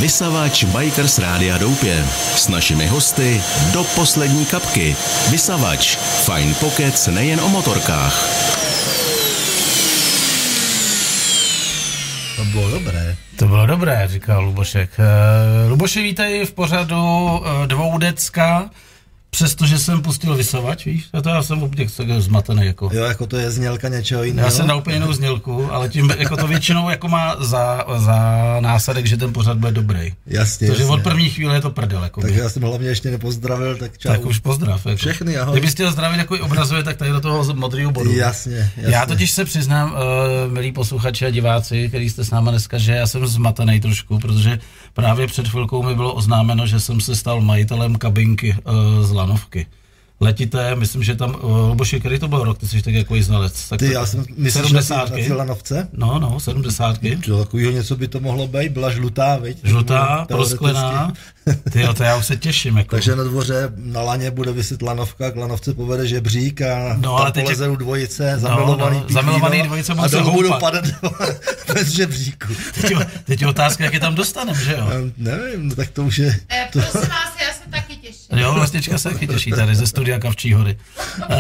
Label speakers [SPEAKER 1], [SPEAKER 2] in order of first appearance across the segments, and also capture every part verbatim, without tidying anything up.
[SPEAKER 1] Vysavač Bikers Rádia Doupě. S našimi hosty do poslední kapky. Vysavač. Fajn pokec nejen o motorkách.
[SPEAKER 2] To bylo dobré.
[SPEAKER 3] To bylo dobré, říkal Lubošek. Uh, Luboši, vítej v pořadu uh, Dvoudecka, přestože jsem pustil Vysavač, víš? A to já jsem úplně zmatený. Jako.
[SPEAKER 2] Jo, jako to je znělka něčeho jiného.
[SPEAKER 3] Já jsem dal úplně jinou znělku, ale tím jako to většinou jako má za, za následek, že ten pořad bude dobrý.
[SPEAKER 2] Jasně,
[SPEAKER 3] Takže
[SPEAKER 2] jasně.
[SPEAKER 3] od první chvíle je to prdel. Jako
[SPEAKER 2] tak já jsem hlavně ještě nepozdravil, tak čau.
[SPEAKER 3] Tak už pozdrav. Jako.
[SPEAKER 2] Všechny, ahoj.
[SPEAKER 3] Kdybyste chtěl zdravit takový obrazuje, tak tady do toho modrýho bodu.
[SPEAKER 2] Jasně, jasně.
[SPEAKER 3] Já totiž se přiznám, uh, milí posluchači a diváci, který jste s náma dneska, že já jsem zmatený trošku, protože právě před chvilkou mi bylo oznámeno, že jsem se stal majitelem kabinky uh, z lanovky. Letité, myslím, že tam, uh, Luboši, který to byl rok, ty jsi tak jako znalec. Tak
[SPEAKER 2] ty, já jsem myslel, že na ty lanovce?
[SPEAKER 3] No, no, sedmdesátky.
[SPEAKER 2] To takovýho něco by to mohlo být, byla žlutá, viď?
[SPEAKER 3] Žlutá, prosklená. Tyjo, to já už se těším. Jako.
[SPEAKER 2] Takže na dvoře na laně bude viset lanovka, k lanovce povede žebřík a
[SPEAKER 3] no,
[SPEAKER 2] tam polezou dvojice, zamilovaný
[SPEAKER 3] no, no, zamilovaný dvojice
[SPEAKER 2] a domů budou padat bez žebříku.
[SPEAKER 3] Teď je, teď je otázka, jak je tam dostanem, že jo?
[SPEAKER 2] Um, nevím, no tak to už je...
[SPEAKER 4] Eh,
[SPEAKER 2] to...
[SPEAKER 4] prosím vás, já se taky těším.
[SPEAKER 3] Jo, vlastnička se taky těší tady ze studia Kavčí hory. Uh,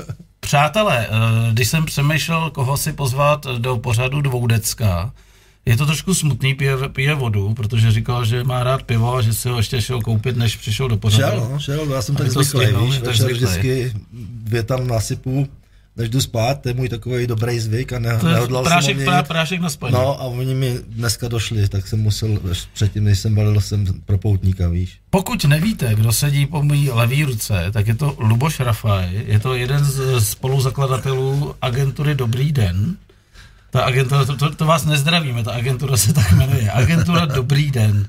[SPEAKER 3] přátelé, uh, když jsem přemýšlel, koho si pozvat do pořadu Dvoudecka, je to trošku smutný, pije, pije vodu, protože říkal, že má rád pivo a že si ho ještě šel koupit, než přišel do pořadu.
[SPEAKER 2] Šel, no, šel, já jsem tak zvyklý, víš, večer vždycky dvě tam nasypu, než jdu spát, to je můj takový dobrý zvyk a ne, nehodlal
[SPEAKER 3] prášek,
[SPEAKER 2] jsem ho
[SPEAKER 3] prášek na spaní.
[SPEAKER 2] No a oni mi dneska došli, tak jsem musel, předtím, než jsem balil, jsem pro poutníka, víš.
[SPEAKER 3] Pokud nevíte, kdo sedí po mojí levý ruce, tak je to Luboš Rafaj, je to jeden z spoluzakladatelů agentury Dobrý den. Ta agentura, to, to, to vás nezdravíme, ta agentura se tak jmenuje, agentura Dobrý den.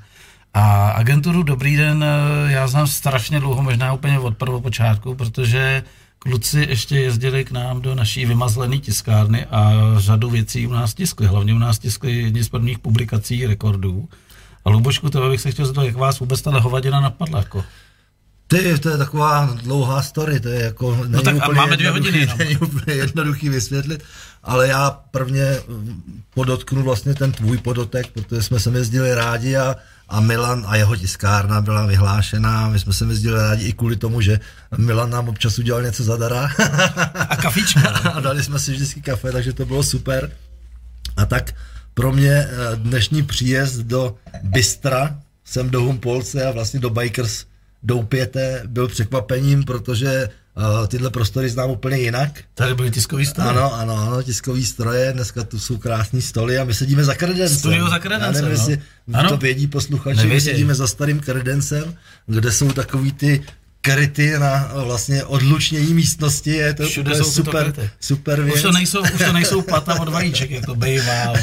[SPEAKER 3] A agenturu Dobrý den já znám strašně dlouho, možná úplně od prvopočátku, protože kluci ještě jezdili k nám do naší vymazlené tiskárny a řadu věcí u nás tiskli, hlavně u nás tiskli jedni z prvních publikací rekordů. A Lubošku, tebe bych se chtěl zeptat, jak vás vůbec ta hovadina napadla, jako?
[SPEAKER 2] Ty, to je taková dlouhá story, to je jako...
[SPEAKER 3] No tak a máme dvě hodiny.
[SPEAKER 2] Není úplně jednoduchý vysvětlit, ale já prvně podotknu vlastně ten tvůj podotek, protože jsme sem jezdili rádi a, a Milan a jeho tiskárna byla vyhlášená, my jsme sem jezdili rádi i kvůli tomu, že Milan nám občas udělal něco zadara.
[SPEAKER 3] A kafička.
[SPEAKER 2] A dali jsme si vždycky kafe, takže to bylo super. A tak pro mě dnešní příjezd do Bystra, sem do Humpolce a vlastně do Bikers Doupěte byl překvapením, protože uh, tyhle prostory znám úplně jinak.
[SPEAKER 3] Tady byly tiskový stroje.
[SPEAKER 2] Ano, ano, ano, tiskový stroje, dneska tu jsou krásný stoly a my sedíme za kredencem.
[SPEAKER 3] Studio za kredencem,
[SPEAKER 2] Já nevím,
[SPEAKER 3] no.
[SPEAKER 2] jestli
[SPEAKER 3] Ano?
[SPEAKER 2] to vědí posluchači, my sedíme za starým kredencem, kde jsou takový ty kryty na vlastně odlučnění místnosti, je to
[SPEAKER 3] všude jsou
[SPEAKER 2] super, super věc.
[SPEAKER 3] Už to nejsou, už to nejsou plata od vajíček, jak to bejvávalo.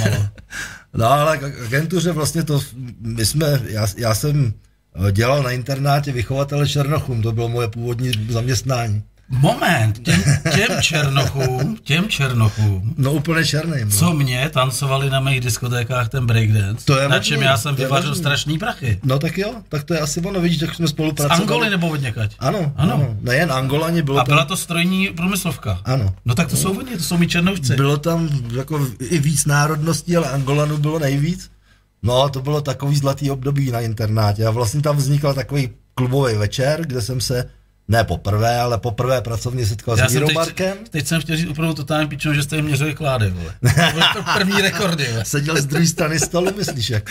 [SPEAKER 2] No ale k agentuře vlastně to, my jsme, já, já jsem dělal na internátě vychovatele černochům, to bylo moje původní zaměstnání.
[SPEAKER 3] Moment, těm, těm černochům, těm černochům.
[SPEAKER 2] No úplně černým.
[SPEAKER 3] Co mě tancovali na mých diskotékách ten breakdance,
[SPEAKER 2] to je
[SPEAKER 3] na
[SPEAKER 2] možný,
[SPEAKER 3] čem já jsem vyvařil
[SPEAKER 2] možný.
[SPEAKER 3] strašný prachy.
[SPEAKER 2] No tak jo, tak to je asi ono, vidíš, jak jsme spolupracovali.
[SPEAKER 3] Z Angoly nebo od někať?
[SPEAKER 2] Ano,
[SPEAKER 3] ano,
[SPEAKER 2] ano. Nejen Angolani, bylo
[SPEAKER 3] a byla
[SPEAKER 2] tam...
[SPEAKER 3] to strojní průmyslovka.
[SPEAKER 2] Ano.
[SPEAKER 3] No tak to jsou oni, to jsou mi černovci.
[SPEAKER 2] Bylo tam jako i víc národností, ale Angolanů bylo nejvíc. No, to bylo takový zlatý období na internátě a vlastně tam vznikl takový klubový večer, kde jsem se, ne poprvé, ale poprvé pracovně setkal s Mírou Markem.
[SPEAKER 3] Teď, teď jsem chtěl říct úplně totálně pičnou, že jste jim měřili klády, vole. To byly to první rekordy, vole.
[SPEAKER 2] Seděl z druhé strany stolu, myslíš, jako.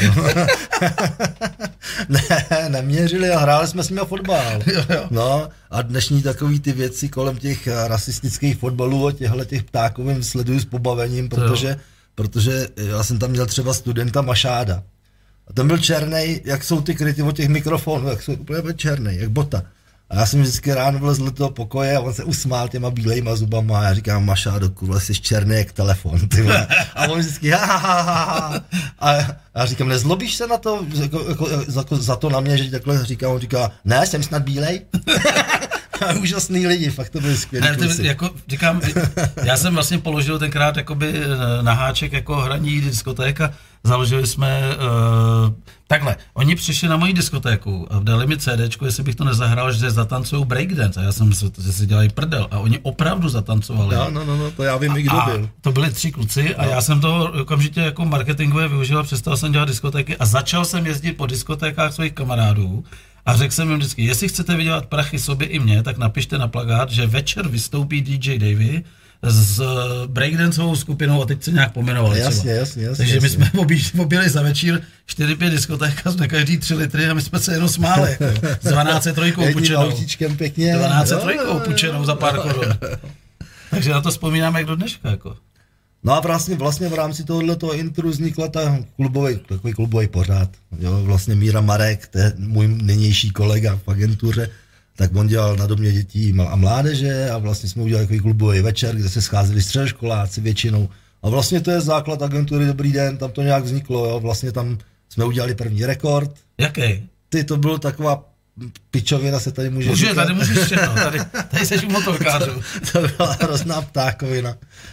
[SPEAKER 2] Ne, neměřili a hráli jsme s nimi fotbal.
[SPEAKER 3] Jo, jo.
[SPEAKER 2] No a dnešní takový ty věci kolem těch rasistických fotbalů a těchhle těch ptákovým sleduju s pobavením, protože protože já jsem tam měl třeba studenta Mašáda. A ten byl černej, jak jsou ty kryty od těch mikrofonů, jak jsou úplně černej, jak bota. A já jsem vždycky ráno vlezl do toho pokoje a on se usmál těma bílejma zubama a já říkám, Mašádo, kurva, jsi černý jak telefon, ty vole. A on vždycky, ha, ha, ha, ha. A já říkám, nezlobíš se na to, jako, jako, za, za to na mě, že takhle říkám, on říká, ne, jsem snad bílej. úžasný lidi, fakt to byli skvělí kluci.
[SPEAKER 3] Jako, říkám, já jsem vlastně položil tenkrát jakoby na háček jako hraní diskotéka, založili jsme, uh, takhle, oni přišli na moji diskotéku a dali mi CDčko, jestli bych to nezahrál, že zatancují breakdance a já jsem si, že si dělají prdel a oni opravdu zatancovali.
[SPEAKER 2] No, no, no, no to já vím, i kdo byl.
[SPEAKER 3] To byli tři kluci a no. Já jsem to okamžitě jako marketingově využil, přestal jsem dělat diskotéky a začal jsem jezdit po diskotékách svých kamarádů. A řekl jsem jim vždycky, jestli chcete vydělat prachy sobě i mně, tak napište na plakát, že večer vystoupí D J Davey s breakdanceovou skupinou a teď se nějak pomenovali.
[SPEAKER 2] Jasně, jasně, jasně.
[SPEAKER 3] Takže
[SPEAKER 2] jasně.
[SPEAKER 3] my jsme objeli za večír čtyři pět diskoték a jsme každý tři litry a my jsme se jenom smáli. Jako, s dvanáct trojkou pučenou.
[SPEAKER 2] pěkně.
[SPEAKER 3] dvanáct trojkou pučenou za pár korun. Takže na to vzpomínáme jak do dneška. Jako.
[SPEAKER 2] No a vlastně, vlastně v rámci tohoto intru vznikla ta klubový, takový klubový pořád. Jo, vlastně Míra Marek, to je můj nynější kolega v agentuře, tak on dělal na domě dětí a mládeže a vlastně jsme udělali takový klubový večer, kde se scházeli středoškoláci většinou. A vlastně to je základ agentury Dobrý den, tam to nějak vzniklo, jo. Vlastně tam jsme udělali první rekord.
[SPEAKER 3] Jaký?
[SPEAKER 2] Ty, to bylo taková pičovina, se tady může
[SPEAKER 3] Může,
[SPEAKER 2] říkat.
[SPEAKER 3] tady můžeš všechno, tady, tady seš u motorkářů.
[SPEAKER 2] To byla hrozná ptákovina.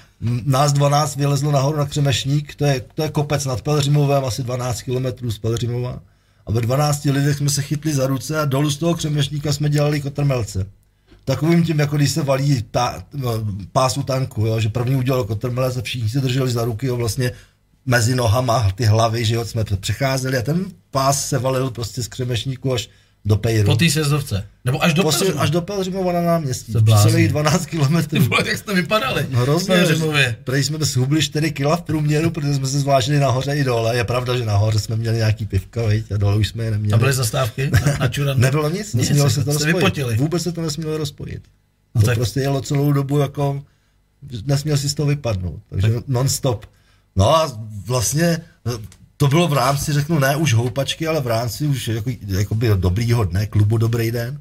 [SPEAKER 2] Nás dvanáct vylezlo nahoru na Křemešník, to je, to je kopec nad Pelhřimovem, asi dvanáct kilometrů z Pelhřimova. A ve dvanácti lidech jsme se chytli za ruce a dolů z toho Křemešníka jsme dělali kotrmelce. Takovým tím, jako když se valí ta, pásu tanku, jo, že první udělal kotrmelec a všichni se drželi za ruky, jo, vlastně mezi nohama ty hlavy, že jo, jsme přecházeli a ten pás se valil prostě z Křemešníku až do Pejru.
[SPEAKER 3] Po té sjezdovce. Nebo až do
[SPEAKER 2] Pelhřimova. Až do Pelhřimova na náměstí.
[SPEAKER 3] To
[SPEAKER 2] celých dvanáct kilometrů.
[SPEAKER 3] Ty vole, jak jste vypadali.
[SPEAKER 2] Hrozně. Prej jsme zhubli čtyři kila v průměru, protože jsme se zvážili nahoře i dole. Je pravda, že nahoře jsme měli nějaký pivka, veď, a dole už jsme je neměli.
[SPEAKER 3] A byly zastávky na, na čuran?
[SPEAKER 2] Nebylo nic, nesmělo se to rozpojit.
[SPEAKER 3] Vypotili.
[SPEAKER 2] Vůbec se to nesmělo rozpojit.
[SPEAKER 3] No
[SPEAKER 2] to
[SPEAKER 3] tak...
[SPEAKER 2] prostě jelo celou dobu jako, nesměl si z toho vypadnout. Takže tak... non-stop. No a vlastně to bylo v rámci, řeknu, ne už houpačky, ale v rámci už jako, jakoby dobrýho dne, klubu Dobrý den.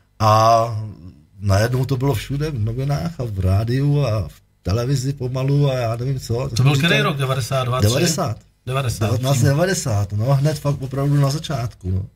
[SPEAKER 2] A najednou to bylo všude, v novinách a v rádiu a v televizi pomalu a já nevím co.
[SPEAKER 3] To byl který rok? devadesát dva?
[SPEAKER 2] devadesát.
[SPEAKER 3] devadesát.
[SPEAKER 2] devatenáct devadesát, no hned fakt opravdu na začátku. No.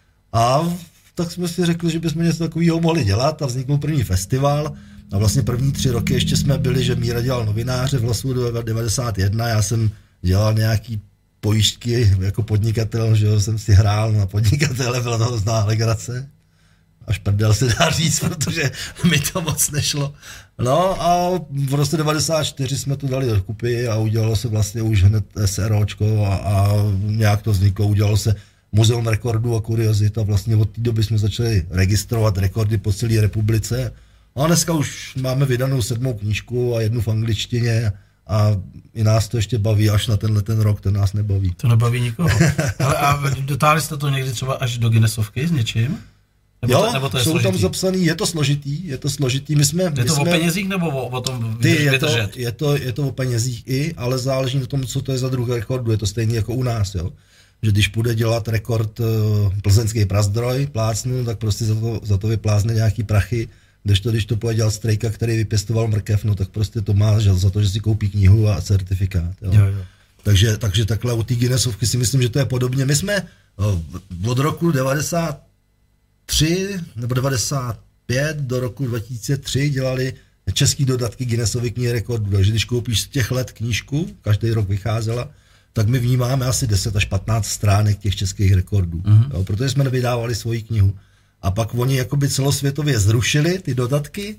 [SPEAKER 2] A tak jsme si řekli, že bychom něco takového mohli dělat a vznikl první festival. A vlastně první tři roky ještě jsme byli, že Míra dělal novináře v Hlasu devadesát jedna, já jsem dělal nějaký pojištky jako podnikatel, že jsem si hrál na podnikatele, byla to hrozná legrace. Až prdel se dá říct, protože mi to moc nešlo. No a v roce devadesát čtyři jsme to dali do kupy a udělalo se vlastně už hned SROčko a, a nějak to vzniklo, udělalo se Muzeum rekordů a kuriozit a vlastně od té doby jsme začali registrovat rekordy po celé republice. A dneska už máme vydanou sedmou knížku a jednu v angličtině a i nás to ještě baví, až na tenhle ten rok, ten nás nebaví.
[SPEAKER 3] To nebaví nikoho. Ale a dotáhli jste to někdy třeba až do Guinnessovky s něčím? Nebo
[SPEAKER 2] jo,
[SPEAKER 3] to, nebo to je
[SPEAKER 2] jsou
[SPEAKER 3] složitý?
[SPEAKER 2] Tam zapsaný, je to složitý, je to složitý. My jsme,
[SPEAKER 3] je
[SPEAKER 2] my
[SPEAKER 3] to
[SPEAKER 2] jsme,
[SPEAKER 3] o penězích nebo o, o tom
[SPEAKER 2] ty, je, to,
[SPEAKER 3] vydržet?
[SPEAKER 2] je, to, je to o penězích i, ale záleží na tom, co to je za druh rekordu. Je to stejný jako u nás, jo. Že když půjde dělat rekord uh, plzeňský prazdroj, plácnu, tak prostě za to, za to vyplázne nějaký prachy. Kdežto, když to půjde dělat strejka, který vypěstoval mrkev, no tak prostě to má že za to, že si koupí knihu a certifikát. Jo.
[SPEAKER 3] Jo, jo.
[SPEAKER 2] Takže, takže takhle u té Guinnessovky si myslím, že to je podobně. My jsme uh, od roku devadesát tři nebo devadesát pět do roku dva tisíce tři dělali český dodatky Guinnessovy knihy rekordů. Takže když koupíš z těch let knížku, každý rok vycházela, tak my vnímáme asi deset až patnáct stránek těch českých rekordů. Mm-hmm. Jo, protože jsme nevydávali svoji knihu. A pak oni jakoby celosvětově zrušili ty dodatky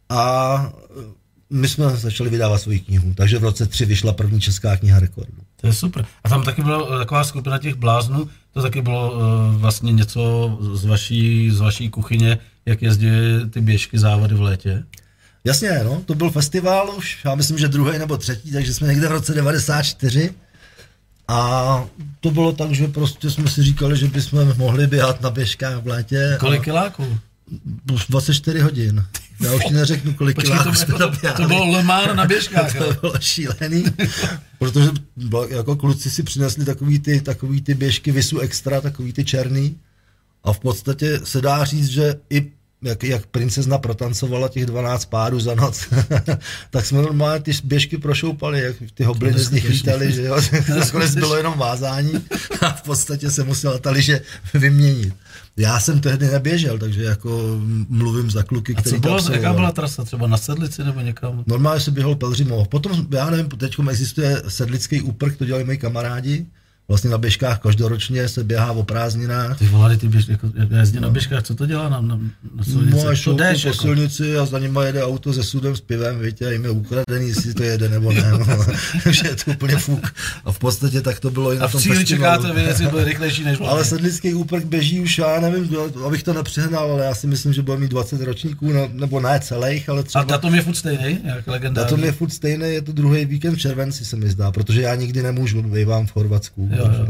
[SPEAKER 2] a my jsme začali vydávat svoji knihu. Takže v roce tři vyšla první česká kniha rekordů.
[SPEAKER 3] To je super. A tam taky byla taková skupina těch bláznů, to taky bylo uh, vlastně něco z vaší, z vaší kuchyně, jak jezdí ty běžky závody v létě.
[SPEAKER 2] Jasně, no, to byl festival už, já myslím, že druhý nebo třetí, takže jsme někde v roce devadesát čtyři. A to bylo tak, že prostě jsme si říkali, že bychom mohli běhat na běžkách v létě.
[SPEAKER 3] Kolik kiláků?
[SPEAKER 2] dvacet čtyři hodin. Já už ti neřeknu, kolik
[SPEAKER 3] Počkej,
[SPEAKER 2] kiláků jsme
[SPEAKER 3] to, to, to bylo Le Mans na běžkách.
[SPEAKER 2] To bylo šílený, protože jako kluci si přinesli takový ty, takový ty běžky Visu Extra, takový ty černý. A v podstatě se dá říct, že i jak, jak princezna protancovala těch dvanáct párů za noc, tak jsme normálně ty běžky prošoupali, jak ty hobliny z nich lítali, že jo, nakonec bylo jenom vázání a v podstatě se musela ta lyže vyměnit. Já jsem tehdy neběžel, takže jako mluvím za kluky, kteří
[SPEAKER 3] to absolvovali. Jaká byla trasa? Třeba na Sedlici nebo někam?
[SPEAKER 2] Normálně se běhal Pelhřimov. Potom, já nevím, teď existuje sedlický úprk, to dělají moji kamarádi. Vlastně na běžkách každoročně se běhá o prázdninách.
[SPEAKER 3] Ty vole, ty běž, jako, jezdí na běžkách, co to dělá na, na, na silnici?
[SPEAKER 2] No, až
[SPEAKER 3] to jdeš,
[SPEAKER 2] po
[SPEAKER 3] jako.
[SPEAKER 2] silnici a za nima jede auto se sudem, s pivem, víte, a jim je ukradený, jestli to jede nebo ne. Takže je to úplně fuk. A v podstatě tak to bylo i na tom festivalu.
[SPEAKER 3] A v cíli čekáte vy, jestli bude rychlejší než
[SPEAKER 2] Ale sedlický úprk běží už, já nevím, abych to nepřehnal, ale já si myslím, že bude mít dvacet ročníků, nebo ne celých, ale třeba...
[SPEAKER 3] A datum je furt stejný, jak legendární?
[SPEAKER 2] Datum je furt stejný, je to druhý víkend v červenci, se mi zdá, protože já nikdy nemůžu, bývám v Chorvatsku.
[SPEAKER 3] Jo, jo.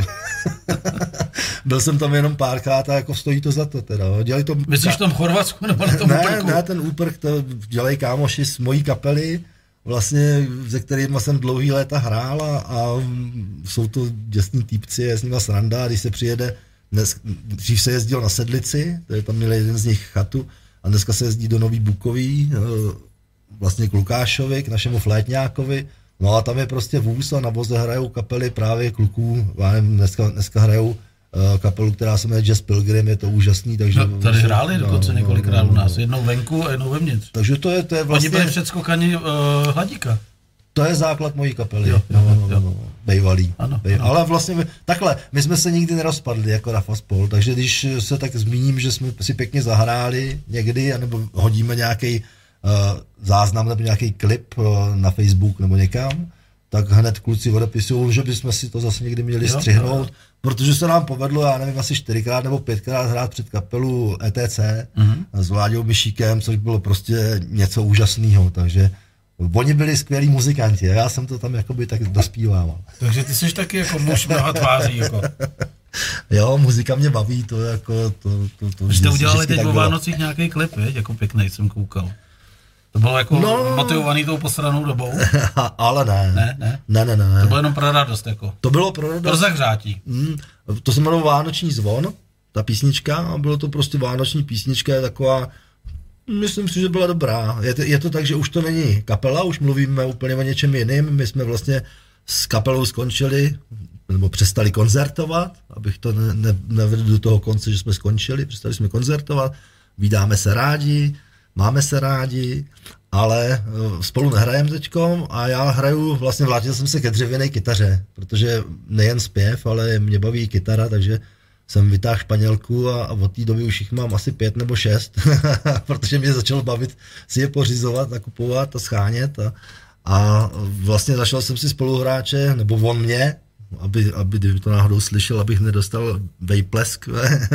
[SPEAKER 2] Byl jsem tam jenom párkrát a jako stojí to za to teda. Dělají to...
[SPEAKER 3] Myslíš v tom Chorvatsku nebo na tom
[SPEAKER 2] ne,
[SPEAKER 3] úprku?
[SPEAKER 2] Ne, ten úprk to dělají kámoši z mojí kapely, vlastně, se kterými jsem dlouhý léta hrál a, a jsou to děsní týpci, je s nima sranda, když se přijede, dnes, dřív se jezdil na Sedlici, to je tam měl jeden z nich chatu a dneska se jezdí do Nový Bukový, vlastně k Lukášovi, k našemu flétňákovi. No a tam je prostě vůz a na voze hrajou kapely právě kluků, já nevím, dneska, dneska hrajou uh, kapelu, která se jmenuje Jazz Pilgrim, je to úžasný, takže...
[SPEAKER 3] No, tady hráli dokonce no, několikrát no, no, u nás, jednou venku a jednou vevnitř.
[SPEAKER 2] Takže to je, to je vlastně...
[SPEAKER 3] Oni byli předskokani uh, Hladíka.
[SPEAKER 2] To je základ mojí kapely,
[SPEAKER 3] jo, jo,
[SPEAKER 2] no, no,
[SPEAKER 3] jo.
[SPEAKER 2] no, bejvalý.
[SPEAKER 3] Ano,
[SPEAKER 2] Bej,
[SPEAKER 3] ano.
[SPEAKER 2] Ale vlastně my, takhle, my jsme se nikdy nerozpadli jako Rafa Spol, takže když se tak zmíním, že jsme si pěkně zahráli někdy, anebo hodíme nějaký uh, záznam nebo nějaký klip uh, na Facebook nebo někam, tak hned kluci odepisují, že bychom si to zase někdy měli jo, střihnout, jo. Protože se nám povedlo, já nevím, asi čtyřikrát nebo pětkrát hrát před kapelu E T C mm-hmm. s Vláďou Myšíkem, což bylo prostě něco úžasného, takže oni byli skvělí muzikanti a já jsem to tam jakoby tak dospívával.
[SPEAKER 3] Takže ty jsi taky jako muž mnoha tváří, jako.
[SPEAKER 2] Jo, muzika mě baví, to jako, to, to, to
[SPEAKER 3] jste udělali teď o Vánocích nějaký klip, věď, jako pěkný jsem koukal. To bylo jako no, motivovaný tou posranou dobou?
[SPEAKER 2] Ale ne.
[SPEAKER 3] Ne, ne?
[SPEAKER 2] Ne, ne, ne.
[SPEAKER 3] To bylo jenom pro radost, jako.
[SPEAKER 2] To bylo pro radost.
[SPEAKER 3] Pro zahřátí.
[SPEAKER 2] Mm, to se jmenovalo Vánoční zvon, ta písnička, a bylo to prostě vánoční písnička, je taková, myslím si, že byla dobrá. Je to, je to tak, že už to není kapela, už mluvíme úplně o něčem jiným. My jsme vlastně s kapelou skončili, nebo přestali koncertovat, abych to ne, ne, nevedl do toho konce, že jsme skončili, přestali jsme koncertovat, vídáme se rádi, máme se rádi, ale spolu nehrajeme teďkom a já hraju, vlastně vrátil jsem se ke dřevěné kytaře, protože nejen zpěv, ale mě baví kytara, takže jsem vytáhl španělku a, a od té doby už jich mám asi pět nebo šest, protože mě začalo bavit si je pořizovat a kupovat a schánět a, a vlastně začal jsem si spoluhráče, nebo on mě, aby, aby kdyby to náhodou slyšel, abych nedostal vejplesk.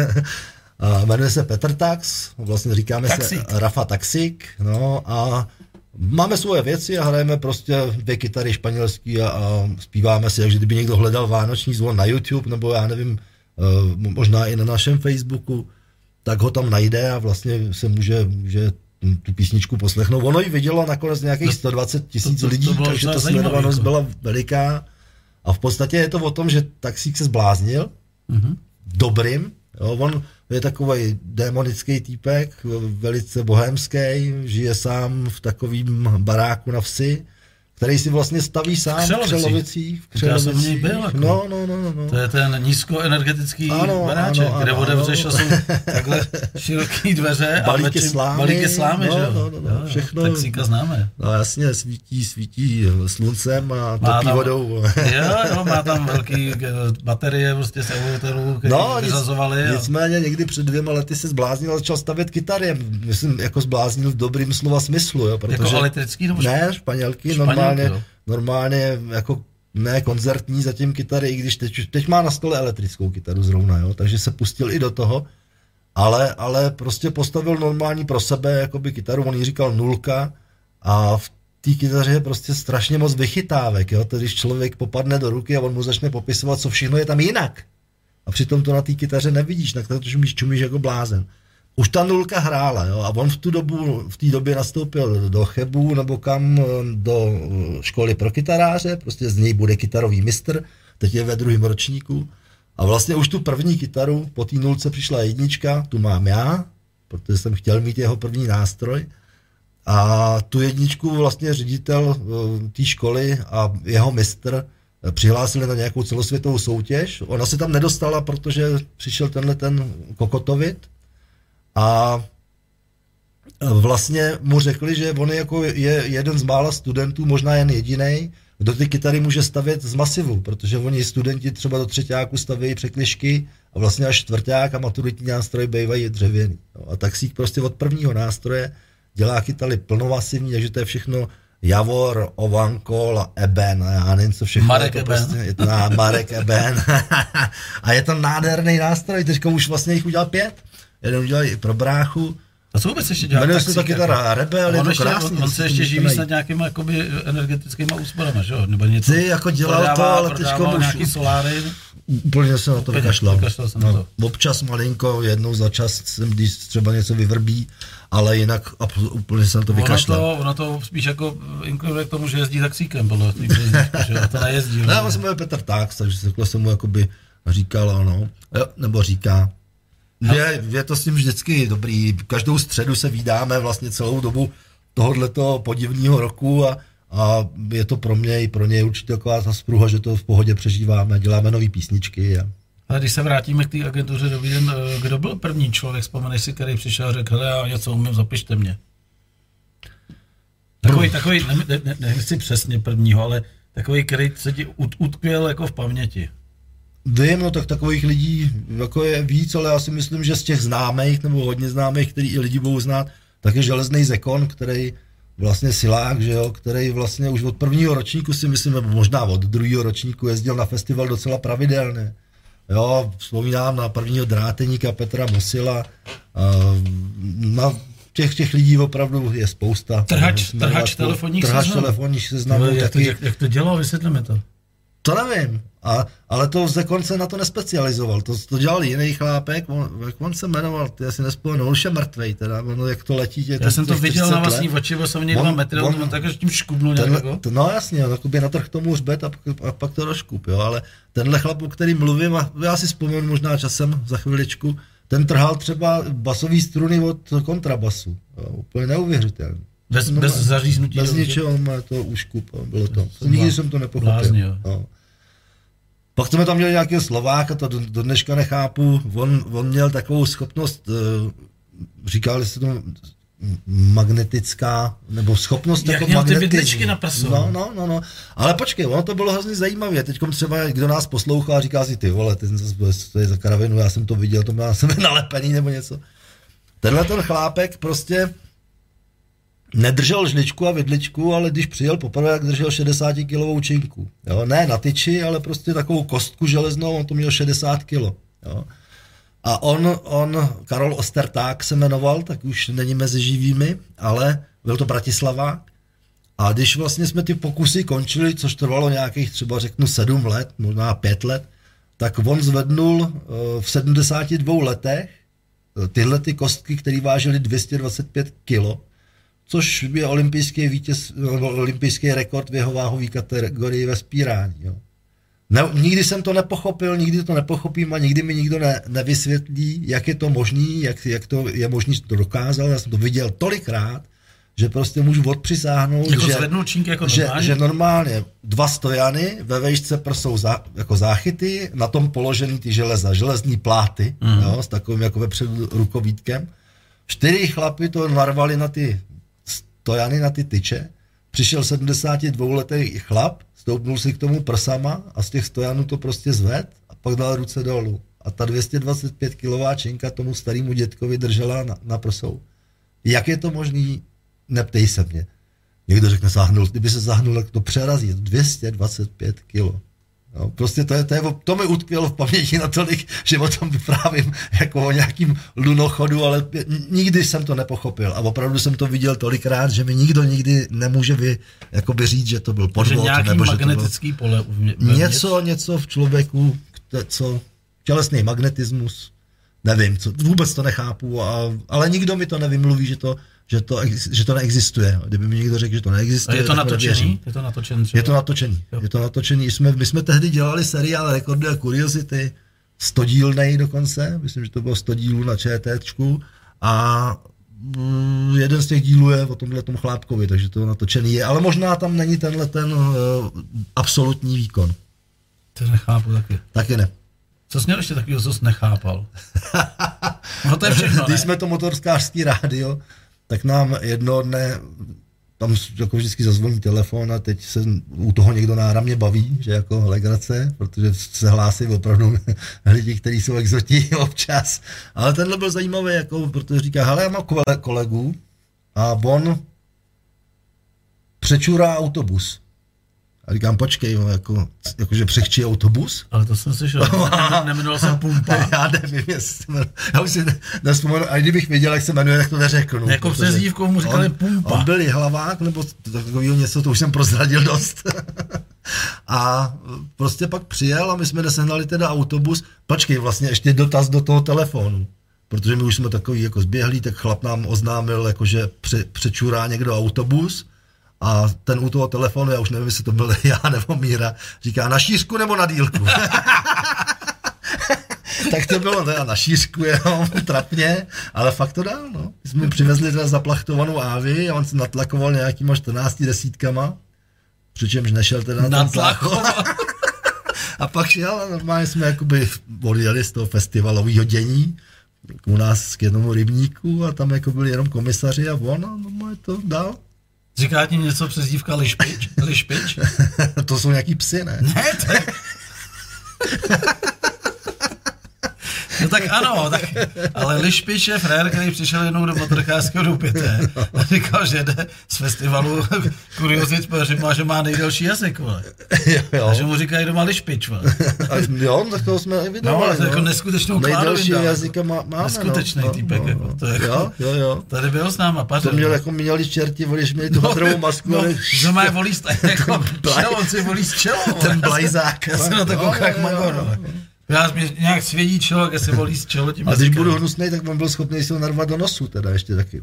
[SPEAKER 2] A jmenuje se Petr Tax, vlastně říkáme Taxík. se Rafa Taxík, no a máme svoje věci a hrajeme prostě dvě kytary španělský a, a zpíváme si, takže kdyby někdo hledal Vánoční zvon na YouTube, nebo já nevím, možná i na našem Facebooku, tak ho tam najde a vlastně se může, může tu písničku poslechnout. Ono ji vidělo nakonec nějakých sto dvacet tisíc lidí, to, to takže ta sledovanost byla veliká a v podstatě je to o tom, že Taxík se zbláznil, mm-hmm. dobrým, jo, on je takovej démonický týpek, velice bohémský, žije sám v takovým baráku na vsi, který si vlastně staví sám v Křelovicích. V Křelovicích.
[SPEAKER 3] Byl, jako.
[SPEAKER 2] no, no, no, no.
[SPEAKER 3] To je ten nízkoenergetický ano, baráček, ano, kde otevřeš a jsou takhle široký dveře
[SPEAKER 2] balíky a slámy,
[SPEAKER 3] balíky slámy,
[SPEAKER 2] no,
[SPEAKER 3] že
[SPEAKER 2] no, no, no,
[SPEAKER 3] jo?
[SPEAKER 2] Všechno.
[SPEAKER 3] Taxíka známe.
[SPEAKER 2] No jasně, svítí, svítí sluncem a topí
[SPEAKER 3] tam,
[SPEAKER 2] vodou.
[SPEAKER 3] Jo, jo, má tam velký baterie prostě z eurotelů, který
[SPEAKER 2] no,
[SPEAKER 3] vyřazovali.
[SPEAKER 2] Nic, nicméně někdy před dvěma lety se zbláznil a začal stavět kytary. Myslím, jako zbláznil v dobrým slova smyslu. Jo, protože,
[SPEAKER 3] jako elektrický nebo
[SPEAKER 2] ne, španělky, normálně, normálně jako ne koncertní zatím kytary, i když teď, teď má na stole elektrickou kytaru zrovna, jo, takže se pustil i do toho, ale, ale prostě postavil normální pro sebe jakoby kytaru, on jí říkal nulka a v té kytaře je prostě strašně moc vychytávek, jo, to když člověk popadne do ruky a on mu začne popisovat, co všechno je tam jinak. A přitom to na té kytaře nevidíš, tak to čumíš, čumíš jako blázen. Už ta nulka hrála, jo, a on v tu dobu, v té době nastoupil do Chebu nebo kam, do školy pro kytaráře, prostě z něj bude kytarový mistr, teď je ve druhém ročníku a vlastně už tu první kytaru, po té nulce přišla jednička, tu mám já, protože jsem chtěl mít jeho první nástroj. A tu jedničku vlastně ředitel té školy a jeho mistr přihlásili na nějakou celosvětovou soutěž. Ona se tam nedostala, protože přišel tenhle ten Kokotovit a vlastně mu řekli, že on jako je jeden z mála studentů, možná jen jedinej, kdo ty kytary může stavět z masivu, protože oni studenti třeba do třetíku stavějí překližky a vlastně až čtvrták a maturitní nástroje bývají dřevěný. A taxík prostě od prvního nástroje dělá kytary plnomasivní, takže to je všechno Javor, Ovankol a Eben, a já nevím, co všechno.
[SPEAKER 3] Marek
[SPEAKER 2] je to
[SPEAKER 3] Eben.
[SPEAKER 2] prostě, je to na Marek Eben. A je to nádherný nástroj, teďka už vlastně jich udělal pět. Jeden udělal i pro bráchu.
[SPEAKER 3] A co vůbec ještě dělá
[SPEAKER 2] Jmenuje se to
[SPEAKER 3] taxík,
[SPEAKER 2] kytara
[SPEAKER 3] jako?
[SPEAKER 2] Rebel, je
[SPEAKER 3] On
[SPEAKER 2] to
[SPEAKER 3] ještě-
[SPEAKER 2] krásný.
[SPEAKER 3] On se ještě živí snad nějakýma jakoby energetickýma úsporama, že jo? Nebo něco.
[SPEAKER 2] Ty jako dělal
[SPEAKER 3] prodává-
[SPEAKER 2] to, ale
[SPEAKER 3] prodával
[SPEAKER 2] teďko už
[SPEAKER 3] nějaký soláry.
[SPEAKER 2] úplně se na to
[SPEAKER 3] Úplně
[SPEAKER 2] vykašlal.
[SPEAKER 3] vykašlal jsem na
[SPEAKER 2] No, občas malinko, jednou za čas jsem, když třeba něco vyvrbí, ale jinak absol- úplně jsem to
[SPEAKER 3] Ono
[SPEAKER 2] vykašlal.
[SPEAKER 3] to, ono to spíš jako inkluduje k tomu, že jezdí taxíkem, podle té přezdívky, že jo? A to nejezdí.
[SPEAKER 2] Ne, on se jmenuje Petr Tax, takže takhle jsem mu jakoby říkal, ano, jo, nebo říká. Je, je to s tím vždycky dobrý, každou středu se vídáme vlastně celou dobu tohoto podivného roku a, a je to pro mě i pro něj určitě taková ta spruha, že to v pohodě přežíváme, děláme nový písničky. A...
[SPEAKER 3] Ale když se vrátíme k té agentuře Dobrý den, kdo byl první člověk, vzpomeneš si, který přišel a řekl, hele, já něco umím, zapište mě. Takový, takový, ne, ne, ne, nechci přesně prvního, ale takový, který se ti ut, utkvěl jako v paměti.
[SPEAKER 2] Vím, no tak takových lidí jako je víc, ale já si myslím, že z těch známých, nebo hodně známých, který i lidi budou znát, tak je Železný Zekon, který vlastně silák, že jo, který vlastně už od prvního ročníku si myslím, nebo možná od druhého ročníku jezdil na festival docela pravidelně. Jo, vzpomínám na prvního dráteníka Petra Musila, na těch, těch lidí opravdu je spousta.
[SPEAKER 3] Trhač, trhač telefonních
[SPEAKER 2] trhač
[SPEAKER 3] seznamů.
[SPEAKER 2] telefonních seznamů
[SPEAKER 3] Jak to,
[SPEAKER 2] taky.
[SPEAKER 3] jak, jak to dělal, vysvětlíme to.
[SPEAKER 2] To nevím, a, ale to Zekon se na to nespecializoval, to, to dělal jiný chlápek, on, jak on se jmenoval, ty asi nespomenu, on už je mrtvej teda, ono, jak to letí. Je
[SPEAKER 3] Já
[SPEAKER 2] to
[SPEAKER 3] jsem to
[SPEAKER 2] těch
[SPEAKER 3] viděl
[SPEAKER 2] třicet
[SPEAKER 3] na vlastní
[SPEAKER 2] let.
[SPEAKER 3] oči, byl jsem v něj
[SPEAKER 2] On-
[SPEAKER 3] dva metry, on,
[SPEAKER 2] on-
[SPEAKER 3] on tak tím škubnul nějak
[SPEAKER 2] Tenhle,
[SPEAKER 3] jako.
[SPEAKER 2] to, no jasně, on jakoby natrh tomu hřbet a, pak- a pak to doškup, jo, ale tenhle chlap, o který mluvím, a já si vzpomenu možná časem za chviličku, ten trhal třeba basový struny od kontrabasu, jo, úplně neuvěřitelný.
[SPEAKER 3] Bez,
[SPEAKER 2] No,
[SPEAKER 3] bez zaříznutí.
[SPEAKER 2] Bez
[SPEAKER 3] dobře.
[SPEAKER 2] ničeho má to uškup, jo, bylo to.
[SPEAKER 3] Jsem
[SPEAKER 2] Nikdy
[SPEAKER 3] blá-
[SPEAKER 2] jsem to nepochopil.
[SPEAKER 3] blázni, jo.
[SPEAKER 2] No. Pak jsme tam měli nějakého Slováka, to do, do dneška nechápu, on, on měl takovou schopnost, uh, říkali se tomu magnetická, nebo schopnost
[SPEAKER 3] Jak
[SPEAKER 2] jako
[SPEAKER 3] měl ty
[SPEAKER 2] magnetismu.
[SPEAKER 3] vidličky na prsu.
[SPEAKER 2] No, no, no, no. Ale počkej, ono to bylo hrozně zajímavé. Teď třeba, kdo nás poslouchá a říká si, ty vole, ten zase, to je za karavinu, já jsem to viděl, to má sebe nalepený nebo něco. Tenhle ten chlápek prostě nedržel žličku a vidličku, ale když přijel poprvé, tak držel šedesátikilovou činku. Jo? Ne na tyči, ale prostě takovou kostku železnou, on to měl šedesát kilo. Jo? A on, on, Karol Osterták se jmenoval, tak už není mezi živými, ale byl to Bratislavák. A když vlastně jsme ty pokusy končili, což trvalo nějakých třeba řeknu sedm let, možná pět let, tak on zvednul v sedmdesáti dvou letech tyhle ty kostky, které vážily dvě stě dvacet pět kilo, což je olympijský vítěz, olympijský rekord v jeho váhové kategorii ve spírání. Jo. Ne, nikdy jsem to nepochopil, nikdy to nepochopím a nikdy mi nikdo ne, nevysvětlí, jak je to možný, jak, jak to je možný, že to dokázal. Já jsem to viděl tolikrát, že prostě můžu odpřisáhnout,
[SPEAKER 3] Jako
[SPEAKER 2] že,
[SPEAKER 3] zvednul čínky jako
[SPEAKER 2] že,
[SPEAKER 3] normálně?
[SPEAKER 2] že normálně dva stojany, ve vejšce prsou za, jako záchyty, na tom položený ty železa, železní pláty, mm. jo, s takovým jako vepředu rukovítkem. Čtyři chlapy to narvali na ty stojany, na ty tyče. Přišel sedmdesátidvouletý chlap, stoupnul si k tomu prsama a z těch stojanů to prostě zved a pak dal ruce dolů. A ta dvě stě dvacet pět kilová činka tomu starému dětkovi držela na, na prsou. Jak je to možný? Neptej se mě. Někdo řekne, zahnul, kdyby se zahnul, tak to přerazí. dvě stě dvacet pět kilo. No, prostě to, je, to, je, to mi utkvělo v paměti natolik, že o tom vyprávím jako o nějakým lunochodu, ale nikdy jsem to nepochopil a opravdu jsem to viděl tolikrát, že mi nikdo nikdy nemůže vy, jakoby říct, že to byl podvod.
[SPEAKER 3] nějaký
[SPEAKER 2] nebo
[SPEAKER 3] magnetický
[SPEAKER 2] že to
[SPEAKER 3] pole.
[SPEAKER 2] bylo něco, něco v člověku, co, tělesný magnetismus, nevím, co, vůbec to nechápu, a, ale nikdo mi to nevymluví, že to Že to, že to neexistuje. Kdyby mi někdo řekl, že to neexistuje.
[SPEAKER 3] A je to natočený?
[SPEAKER 2] Je
[SPEAKER 3] to natočený?
[SPEAKER 2] Je to natočený. Jo. Je to natočený. Jsme, my jsme tehdy dělali seriál Rekordy a Curiosity, sto dílnej dokonce, myslím, že to bylo sto dílů na ČTčku. a jeden z těch dílů je o tomhletom Chlápkovi, takže to natočený je, ale možná tam není tenhle ten uh, absolutní výkon.
[SPEAKER 3] To nechápu taky.
[SPEAKER 2] Taky ne.
[SPEAKER 3] Co jsi měl ještě takového, co jsi nechápal? No to je všechno,
[SPEAKER 2] Když jsme to motorskářský rádio, tak nám jednoho dne tam jako vždycky zazvoní telefon a teď se u toho někdo náramně baví, že jako legrace, protože se hlásí opravdu lidi, kteří jsou exotí občas. Ale tenhle byl zajímavý, jako, protože říká, hele, já mám kolegu a on přečurá autobus. A říkám, počkej, jo, jako, jakože přechčí autobus?
[SPEAKER 3] Ale to jsem slyšel, nemenoval jsem Pumpa.
[SPEAKER 2] Já nevím, jestli se jmenuje, já už si nespomenu, a kdybych věděl, jak se jmenuje, tak to neřeknu.
[SPEAKER 3] Jako přezdívkou mu říkali
[SPEAKER 2] on,
[SPEAKER 3] Pumpa.
[SPEAKER 2] On byl jihlavák, nebo takového něco, to už jsem prozradil dost. A prostě pak přijel a my jsme nesehnali teda autobus. Počkej, vlastně ještě dotaz do toho telefonu. Protože my už jsme takový jako zběhlí, tak chlap nám oznámil, jakože pře, přečurá někdo autobus. A ten u toho telefonu, já už nevím, jestli to byl já nebo Míra, říká na šířku nebo na dílku. Tak to bylo teda na šířku jenom trapně, ale fakt to dál, no. My jsme přivezli teda zaplachtovanou Ávi a on se natlakoval nějakýma čtrnácti desítkama, přičemž nešel teda na ten záchod. A pak šel a normálně jsme jakoby odjeli z toho festivalového dění u nás k jednomu rybníku a tam jako byli jenom komisaři a on a normálně to dál.
[SPEAKER 3] Říká ti něco přezdívka Lišpič? Lišpič?
[SPEAKER 2] To jsou nějaký psy, ne?
[SPEAKER 3] Ne, to je... No tak ano, tak, ale Lišpič je frér, který přišel jednou do motorkářského Doupěte a říkal, že jde z festivalu kuriozit, protože má, že má nejdelší jazyk, vole.
[SPEAKER 2] Jo, jo.
[SPEAKER 3] A že mu říkají doma Lišpič, vole.
[SPEAKER 2] A jo, tak toho jsme i vydali.
[SPEAKER 3] No, ale to jako neskutečnou kládu
[SPEAKER 2] nejdelší jazyka má, máme,
[SPEAKER 3] neskutečný
[SPEAKER 2] no,
[SPEAKER 3] týpek,
[SPEAKER 2] no,
[SPEAKER 3] jako,
[SPEAKER 2] no.
[SPEAKER 3] To je jako,
[SPEAKER 2] jo, jo, jo.
[SPEAKER 3] Tady byl s náma, pařil.
[SPEAKER 2] To měl jako měli čerti, když měli tu hadrovou masku.
[SPEAKER 3] No,
[SPEAKER 2] ale...
[SPEAKER 3] že má volí jako čelo, on si volí z čelo.
[SPEAKER 2] Ten blajzák.
[SPEAKER 3] Já se na to koukám jak magor, já mě nějak svědí čelo, jak se volí z čelo tím.
[SPEAKER 2] A když budu hnusnej, tak on byl schopný si ho narvat do nosu teda ještě taky.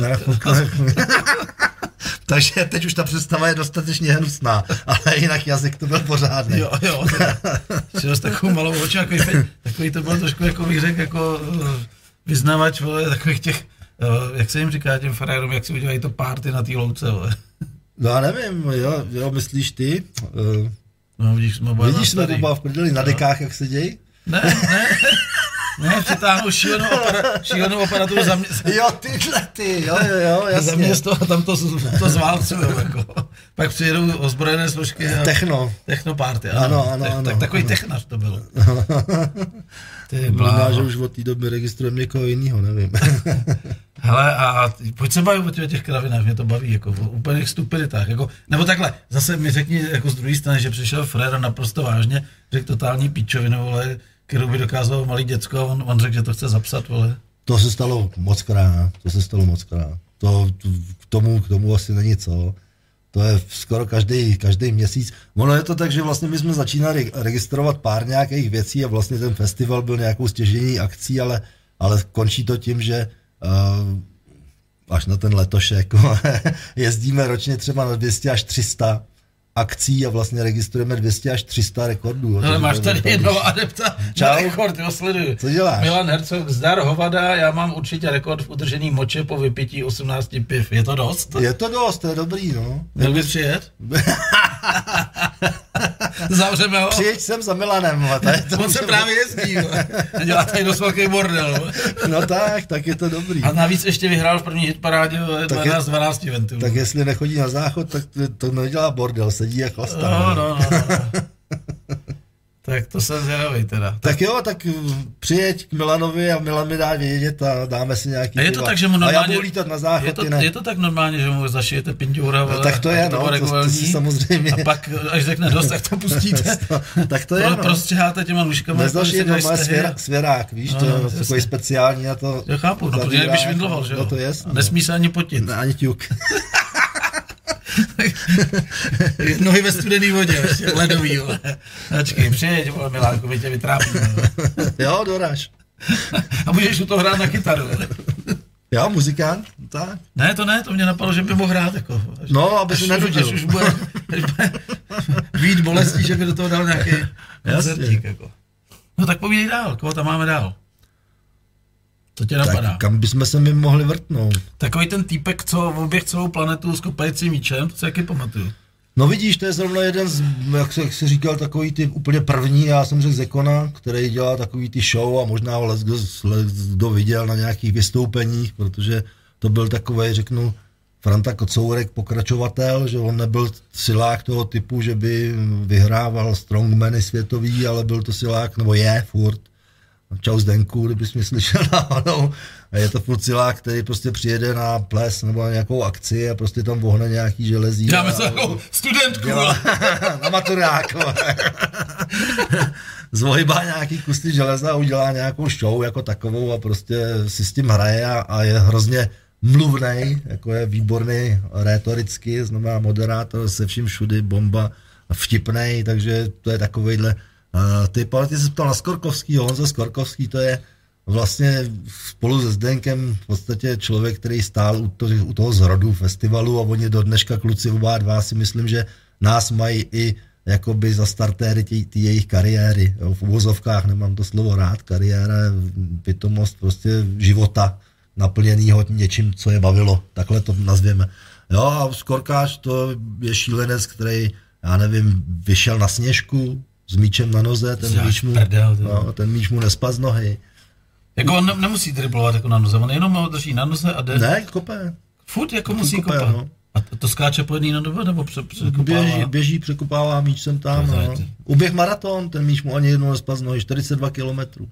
[SPEAKER 2] Takže teď už ta představa je dostatečně hnusná, ale jinak jazyk to byl pořádný.
[SPEAKER 3] Jo, jo, teda, s takovou malou oči, takový, takový to byl trošku, jako bych řekl, jako vyznavač, vole, takových těch, jak se jim říká těm frérům, jak si udělají to party na té louce, vole.
[SPEAKER 2] No já nevím, jo, jo, myslíš ty? Uh,
[SPEAKER 3] no, vidíš, jsme oba
[SPEAKER 2] vidíš, jsme oba v prdeli na dekách, jak se dějí?
[SPEAKER 3] Ne, ne. Ne, přitáhnu šílenou, opera, šílenou aparaturu za mě.
[SPEAKER 2] Jo, tyhle ty, jo, jo, jo, jasně.
[SPEAKER 3] Za město a tam to, to zválcujou, jako. Pak přijedou ozbrojené složky a...
[SPEAKER 2] Techno.
[SPEAKER 3] Techno party, ano.
[SPEAKER 2] Ano, ano,
[SPEAKER 3] Te,
[SPEAKER 2] ano.
[SPEAKER 3] Tak takový technař to bylo. Ty
[SPEAKER 2] Možná, že už od té doby registrujeme někoho jiného, nevím.
[SPEAKER 3] Hele, a pojď se bavit o těch kravinách, mě to baví, jako v úplných stupiditách, jako, nebo takhle, zase mi řekni jako z druhé strany, že přišel Fréra naprosto vážně, řekl totální píčovinu, vole, kterou by dokázal malý děcko a on, on řekl, že to chce zapsat, vole.
[SPEAKER 2] To se stalo moc krát, to se stalo moc krát. To, k tomu, k tomu asi není co. To je skoro každý, každý měsíc. Ono je to tak, že vlastně my jsme začínali registrovat pár nějakých věcí a vlastně ten festival byl nějakou stěžejní akcí, ale, ale končí to tím, že uh, až na ten letošek jezdíme ročně třeba na dvě stě až tři sta akcí a vlastně registrujeme dvě stě až tři sta rekordů.
[SPEAKER 3] Ale máš tady jednoho adepta na rekord, jo, sleduju.
[SPEAKER 2] Co děláš?
[SPEAKER 3] Milan Hercog, zdar hovada, já mám určitě rekord v udržení moče po vypití osmnácti piv. Je to dost?
[SPEAKER 2] Je to dost, to je dobrý, no.
[SPEAKER 3] Měl bys přijet? Zavřeme ho.
[SPEAKER 2] Přijeď sem za Milanem.
[SPEAKER 3] To on se právě jezdí, dělá tady dost velký bordel.
[SPEAKER 2] No tak, tak je to dobrý.
[SPEAKER 3] A navíc ještě vyhrál v první hitparádě dvanáct z dvanácti ventilů.
[SPEAKER 2] Tak jestli nechodí na záchod, tak to, to nedělá bordel, sedí jak chlastá.
[SPEAKER 3] No, no, no, no. Tak to jsem zvědavý teda.
[SPEAKER 2] Tak, tak jo, tak přijeď k Milanovi a Milan mi dá vědět a dáme si nějaký
[SPEAKER 3] a je to
[SPEAKER 2] piva.
[SPEAKER 3] tak, že mu normálně...
[SPEAKER 2] A já budu lítat na záchod,
[SPEAKER 3] je to,
[SPEAKER 2] ne.
[SPEAKER 3] Je to tak normálně, že mu zašijete pinďoura,
[SPEAKER 2] no, tak to je, no, to, to si samozřejmě...
[SPEAKER 3] A pak, až řekne dost, tak to pustíte.
[SPEAKER 2] Tak to je, no.
[SPEAKER 3] Prostřeháte těma nůžkama.
[SPEAKER 2] Neznaš je doma svěr, svěrák, víš, no, to je no, takový speciální na to...
[SPEAKER 3] Já chápu, no, protože by švindloval, že jo.
[SPEAKER 2] No to jasný.
[SPEAKER 3] A nesmí se ani potit.
[SPEAKER 2] Ne, ani ťuk.
[SPEAKER 3] Nohy ve studený vodě, ledový, vole. Ačkej, přijeď, vole, Milánku, my tě vytrápíme.
[SPEAKER 2] Jo, doráž.
[SPEAKER 3] A můžeš u toho hrát na kytaru.
[SPEAKER 2] Jo, muzikant, tak.
[SPEAKER 3] Ne, to ne, to mě napadlo, že by mohl hrát, jako. Až,
[SPEAKER 2] no, aby si nenudil.
[SPEAKER 3] Až už bude, až bude víc bolestí, že by do toho dal nějaký koncertík, jako. No tak povídej dál, koho tam máme dál? To tě napadá.
[SPEAKER 2] Tak kam bychom se mi mohli vrtnout?
[SPEAKER 3] Takový ten týpek, co oběh celou planetu s kopajícím míčem, to se jaký pamatuju.
[SPEAKER 2] No vidíš, to je zrovna jeden z, jak se, jak se říkal, takový ty úplně první, já jsem řekl Zekona, který dělá takový ty show a možná ho kdo, kdo viděl na nějakých vystoupeních, protože to byl takovej, řeknu, Franta Kocourek, pokračovatel, že on nebyl silák toho typu, že by vyhrával strongmany světový, ale byl to silák, nebo je furt. Čau Zdenku, kdybys mě slyšel náhodou. A je to furt silák, který prostě přijede na ples nebo na nějakou akci a prostě tam vohne nějaký železí.
[SPEAKER 3] Dáme se takovou studentku.
[SPEAKER 2] Na maturáku. Zvohybá nějaký kusy železa a udělá nějakou show jako takovou a prostě si s tím hraje a, a je hrozně mluvnej, jako je výborný rétoricky, znamená moderátor se vším všudy, bomba, vtipnej, takže to je takovejhle uh, typ. Ale ty se ptal na Skorkovskýho, Honza Skorkovský, to je vlastně spolu se Zdenkem v podstatě člověk, který stál u, to, u toho zrodu festivalu a oni do dneška kluci oba dva si myslím, že nás mají i jakoby za startéry ty jejich kariéry. Jo, v uvozovkách nemám to slovo rád, kariéra, pitomost prostě života naplněnýho něčím, co je bavilo. Takhle to nazvěme. Jo, a Skorkáč to je šílenec, který, já nevím, vyšel na Sněžku s míčem na noze, ten míč mu,
[SPEAKER 3] prdel,
[SPEAKER 2] no, ten míč mu nespadl z nohy.
[SPEAKER 3] Jako on ne, nemusí driblovat jako na noze, on jenom ho drží na noze a jde.
[SPEAKER 2] Ne, kope.
[SPEAKER 3] Furt jako musí
[SPEAKER 2] kope,
[SPEAKER 3] kopat.
[SPEAKER 2] no.
[SPEAKER 3] A to, to skáče po jedný na dobu, nebo pře, překopává?
[SPEAKER 2] Běží, běží, překopává míč sem tam. No. Uběh maraton, ten míč mu ani jednou nespadl z nohy, čtyřicet dva kilometrů.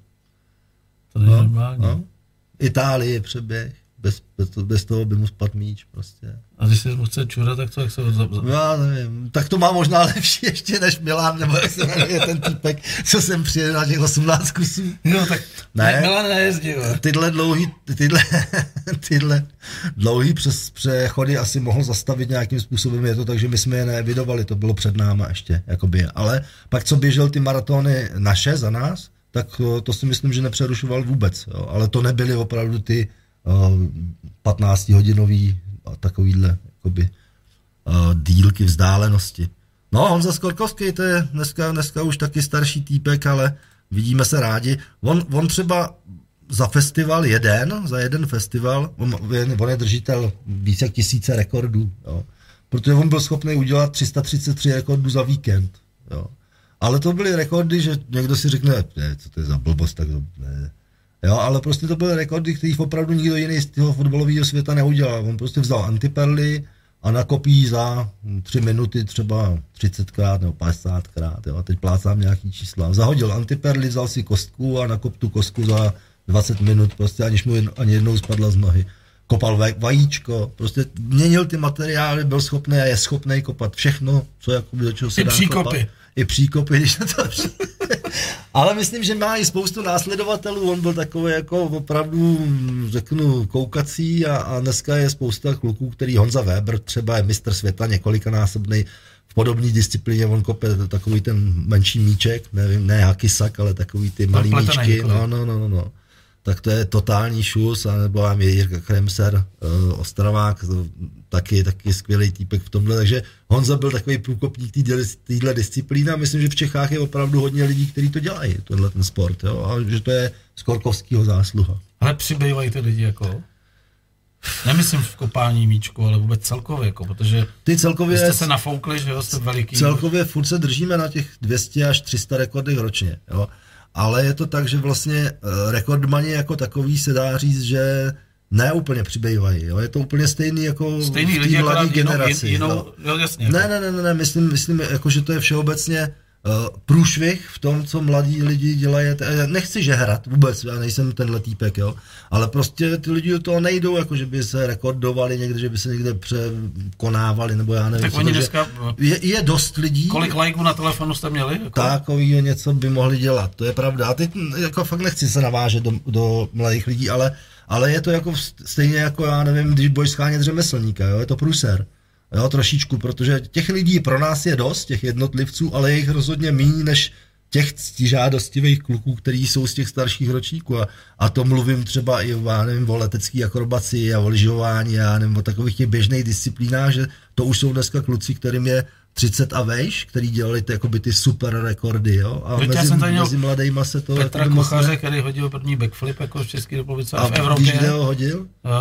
[SPEAKER 3] To není
[SPEAKER 2] no,
[SPEAKER 3] normální.
[SPEAKER 2] No. Itálie přeběh, bez, bez, bez toho by mu spadl míč prostě.
[SPEAKER 3] A když se mu chce čurat, tak to jak se ho za...
[SPEAKER 2] Já nevím, tak to má možná lepší ještě než Milan, nebo jak se jmenuje ten týpek, co jsem přijel na těch osmnáct kusů.
[SPEAKER 3] No tak
[SPEAKER 2] ne,
[SPEAKER 3] Milan nejezdil.
[SPEAKER 2] Tyhle dlouhý, tyhle, tyhle dlouhý přes přechody asi mohl zastavit nějakým způsobem, je to tak, že my jsme je neevidovali, to bylo před náma ještě, jakoby. Ale pak co běžel ty maratony naše za nás, tak to si myslím, že nepřerušoval vůbec, jo. Ale to nebyly opravdu ty uh, patnáctihodinový a takovýhle jakoby, uh, dílky vzdálenosti. No, Honza Skorkovský, to je dneska, dneska už taky starší týpek, ale vidíme se rádi. On, on třeba za festival jeden, za jeden festival, on, on je držitel více jak tisíce rekordů, jo. Protože on byl schopný udělat tři sta třicet tři rekordů za víkend, jo. Ale to byly rekordy, že někdo si řekne, ne, co to je za blbost, tak to ne. Jo, ale prostě to byly rekordy, kterých opravdu nikdo jiný z toho fotbalového světa neudělal. On prostě vzal antiperly a nakopí za tři minuty třeba třicetkrát nebo padesátkrát. Jo, a teď plácám nějaký čísla. Zahodil antiperly, vzal si kostku a nakop tu kostku za dvacet minut, prostě aniž mu ani jednou spadla z nohy. Kopal vajíčko, prostě měnil ty materiály, byl schopný a je schopný kopat všechno, co jakoby, do čeho se
[SPEAKER 3] I
[SPEAKER 2] dá
[SPEAKER 3] příkopy.
[SPEAKER 2] kopat. I příkopy, když na to ale myslím, že má i spoustu následovatelů, on byl takový jako opravdu, řeknu, koukací a, a dneska je spousta kluků, který Honza Weber třeba je mistr světa několikanásobný v podobné disciplíně, on kope takový ten menší míček, nevím, ne hakisak, ale takový ty malý
[SPEAKER 3] no,
[SPEAKER 2] míčky, no, no, no, no, no. Tak to je totální šus, a nebo vám je Jirka Kremser, uh, Ostravák, taky, taky skvělý týpek v tomhle, takže Honza byl takový průkopník téhle disciplíny a myslím, že v Čechách je opravdu hodně lidí, kteří to dělají, tenhle ten sport, jo, a že to je Skorkovskýho zásluha.
[SPEAKER 3] Ale přibývají ty lidi jako, nemyslím v kopání míčku, ale vůbec celkově, jako, protože
[SPEAKER 2] ty celkově
[SPEAKER 3] jste se nafoukli, že jo, jste veliký.
[SPEAKER 2] Celkově furt se držíme na těch dvě stě až tři sta rekordech ročně, jo. Ale je to tak, že vlastně rekordmani jako takový se dá říct, že ne úplně přibývají, jo? Je to úplně stejný jako
[SPEAKER 3] stejný
[SPEAKER 2] v té mladé generaci.
[SPEAKER 3] Jinou, jinou, jo, jasně,
[SPEAKER 2] ne,
[SPEAKER 3] jako.
[SPEAKER 2] ne, ne, ne, ne, myslím, myslím jako, že to je všeobecně uh, průšvih v tom, co mladí lidi dělají. Já nechci žehrat vůbec, já nejsem tenhle týpek, jo? Ale prostě ty lidi do toho nejdou, jako že by se rekordovali někde, že by se někde překonávali, nebo já nevím.
[SPEAKER 3] Tak oni dneska...
[SPEAKER 2] Je, je dost lidí.
[SPEAKER 3] Kolik lajků na telefonu jste měli? Jako?
[SPEAKER 2] Takovýho něco by mohli dělat, to je pravda. A teď jako fakt nechci se navážet do, do mladých lidí, ale, ale je to jako stejně jako, já nevím, když budeš schánět řemeslníka, jo? Je to průser. Jo, trošičku, protože těch lidí pro nás je dost, těch jednotlivců, ale je jich rozhodně méně než těch ctižádostivých kluků, kteří jsou z těch starších ročníků. A, a to mluvím třeba i o, já nevím, o letecký akrobaci a o lyžování a nevím, o takových těch běžných disciplínách, že to už jsou dneska kluci, kterým je třicet a vejš, který dělali ty, jakoby ty super rekordy, jo. A
[SPEAKER 3] Víte,
[SPEAKER 2] mezi,
[SPEAKER 3] mezi
[SPEAKER 2] mezi mladejma se to...
[SPEAKER 3] Petra Kochaře, který hodil první backflip jako v České republice a,
[SPEAKER 2] a
[SPEAKER 3] v Evropě.
[SPEAKER 2] A víš, kde ho hodil?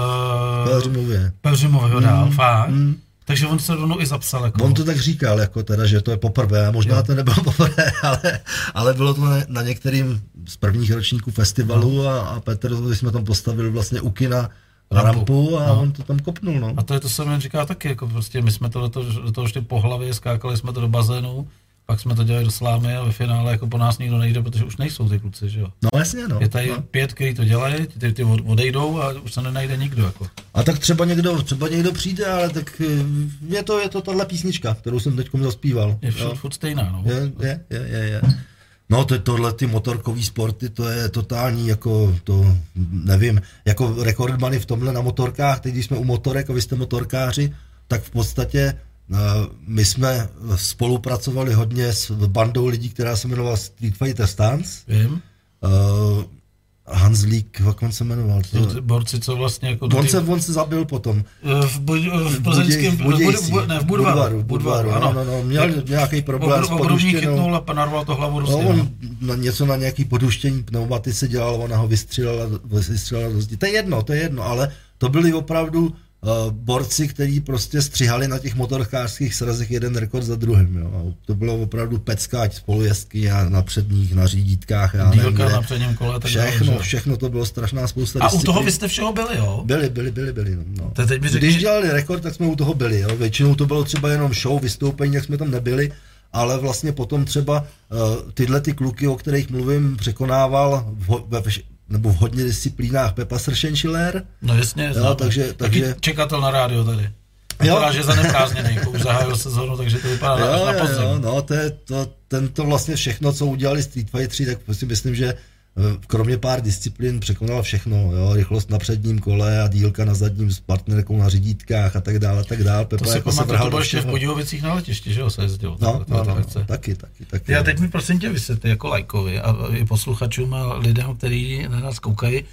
[SPEAKER 3] Uh,
[SPEAKER 2] Pelřimově.
[SPEAKER 3] Pelřimově ho dál,
[SPEAKER 2] mm,
[SPEAKER 3] fakt.
[SPEAKER 2] Mm.
[SPEAKER 3] Takže on se rovnou i zapsal. Jako.
[SPEAKER 2] On to tak říkal, jako teda, že to je poprvé, a možná jo. to nebylo poprvé, ale, ale bylo to na, na některým z prvních ročníků festivalu no. a, a Petr, když jsme tam postavili vlastně u kina na rampu, rampu a no. on to tam kopnul. No.
[SPEAKER 3] A to je to, co mi říká taky, jako prostě my jsme to do toho, do toho šli po hlavě, skákali jsme to do bazénu, pak jsme to dělali do slámy a ve finále jako po nás nikdo nejde, protože už nejsou ty kluci, že jo.
[SPEAKER 2] No jasně, no.
[SPEAKER 3] Je tady
[SPEAKER 2] no.
[SPEAKER 3] pět, který to dělají, ty, ty odejdou a už se nenajde nikdo, jako.
[SPEAKER 2] A tak třeba někdo, třeba někdo přijde, ale tak je to, je to tahle písnička, kterou jsem teďkom zaspíval.
[SPEAKER 3] Je furt, furt stejná, no.
[SPEAKER 2] Je, je, je, je, je. No to, tohle ty motorkový sporty, to je totální, jako to, nevím, jako rekordmany v tomhle na motorkách, teď když jsme u motorek a vy jste motorkáři, tak v podstatě uh, my jsme spolupracovali hodně s bandou lidí, která se jmenovala Street Fighter Stance.
[SPEAKER 3] Vím.
[SPEAKER 2] Uh, Hanzlík, jak on se jmenoval?
[SPEAKER 3] To... Borci, co vlastně jako...
[SPEAKER 2] On, se, on se zabil potom.
[SPEAKER 3] V, bu, v plzeňském... V, ne, v Budvaru.
[SPEAKER 2] V Budvaru, ano, ano, no, měl
[SPEAKER 3] je,
[SPEAKER 2] nějaký problém s
[SPEAKER 3] poduštěnou. Chytnul a narval to hlavu
[SPEAKER 2] no, on na něco na nějaký poduštění pneumatice dělal, ona ho vystřelila, vystřelila do zdi. To je jedno, to je jedno, ale to byli opravdu uh, borci, kteří prostě střihali na těch motorkářských srazech jeden rekord za druhým. Jo. A to bylo opravdu pecka, ať spolujezdky a na předních, na řídítkách. Já
[SPEAKER 3] dílka na předním kole. Tak
[SPEAKER 2] všechno,
[SPEAKER 3] dále,
[SPEAKER 2] všechno to bylo strašná spousta
[SPEAKER 3] a
[SPEAKER 2] disciplín.
[SPEAKER 3] U toho vy jste všeho byli, jo?
[SPEAKER 2] Byli, byli, byli, byli. No.
[SPEAKER 3] To teď mi řekni...
[SPEAKER 2] Když dělali rekord, tak jsme u toho byli. Jo. Většinou to bylo třeba jenom show, vystoupení, jak jsme tam nebyli, ale vlastně potom třeba uh, tyhle ty kluky, o kterých mluvím, překonával v, ve, nebo v hodně disciplínách Pepa Sršenšiler.
[SPEAKER 3] No jasně,
[SPEAKER 2] jo, takže, takže...
[SPEAKER 3] čekatel na rádio tady. Vypadá, že za neprázdněný, už zahájil sezónu, takže to vypadá jo, na podzim.
[SPEAKER 2] Jo, no, to je to, tento vlastně všechno, co udělali Street Fighteri, tak si myslím, že kromě pár disciplín překonal všechno, jo, rychlost na předním kole a dílka na zadním s partnerkou na řidítkách a tak dále, a tak dále.
[SPEAKER 3] Pepa to jako se vrhal to ještě v Budějovicích na letišti, že jo, se jezdil.
[SPEAKER 2] No, no, no, no, taky, taky, taky.
[SPEAKER 3] Já teď mi prosím tě vysvětli jako lajkovi a i posluchačům a lidem, kteří na nás koukají,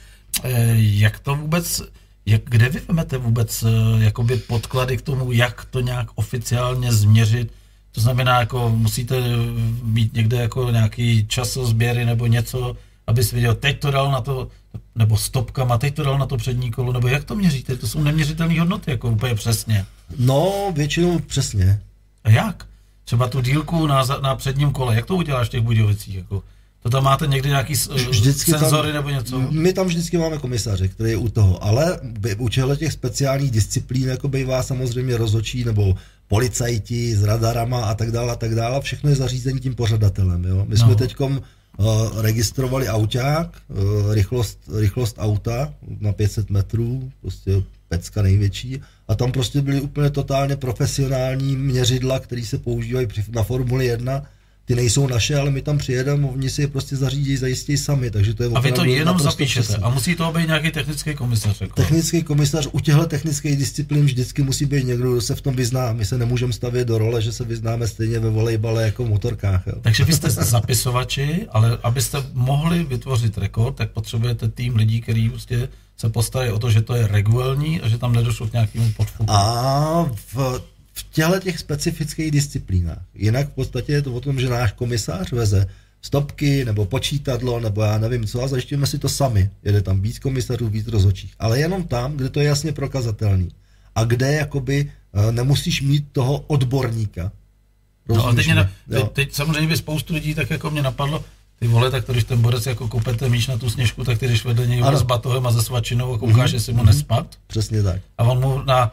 [SPEAKER 3] jak to vůbec, jak, kde vy vemete vůbec jakoby podklady k tomu, jak to nějak oficiálně změřit. To znamená, jako musíte mít někde jako nějaký časozběry nebo něco, abys viděl, teď to dal na to, nebo stopkama, teď to dal na to přední kolo, nebo jak to měříte? To jsou neměřitelné hodnoty, jako úplně přesně.
[SPEAKER 2] No, většinou přesně.
[SPEAKER 3] A jak? Třeba tu dílku na, na předním kole, jak to uděláš v těch Budějovicích? Jako? To tam máte někdy nějaký vždycky senzory tam, nebo něco?
[SPEAKER 2] My tam vždycky máme komisaře, který je u toho, ale u těch speciálních disciplín, jako bývá samozřejmě rozhodčí nebo policajti s radarama a tak dále a tak dále, všechno je zařízení tím pořadatelem. Jo? My no. jsme teďkom Uh, registrovali auták, uh, rychlost, rychlost auta na pět set metrů, prostě pecka největší, a tam prostě byly úplně totálně profesionální měřidla, které se používají na Formuli jedna, ty nejsou naše, ale my tam přijedeme, oni si je prostě zařídí, zajistí sami, takže to je
[SPEAKER 3] opravdu. A vy to jenom zapíšete přesný. A musí to být nějaký technický komisař? Jako?
[SPEAKER 2] Technický komisař, u těchto technických disciplín vždycky musí být někdo, kdo se v tom vyzná. My se nemůžeme stavět do role, že se vyznáme stejně ve volejbale jako v motorkách. Jo.
[SPEAKER 3] Takže vy jste zapisovači, ale abyste mohli vytvořit rekord, tak potřebujete tým lidí, kteří prostě se postarají o to, že to je regulární a že tam nedošlo k nějakému podfuku.
[SPEAKER 2] A v v těchto těch specifických disciplínách. Jinak v podstatě je to o tom, že náš komisář veze stopky nebo počítadlo nebo já nevím co a zajišťujeme si to sami. Jede tam víc komisařů, víc rozhodčích. Ale jenom tam, kde to je jasně prokazatelný. A kde jakoby nemusíš mít toho odborníka.
[SPEAKER 3] No, ale teď, mě, teď, teď samozřejmě by spoustu lidí tak jako mě napadlo, ty vole, tak to, když ten borec jako kopete míč na tu sněžku, tak ty jdeš vedle něj s batohem a se svačinou a koukáš, mm-hmm. jestli mu nespad.
[SPEAKER 2] Přesně tak.
[SPEAKER 3] A on mu na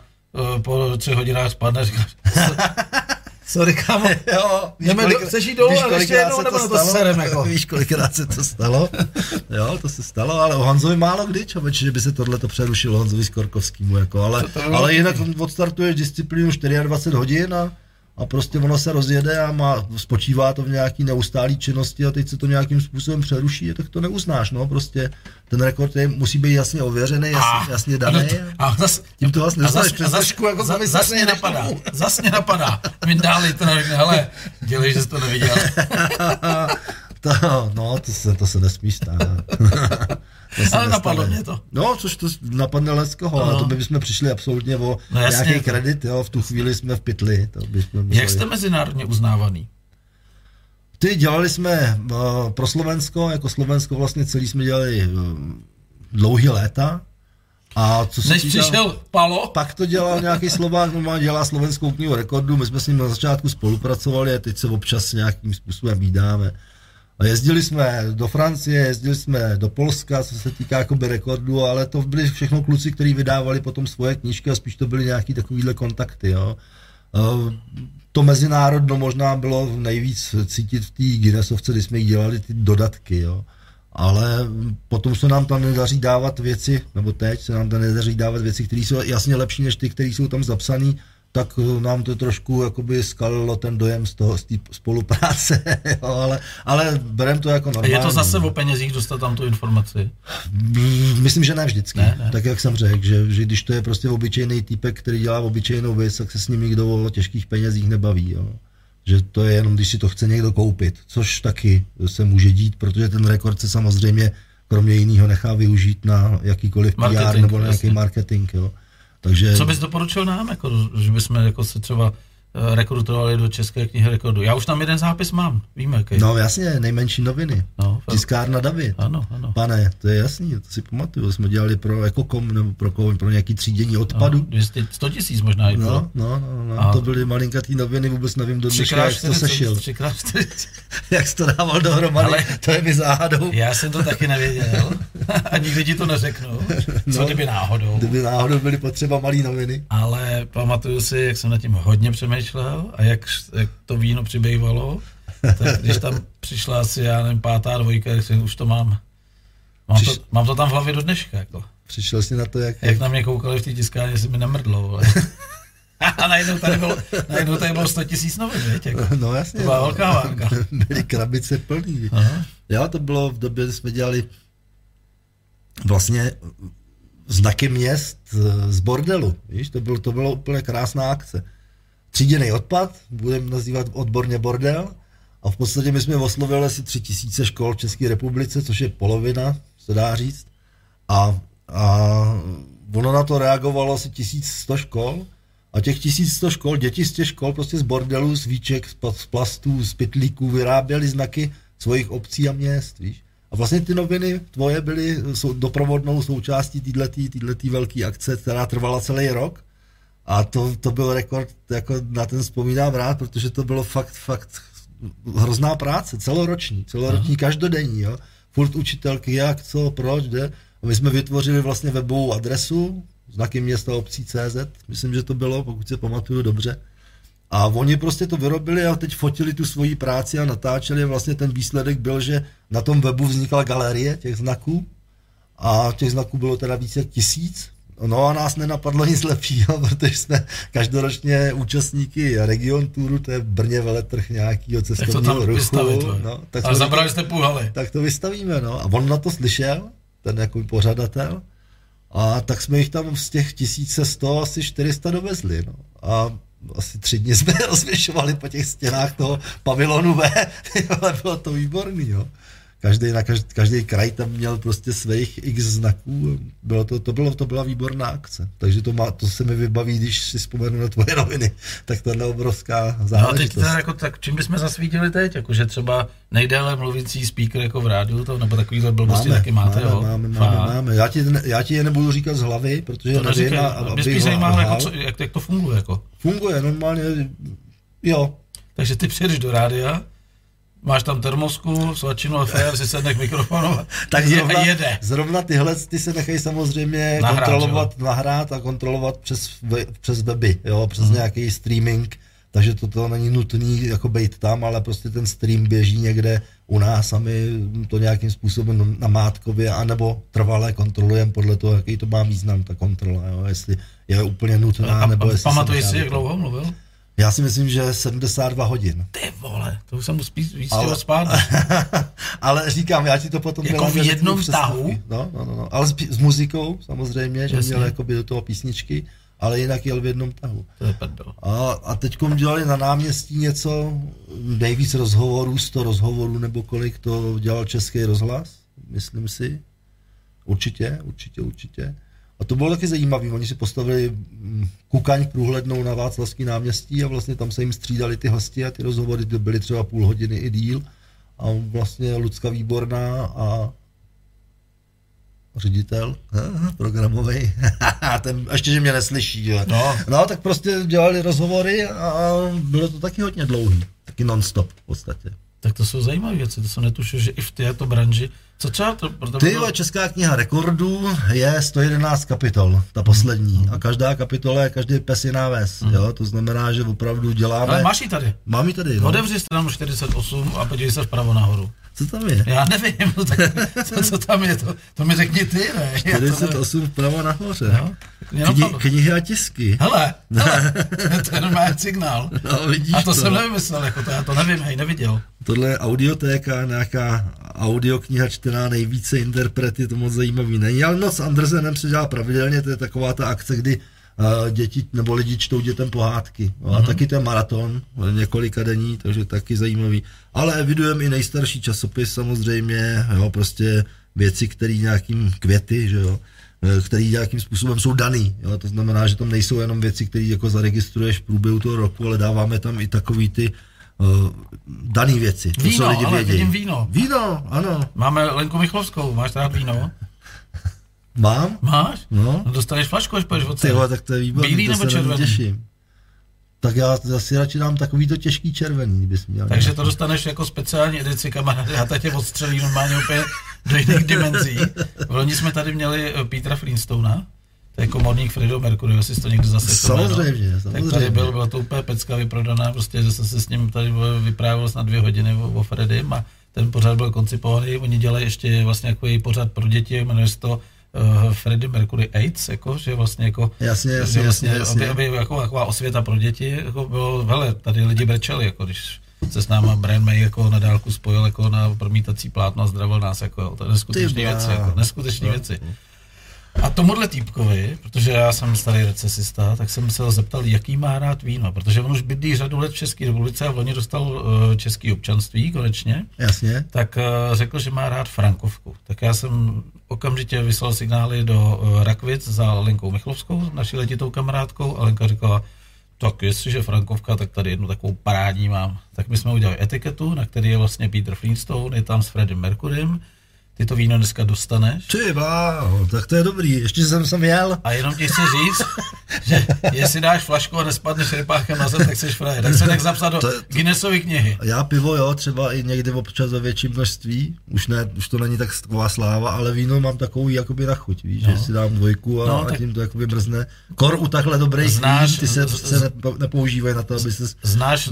[SPEAKER 3] po třech hodinách spadne, říkáš, sorry, kámo,
[SPEAKER 2] jo, víš,
[SPEAKER 3] jdeme
[SPEAKER 2] kolik,
[SPEAKER 3] do, chceš jít dolů, ale ještě jednou, nebo na to serem, jako.
[SPEAKER 2] Víš, kolikrát se to stalo? Jo, to se stalo, ale o Honzovi málo kdy, člověče, že by se tohleto přerušilo Honzovi Skorkovskýmu, jako, ale, ale jinak odstartuješ disciplínu dvacet čtyři hodin a a prostě ono se rozjede a má, spočívá to v nějaký neustálý činnosti a teď se to nějakým způsobem přeruší, tak to neuznáš, no, prostě ten rekord je, musí být jasně ověřený, jasně, jasně daný.
[SPEAKER 3] A, a zas,
[SPEAKER 2] tím to vlastně
[SPEAKER 3] neznáš přes zašku, jako za, zas mě napadá, zas mě napadá, mi dáli to, hele, dělej, že jsi to neviděl.
[SPEAKER 2] to, no, to se, to se nesmí stát.
[SPEAKER 3] Ale napadlo mě to.
[SPEAKER 2] No, což to napadne Leskoho, ale to by bychom přišli absolutně o
[SPEAKER 3] no, jasně,
[SPEAKER 2] nějaký kredit, jo, v tu chvíli jsme v pytli. To
[SPEAKER 3] jak jste mezinárodně uznávaný?
[SPEAKER 2] Ty dělali jsme uh, pro Slovensko, jako Slovensko vlastně celý jsme dělali uh, dlouhý léta. A co se
[SPEAKER 3] Než
[SPEAKER 2] týká,
[SPEAKER 3] přišel Palo?
[SPEAKER 2] Pak to dělal nějaký Slovák, normálně dělá Slovenskou knihu rekordů, my jsme s ním na začátku spolupracovali a teď se občas nějakým způsobem vídáme. A jezdili jsme do Francie, jezdili jsme do Polska, co se týká jakoby rekordů, ale to byli všechno kluci, kteří vydávali potom svoje knížky a spíš to byly nějaký takovýhle kontakty, jo. Uh, to mezinárodno možná bylo nejvíc cítit v té Guinnessovce, kdy jsme jí dělali ty dodatky, jo. Ale potom se nám tam nedaří dávat věci, nebo teď se nám tam nedaří dávat věci, které jsou jasně lepší než ty, které jsou tam zapsané, tak nám to trošku jakoby skalilo ten dojem z toho, z té spolupráce, jo, ale, ale berem to jako normálně.
[SPEAKER 3] A je to zase o penězích dostat tam tu informaci?
[SPEAKER 2] Myslím, že ne vždycky,
[SPEAKER 3] ne, ne.
[SPEAKER 2] Tak jak jsem řekl, že, že když to je prostě obyčejný týpek, který dělá obyčejnou věc, tak se s ním nikdo o těžkých penězích nebaví, jo. Že to je jenom, když si to chce někdo koupit, což taky se může dít, protože ten rekord se samozřejmě kromě jiného nechá využít na jakýkoliv P R
[SPEAKER 3] marketing,
[SPEAKER 2] nebo na nějaký
[SPEAKER 3] jasně.
[SPEAKER 2] marketing, jo. Takže...
[SPEAKER 3] Co bys doporučil nám, jako, že bychom jako se třeba rekrutovali do České knihy rekordů? Já už tam jeden zápis mám, víme jaký.
[SPEAKER 2] No jasně, nejmenší noviny. No, Tiskárna David.
[SPEAKER 3] Ano, ano.
[SPEAKER 2] Pane, to je jasný, to si pamatuju, jsme dělali pro Ekokom nebo pro, pro nějaký třídění odpadu.
[SPEAKER 3] No, dvěstě, sto tisíc možná i
[SPEAKER 2] no,
[SPEAKER 3] to.
[SPEAKER 2] No, no, no, a to byly malinkatý noviny, vůbec nevím do dneška, jak to sešil. Jak jsi to dával dohromady, ale to je mi záhadou.
[SPEAKER 3] Já jsem to taky nevěděl a nikdy ti to neřeknu, co no, kdyby náhodou.
[SPEAKER 2] Kdyby náhodou byly potřeba malý noviny.
[SPEAKER 3] Ale pamatuju si, jak jsem nad tím hodně přemýšlel a jak, jak to víno přibývalo, tak když tam přišla asi, já nevím, pátá dvojka, tak jsem, už to mám. Mám, Přiš... to, mám to tam v hlavě do dneška. Jako.
[SPEAKER 2] Přišel jsi na to, jak...
[SPEAKER 3] Jak na mě koukali v té tiskárně, se mi nemrdlo. Ale... a najednou tady bylo, najednou tady bylo sto tisíc novin, víte? Jako.
[SPEAKER 2] No jasně.
[SPEAKER 3] To byla velká várka.
[SPEAKER 2] Byly krabice plný. Aha. Jo, to bylo v době, kdy jsme dělali vlastně znaky měst z bordelu. Víš, to bylo, to bylo úplně krásná akce. Tříděný odpad, budeme nazývat odborně bordel, a v podstatě my jsme oslovili asi tři tisíce škol v České republice, což je polovina, se dá říct. A, a ono na to reagovalo asi tisíc sto škol a těch tisíc sto škol, děti z těch škol prostě z bordelů, z víček, z plastů, z pytlíků vyráběly znaky svojich obcí a měst, víš. A vlastně ty noviny tvoje byly doprovodnou součástí této velké akce, která trvala celý rok. A to, to byl rekord, jako na ten vzpomínám rád, protože to bylo fakt, fakt hrozná práce, celoroční, celoroční, Aha. každodenní, jo. Furt učitelky, jak, co, proč, kde. A my jsme vytvořili vlastně webovou adresu, znaky města obcí tečka cé zet, myslím, že to bylo, pokud se pamatuju dobře. A oni prostě to vyrobili a teď fotili tu svoji práci a natáčeli. Vlastně ten výsledek byl, že na tom webu vznikla galerie těch znaků a těch znaků bylo teda více jak tisíc. No a nás nenapadlo nic lepšího, protože jsme každoročně účastníky Region Touru, to je v Brně veletrh nějakýho cestovního ruchu.
[SPEAKER 3] Vystavit,
[SPEAKER 2] no, tak
[SPEAKER 3] ale zabrali jste půl haly.
[SPEAKER 2] Tak to vystavíme, no. A on na to slyšel, ten jako pořadatel, a tak jsme jich tam z těch tisíce sto asi čtyři sta dovezli, no. A asi tři dny jsme rozvěšovali po těch stěnách toho pavilonu V, ale bylo to výborný, jo. Každý, na každý, každý kraj tam měl prostě svých x znaků, bylo to, to, bylo, to byla výborná akce, takže to, má, to se mi vybaví, když si vzpomenu na tvoje noviny, tak tohle je obrovská záležitost.
[SPEAKER 3] No a teď jako, tak čím bychom zasvítili teď, jakože třeba nejdéle mluvící speaker jako v rádiu, to, nebo takovýhle blbosti taky máte,
[SPEAKER 2] máme,
[SPEAKER 3] jo?
[SPEAKER 2] Máme, máme, máme. Já ti, já ti je nebudu říkat z hlavy, protože to nevím,
[SPEAKER 3] neříkaj,
[SPEAKER 2] a,
[SPEAKER 3] mě spíš zajímá, jako, co, jak, jak to funguje, jako.
[SPEAKER 2] Funguje, normálně, jo.
[SPEAKER 3] Takže ty přijedeš do rádia, máš tam termosku, svačinu F R, si sedne k mikrofonu
[SPEAKER 2] tak zrovna,
[SPEAKER 3] a jede.
[SPEAKER 2] Zrovna tyhle ty se nechají samozřejmě
[SPEAKER 3] nahrát,
[SPEAKER 2] kontrolovat,
[SPEAKER 3] jo?
[SPEAKER 2] nahrát a kontrolovat přes, přes weby, jo, přes uh-huh. nějaký streaming, takže to, to není nutný jako bejt tam, ale prostě ten stream běží někde u nás a my to nějakým způsobem namátkově anebo trvalé kontrolujeme podle toho, jaký to má význam ta kontrola, jo, jestli je úplně nutná,
[SPEAKER 3] a,
[SPEAKER 2] nebo
[SPEAKER 3] a,
[SPEAKER 2] jestli...
[SPEAKER 3] Pamatuješ si, jak dlouho mluvil?
[SPEAKER 2] Já si myslím, že sedmdesát dva hodin.
[SPEAKER 3] Ty vole, to už jsem mu spíš víc
[SPEAKER 2] ale,
[SPEAKER 3] chtěl spát.
[SPEAKER 2] Ale říkám, já ti to potom...
[SPEAKER 3] Jako v jednom tahu?
[SPEAKER 2] No, no, no, no. Ale s, s muzikou samozřejmě, že Jasně. měl jakoby do toho písničky, ale jinak jel v jednom tahu.
[SPEAKER 3] To je prdel.
[SPEAKER 2] A, a teďkom dělali na náměstí něco, nejvíc rozhovorů, sto rozhovorů nebo kolik to dělal Český rozhlas, myslím si. Určitě, určitě, určitě. A to bylo taky zajímavé, oni si postavili kukaň průhlednou na Václavský náměstí a vlastně tam se jim střídali ty hosti a ty rozhovory byly třeba půl hodiny i díl. A vlastně Lucka Výborná a ředitel programový, ten ještě, že mě neslyší. No. no, tak prostě dělali rozhovory a bylo to taky hodně dlouhý, taky non-stop v podstatě.
[SPEAKER 3] Tak to jsou zajímavé věci, to jsem netušil, že i v této branži. Co třeba to? Proto
[SPEAKER 2] Ty bylo... Česká kniha rekordů je sto jedenáct kapitol, ta poslední. Mm. A každá kapitola je každý pes jiná ves, mm. jo? To znamená, že opravdu děláme...
[SPEAKER 3] Ale máš ji tady.
[SPEAKER 2] Mám ji tady, no.
[SPEAKER 3] Otevři stranu čtyřicet osm a podívej se vpravo nahoru.
[SPEAKER 2] Co tam je?
[SPEAKER 3] Já nevím, no, tak, co, co tam je, to, to mi řekni ty, ne?
[SPEAKER 2] čtyřicet osm vpravo nahoře. No? Kni, knihy a tisky.
[SPEAKER 3] Hele, hele to je normální signál.
[SPEAKER 2] No, vidíš
[SPEAKER 3] a to,
[SPEAKER 2] to
[SPEAKER 3] jsem nevymyslel, jako to, já to nevím, já ji neviděl.
[SPEAKER 2] Tohle je audiotéka, nějaká audiokniha čtená nejvíce interprety, to moc zajímavý není, ale no s Andersenem se dělá pravidelně, to je taková ta akce, kdy uh, děti nebo lidi čtou dětem pohádky. No, a mm-hmm. taky ten maraton, několika denní, takže taky zajímavý. Ale evidujeme i nejstarší časopis samozřejmě, jo, prostě věci, které nějakým květy, že jo, který nějakým způsobem jsou daný. Jo? To znamená, že tam nejsou jenom věci, které jako zaregistruješ v průběhu toho roku, ale dáváme tam i takový ty uh, daný věci. To
[SPEAKER 3] víno,
[SPEAKER 2] lidi
[SPEAKER 3] ale
[SPEAKER 2] vědějí.
[SPEAKER 3] vidím víno.
[SPEAKER 2] Víno, ano.
[SPEAKER 3] Máme Lenku Michlovskou, máš rád víno?
[SPEAKER 2] Mám?
[SPEAKER 3] Máš?
[SPEAKER 2] No.
[SPEAKER 3] No dostaneš flašku, až půjdeš od
[SPEAKER 2] Tyhle, tak to je výborný,
[SPEAKER 3] bílý
[SPEAKER 2] to
[SPEAKER 3] nebo
[SPEAKER 2] se na
[SPEAKER 3] červený?
[SPEAKER 2] Těším. Tak já asi radši dám takový to těžký červený, kdybys měl.
[SPEAKER 3] Takže to dostaneš jako speciální edici, kamaráde, já teď tě odstřelím normálně úplně do jiných dimenzí. V loni jsme tady měli Petera Flintstona, to je komorník Freddieho Mercuryho, jestli jsi to někdo zase
[SPEAKER 2] samozřejmě, no. samozřejmě.
[SPEAKER 3] Tak tady byl, byla to úplně pecka vyprodaná, prostě, že jsem se s ním tady vyprávěl na dvě hodiny o, o Freddiem a ten pořad byl koncipovaný, oni dělají ještě vlastně jako její pořad pro děti, jmenuje se to Uh, Freddie Mercury AIDS, jako, že vlastně jako,
[SPEAKER 2] jasně, jasně,
[SPEAKER 3] vlastně,
[SPEAKER 2] jasně,
[SPEAKER 3] aby, aby jako, jako osvěta pro děti, jako bylo, hele, tady lidi brečeli, jako když se s náma Brian May jako na dálku spojil jako na promítací plátno a zdravil nás, jako, to je neskutečný věci, jako, neskutečný no. věci. A tomuhle týpkovi, protože já jsem starý recesista, tak jsem se ho zeptal, jaký má rád víno, protože on už bydlí řadu let v České republice a v loni dostal uh, české občanství konečně.
[SPEAKER 2] Jasně.
[SPEAKER 3] Tak uh, řekl, že má rád Frankovku. Tak já jsem okamžitě vyslal signály do uh, Rakvic za Lenkou Michlovskou, naší letitou kamarádkou, a Lenka říkala, tak jestliže Frankovka, tak tady jednu takovou parádní mám. Tak my jsme udělali etiketu, na který je vlastně Peter Flintstone, je tam s Freddiem Mercurym. Ty to víno dneska dostaneš.
[SPEAKER 2] Ty bláho, tak to je dobrý, ještě jsem sem jel.
[SPEAKER 3] A jenom ti chci říct, že jestli dáš flašku a nespadneš rypáchem na zem, tak seš frajer. Tak se nech zapsat do to, to, Guinnessovy knihy.
[SPEAKER 2] Já pivo, jo, třeba i někdy občas ve větším množství, už, ne, už to není tak taková sláva, ale víno mám takovou jakoby na chuť, víš, no. že si dám dvojku a, no, a tím to jakoby mrzne. Kor u takhle dobrých znáš, vín, ty se, z, se nepo, nepoužívají na to, aby se
[SPEAKER 3] znáš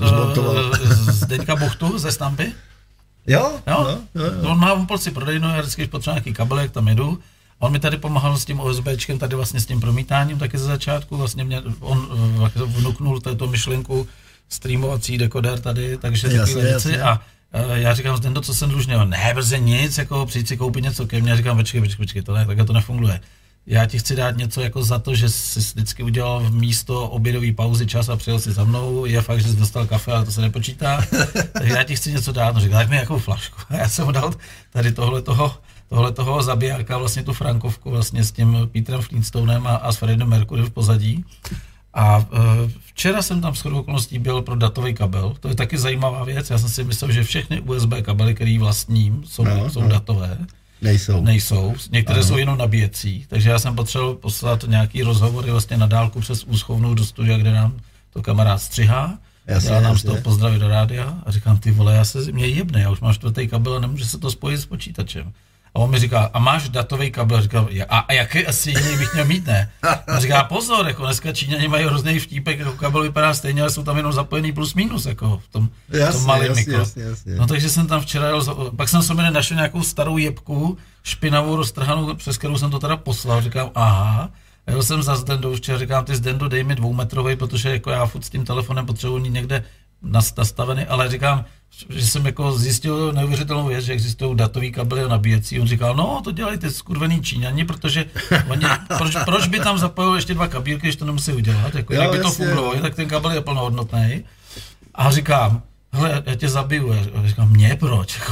[SPEAKER 3] Zdeňka Buchtu ze Stampy?
[SPEAKER 2] Jo,
[SPEAKER 3] jo, jo, jo, jo. On má v polci prodejnu, já vždycky, když potřebuji nějaký kabelek, tam jedu. A on mi tady pomáhal s tím OSBčkem, tady vlastně s tím promítáním, taky ze začátku, vlastně mě, on vnuknul této myšlenku streamovací dekoder tady, takže takové věci. A uh, já říkám, Zdendo, co jsem dlužný? Ne, brze nic, jako přijít si koupit něco ke mně. Já říkám, počkej, počkej, počkej, to ne, takhle to nefunguje. Já ti chci dát něco jako za to, že jsi vždycky udělal v místo obědové pauzy čas a přijel si za mnou. Je fakt, že jsi dostal kafe, ale to se nepočítá. Takže já ti chci něco dát. No říkal, daj mi jakou flašku. A já jsem mu dal tady tohle toho, tohle toho zabijáka, vlastně tu Frankovku vlastně s tím Petrem Flintstonem a, a s Freddiem Mercurym v pozadí. A uh, včera jsem tam shodou okolností byl pro datový kabel. To je taky zajímavá věc. Já jsem si myslel, že všechny U S B kabely, který vlastním, jsou, no, jsou no. datové.
[SPEAKER 2] Nejsou.
[SPEAKER 3] Nejsou. Některé ano. jsou jenom nabíjecí. Takže já jsem potřeboval poslat nějaký rozhovory vlastně na dálku přes úschovnu do studia, kde nám to kamarád střihá.
[SPEAKER 2] Jasně,
[SPEAKER 3] já nám
[SPEAKER 2] jasně.
[SPEAKER 3] z toho pozdraví do rádia a říkám, ty vole, já se mě jebne, já už mám čtvrtý kabel a nemůže se to spojit s počítačem. A on mi říká, a máš datový kabel? Říkám, a, a jaký asi jiný bych měl mít, ne? A říká, pozor, jako dneska Číňani mají hrozný vtípek, jako kabel vypadá stejně, ale jsou tam jenom zapojený plus minus, jako v tom,
[SPEAKER 2] jasně,
[SPEAKER 3] tom malém
[SPEAKER 2] jasně,
[SPEAKER 3] mikro.
[SPEAKER 2] jasně, jasně.
[SPEAKER 3] No takže jsem tam včera jel, pak jsem sobě našel nějakou starou jebku, špinavou, roztrhanou, přes kterou jsem to teda poslal, říkám, aha. A jel jsem za Zdendou včera, říkám, ty Zdendo, dej mi dvoumetrovej, protože jako já furt s tím telefonem potřebuji mít někde nastavený, ale říkám, že jsem jako zjistil neuvěřitelnou věc, že existují datový kabely a nabíjecí. On říkal, no to dělají ty skurvený Číňani, protože oni, proč, proč by tam zapojil ještě dva kabílky, když to nemusí udělat, jako, jo, jak by to fungovalo, tak ten kabel je plnohodnotný. A říkám, hele, já tě zabiju. A říkám, mě proč? Jako,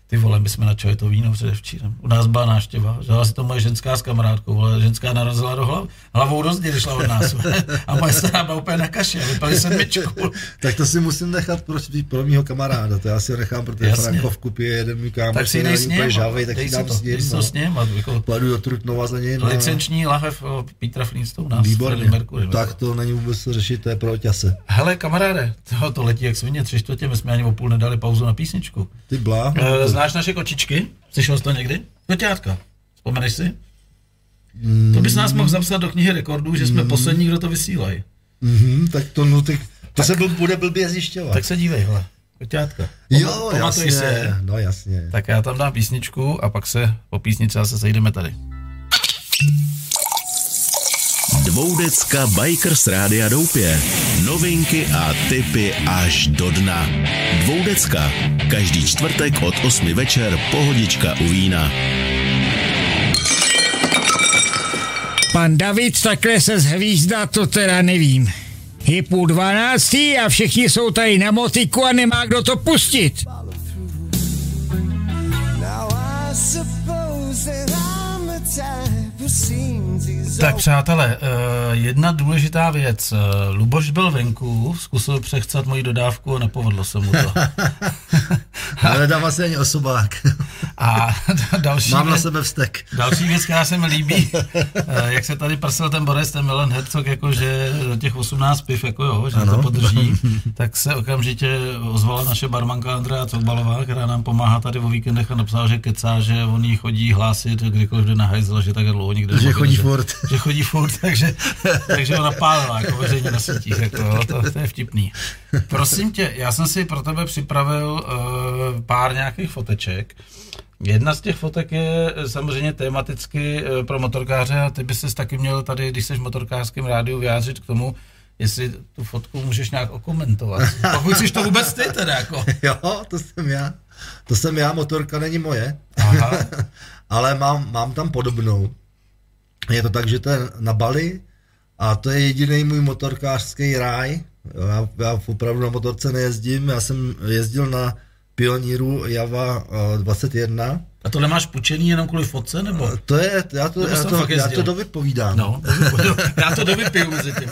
[SPEAKER 3] Ty vole, my jsme načali to víno předevčírem. U nás byla návštěva, žala si to moje ženská s kamarádkou, ale ženská narazila do hlav, hlavou do zdi, když šla od nás. A moje stará byla úplně na kaši, vypali sedmičku.
[SPEAKER 2] Tak to si musím nechat pro, pro mýho kamaráda, to já si ho nechám, protože Frankovku pije jeden můj kámoš,
[SPEAKER 3] tak si dej s ním,
[SPEAKER 2] žavej, tak si dám s ním.
[SPEAKER 3] No. S ním jako
[SPEAKER 2] Padu do Trutnova za něj.
[SPEAKER 3] Licenční lahev Petra Flintstone.
[SPEAKER 2] Výborně, Mercury, tak to není vůbec to řešit, to je pro oťase.
[SPEAKER 3] Hele kamaráde, to, to letí jak svině, tři čtvrtě, my jsme ani o půl nedali pauzu na písničku.
[SPEAKER 2] Ty blá.
[SPEAKER 3] E, znáš naše kočičky? Slyšel jsi to někdy? Koťátka. Vzpomeneš si? Mm. To bys nás mohl zapsat do knihy rekordů, že jsme mm. poslední, kdo to vysílají.
[SPEAKER 2] Mm, tak to, no, ty, to tak, se byl, bude blbě zjišťovat.
[SPEAKER 3] Tak se dívej, hele. Koťátka.
[SPEAKER 2] Jo, jasně, se. No jasně.
[SPEAKER 3] Tak já tam dám písničku a pak se po písničce se sejdeme tady.
[SPEAKER 1] Dvoudecka Bikers Rádia Doupě. Novinky a tipy až do dna. Dvoudecka. Každý čtvrtek od osmi večer pohodička u vína.
[SPEAKER 5] Pan David takhle se zhvízdá, to teda nevím. Je půl dvanáctý a všichni jsou tady na motiku a nemá kdo to pustit.
[SPEAKER 3] Tak přátelé, jedna důležitá věc. Luboš byl venku, zkusil přechcat moji dodávku a nepovedlo se mu to.
[SPEAKER 2] Ale nedám asi ani osobák.
[SPEAKER 3] A další
[SPEAKER 2] Mám
[SPEAKER 3] věc,
[SPEAKER 2] na sebe vztek.
[SPEAKER 3] Další věc, která se mi líbí, jak se tady prsel ten Boris, ten Milan Herzog, jakože těch osmnáct piv, jako jo, že ano. To podrží, tak se okamžitě ozvala naše barmanka Andrea Cokbalová, která nám pomáhá tady o víkendech a napsala, že kecá, že on jí chodí hlásit, kdykoliv jde na hajzl, že tak dlouho nikde
[SPEAKER 2] že chodí furt.
[SPEAKER 3] Že chodí furt, takže, takže ona pálila jako veřejně na sítích, jako, to, to je vtipný. Prosím tě, já jsem si pro tebe připravil uh, pár nějakých foteček. Jedna z těch fotek je samozřejmě tematicky pro motorkáře a ty bys ses taky měl tady, když jsi v motorkářském rádiu, vyjádřit k tomu, jestli tu fotku můžeš nějak okomentovat. Pokud jsi to vůbec ty teda jako.
[SPEAKER 2] Jo, to jsem já. To jsem já, motorka není moje.
[SPEAKER 3] Aha.
[SPEAKER 2] Ale mám, mám tam podobnou. Je to tak, že to je na Bali a to je jediný můj motorkářský ráj. Já, já opravdu na motorce nejezdím, já jsem jezdil na Pioníru Java dvacet jedna.
[SPEAKER 3] A to nemáš půjčený jenom kvůli fotce, nebo?
[SPEAKER 2] To je, já to, já to, já to dovypovídám.
[SPEAKER 3] No, já to dovypiju mezi tím.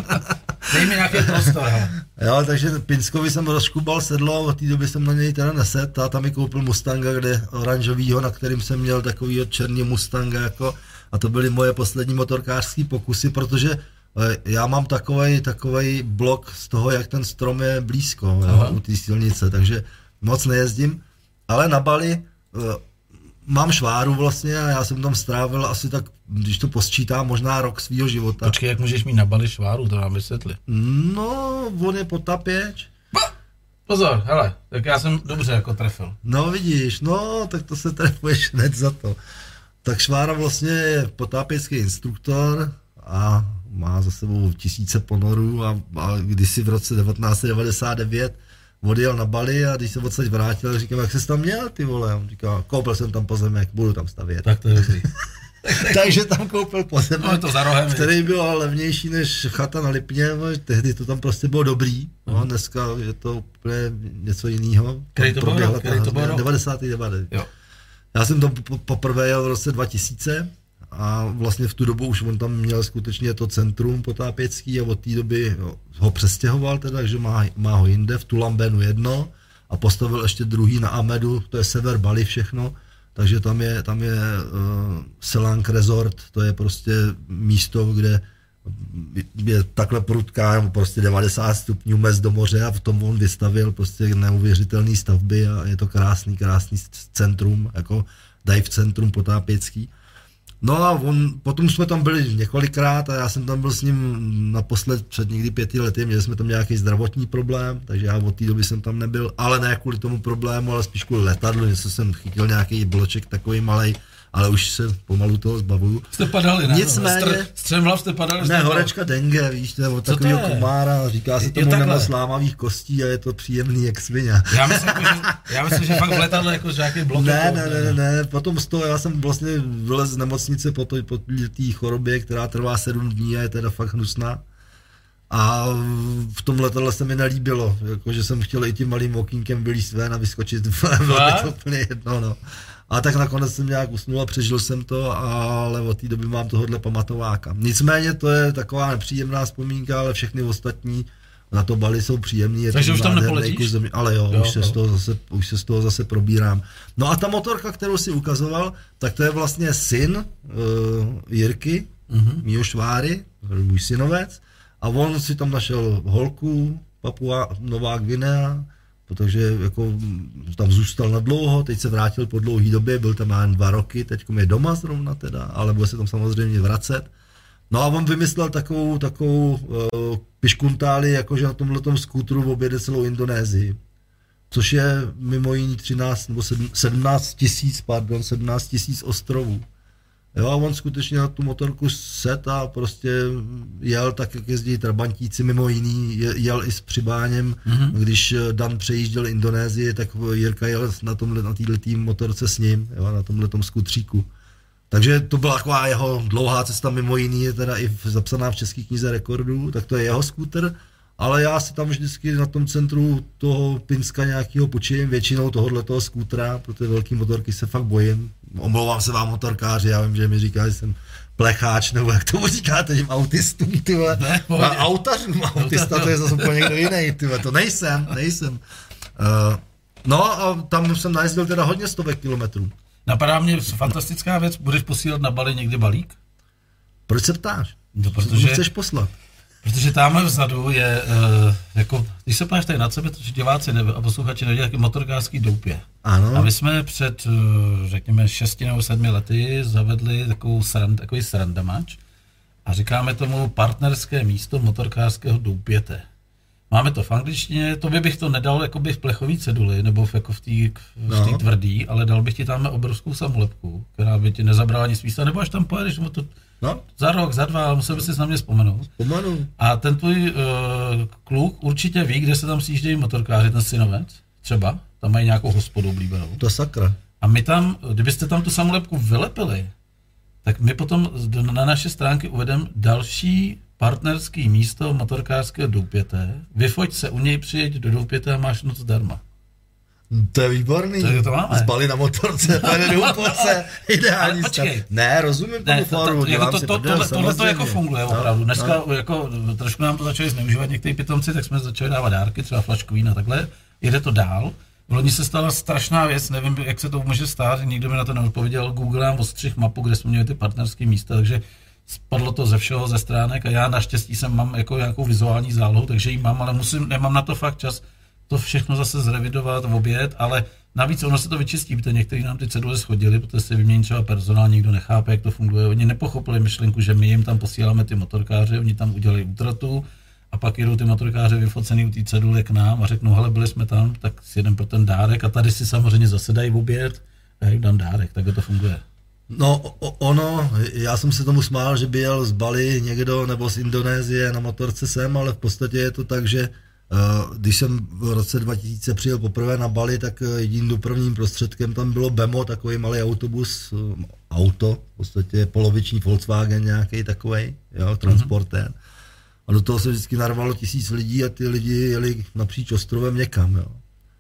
[SPEAKER 3] Dej mi nějaký prostor. He.
[SPEAKER 2] Jo, takže Pinskovi jsem rozškubal sedlo, od té doby jsem na něj teda neset, táta mi koupil Mustanga, kde oranžovýho, na kterým jsem měl takovýho černý Mustanga, jako, a to byly moje poslední motorkářský pokusy, protože já mám takovej, takovej blok z toho, jak ten strom je blízko, jo, u té silnice, takže moc nejezdím, ale na Bali uh, mám šváru vlastně a já jsem tam strávil asi tak, když to posčítám, možná rok svýho života.
[SPEAKER 3] Počkej, jak můžeš mít na Bali šváru, to nám vysvětli.
[SPEAKER 2] No, on je potapěč.
[SPEAKER 3] Pozor, hele, tak já jsem dobře jako trefil.
[SPEAKER 2] No vidíš, no, tak to se trefuješ hned za to. Tak švára vlastně je potápěcký instruktor a má za sebou tisíce ponorů a, a kdysi v roce devatenáct set devadesát devět odjel na Bali a když se odsaď vrátil, říkám, jak jsi tam měl, ty vole? On říká, koupil jsem tam pozemek, budu tam stavět.
[SPEAKER 3] Tak to je dobrý.
[SPEAKER 2] Takže tam koupil pozemek,
[SPEAKER 3] no, to za rohem,
[SPEAKER 2] který byl levnější než chata na Lipně, tehdy to tam prostě bylo dobrý, no, dneska je to úplně něco jiného.
[SPEAKER 3] Který to bylo rok? Který to bylo rok?
[SPEAKER 2] devadesátý devadesátý Jo. Já jsem tam poprvé jel v roce dva tisíce a vlastně v tu dobu už on tam měl skutečně to centrum potápěcký a od té doby ho přestěhoval teda, takže má, má ho jinde, v Tulambenu jedno a postavil ještě druhý na Amedu, to je sever Bali všechno, takže tam je, tam je uh, Selang Resort, to je prostě místo, kde je takhle prudká, prostě devadesát stupňů mez do moře a v tom on vystavil prostě neuvěřitelné stavby a je to krásný, krásný centrum, jako dive centrum potápěcký. No a on, potom jsme tam byli několikrát a já jsem tam byl s ním naposled před někdy pěti lety, měli jsme tam nějaký zdravotní problém, takže já od té doby jsem tam nebyl, ale ne kvůli tomu problému, ale spíš kvůli letadlu, něco jsem chytil nějaký bloček takový malej, ale už se pomalu toho zbavuju.
[SPEAKER 3] Jste padali, ne?
[SPEAKER 2] Nicméně,
[SPEAKER 3] Str- střemhlav jste padali?
[SPEAKER 2] Ne, horečka dengue, víš, to je od takového komára, říká se tomu nemoc lámavých kostí a je to příjemný jak svině.
[SPEAKER 3] Já myslím, jako, že, já myslím, že fakt v letadle jako nějaký blok.
[SPEAKER 2] Ne, ne, ne, ne, ne, potom z toho já jsem vlastně vylez z nemocnice po té po chorobě, která trvá sedm dní a je teda fakt hnusná. A v tom letadle se mi nelíbilo, jako, že jsem chtěl i tím malým okýnkem vylíst ven a vyskočit, bylo to úplně jedno, no. A tak nakonec jsem nějak usnul a přežil jsem to, ale od té doby mám tohohle pamatováka. Nicméně to je taková nepříjemná vzpomínka, ale všechny ostatní na to Bali jsou příjemný.
[SPEAKER 3] Takže už tam nepoletíš?
[SPEAKER 2] Země, ale jo, jo, už, se jo. Z toho zase, už se z toho zase probírám. No a ta motorka, kterou si ukazoval, tak to je vlastně syn uh, Jirky, mm-hmm. mýho šváry, můj synovec, a on si tam našel holku, Papua Nová Guinea, protože jako tam zůstal na dlouho, teď se vrátil po dlouhé době, byl tam jen dva roky, teď je doma zrovna teda, ale bude se tam samozřejmě vracet. No a on vymyslel takovou, takovou uh, piškuntáli, jakože na tomhletom skútru objede celou Indonésii, což je mimo jiný třináct nebo sedmnáct tisíc, pardon, sedmnáct tisíc ostrovů. Jo, a on skutečně na tu motorku set a prostě jel tak, jak jezdí trabantíci, mimo jiný jel i s Přibáněm, mm-hmm. když Dan přejížděl Indonésii, tak Jirka jel na tomhle, na této motorce s ním, jo, na tomhletom skutříku. Takže to byla taková jeho dlouhá cesta, mimo jiný je teda i zapsaná v České knize rekordů, tak to je jeho skúter, ale já si tam vždycky na tom centru toho Pinska nějakého počím, většinou tohohletoho skútra, protože velký motorky se fakt bojím. Omlouvám se vám motorkáři, já vím, že mi říká, že jsem plecháč, nebo jak tomu říkáte, těm autistům, ty vole. Ne, a autařům, autista to je zase úplně někdo jiný, ty vole, to nejsem, nejsem. Uh, no a tam jsem najezdil teda hodně stovek kilometrů.
[SPEAKER 3] Napadá mě fantastická věc, budeš posílat na Bali někdy balík?
[SPEAKER 2] Proč se ptáš?
[SPEAKER 3] No, protože,
[SPEAKER 2] co chceš poslat?
[SPEAKER 3] Protože tamhle vzadu je, uh, jako, když se ptáš tady nad sebe, protože diváci nebe, a posluchači nevědí, jaký motorkářský doupě.
[SPEAKER 2] Ano.
[SPEAKER 3] A my jsme před, uh, řekněme, šesti nebo sedmi lety zavedli takovou srand, takový srandamač a říkáme tomu partnerské místo motorkářského doupěte. Máme to v angličtině, tobě bych to nedal jakoby v plechový ceduli, nebo v, jako v té no. tvrdý, ale dal bych ti tam obrovskou samolepku, která by ti nezabrala nic místa, nebo až tam pojedeš, nebo to no. za rok, za dva, ale musel bys si na mě vzpomenout.
[SPEAKER 2] Vzpomenu.
[SPEAKER 3] A ten tvůj uh, kluk určitě ví, kde se tam sjíždějí motorkáři, ten synovec, třeba, tam mají nějakou hospodu oblíbenou.
[SPEAKER 2] To sakra.
[SPEAKER 3] A my tam, kdybyste tam tu samolepku vylepili, tak my potom na naše stránky uvedeme další partnerský místo motorkářského doupěte, vyfoť se u něj, přijeď do doupěte a máš noc zdarma.
[SPEAKER 2] To je výborný.
[SPEAKER 3] To, to máme.
[SPEAKER 2] Zbali na motorce, pojede do úpoce, ideální stav. Ne, rozumím tomu foru, dělám
[SPEAKER 3] to,
[SPEAKER 2] si
[SPEAKER 3] to,
[SPEAKER 2] prdel,
[SPEAKER 3] Tohle to jako funguje no, opravdu. Dneska no. jako, trošku nám to začali zneužívat některý pitomci, tak jsme začali dávat dárky, třeba flašku vína, takhle. Jede to dál. V loni se stala strašná věc, nevím, jak se to může stát, nikdo mi na to neodpověděl. Google nám ostřih mapu, kde jsme měli ty partnerské místa, takže spadlo to ze všeho, ze stránek a já naštěstí jsem mám jako nějakou vizuální zálohu, takže ji mám, ale musím, nemám na to fakt čas to všechno zase zrevidovat, obět, ale navíc ono se to vyčistí, protože někteří nám ty cedule schodili, protože se vymění třeba personál, nikdo nechápe, jak to funguje. Oni nepochopili myšlenku, že my jim tam posíláme ty motorkáře, oni tam udělají útratu a pak jedou ty motorkáře vyfocený u té cedule k nám a řeknou, hele, byli jsme tam, tak si jedem pro ten dárek a tady si samozřejmě zase dají oběd a já jim dám dárek, tak to funguje.
[SPEAKER 2] No ono, já jsem se tomu smál, že by jel z Bali někdo nebo z Indonésie na motorce sem, ale v podstatě je to tak, že uh, když jsem v roce dva tisíce přijel poprvé na Bali, tak jediným dopravním prostředkem tam bylo Bemo, takový malý autobus, uh, auto, v podstatě poloviční Volkswagen nějaký takovej, jo, transportér. Mm-hmm. A do toho se vždycky narvalo tisíc lidí a ty lidi jeli napříč ostrovem někam, jo.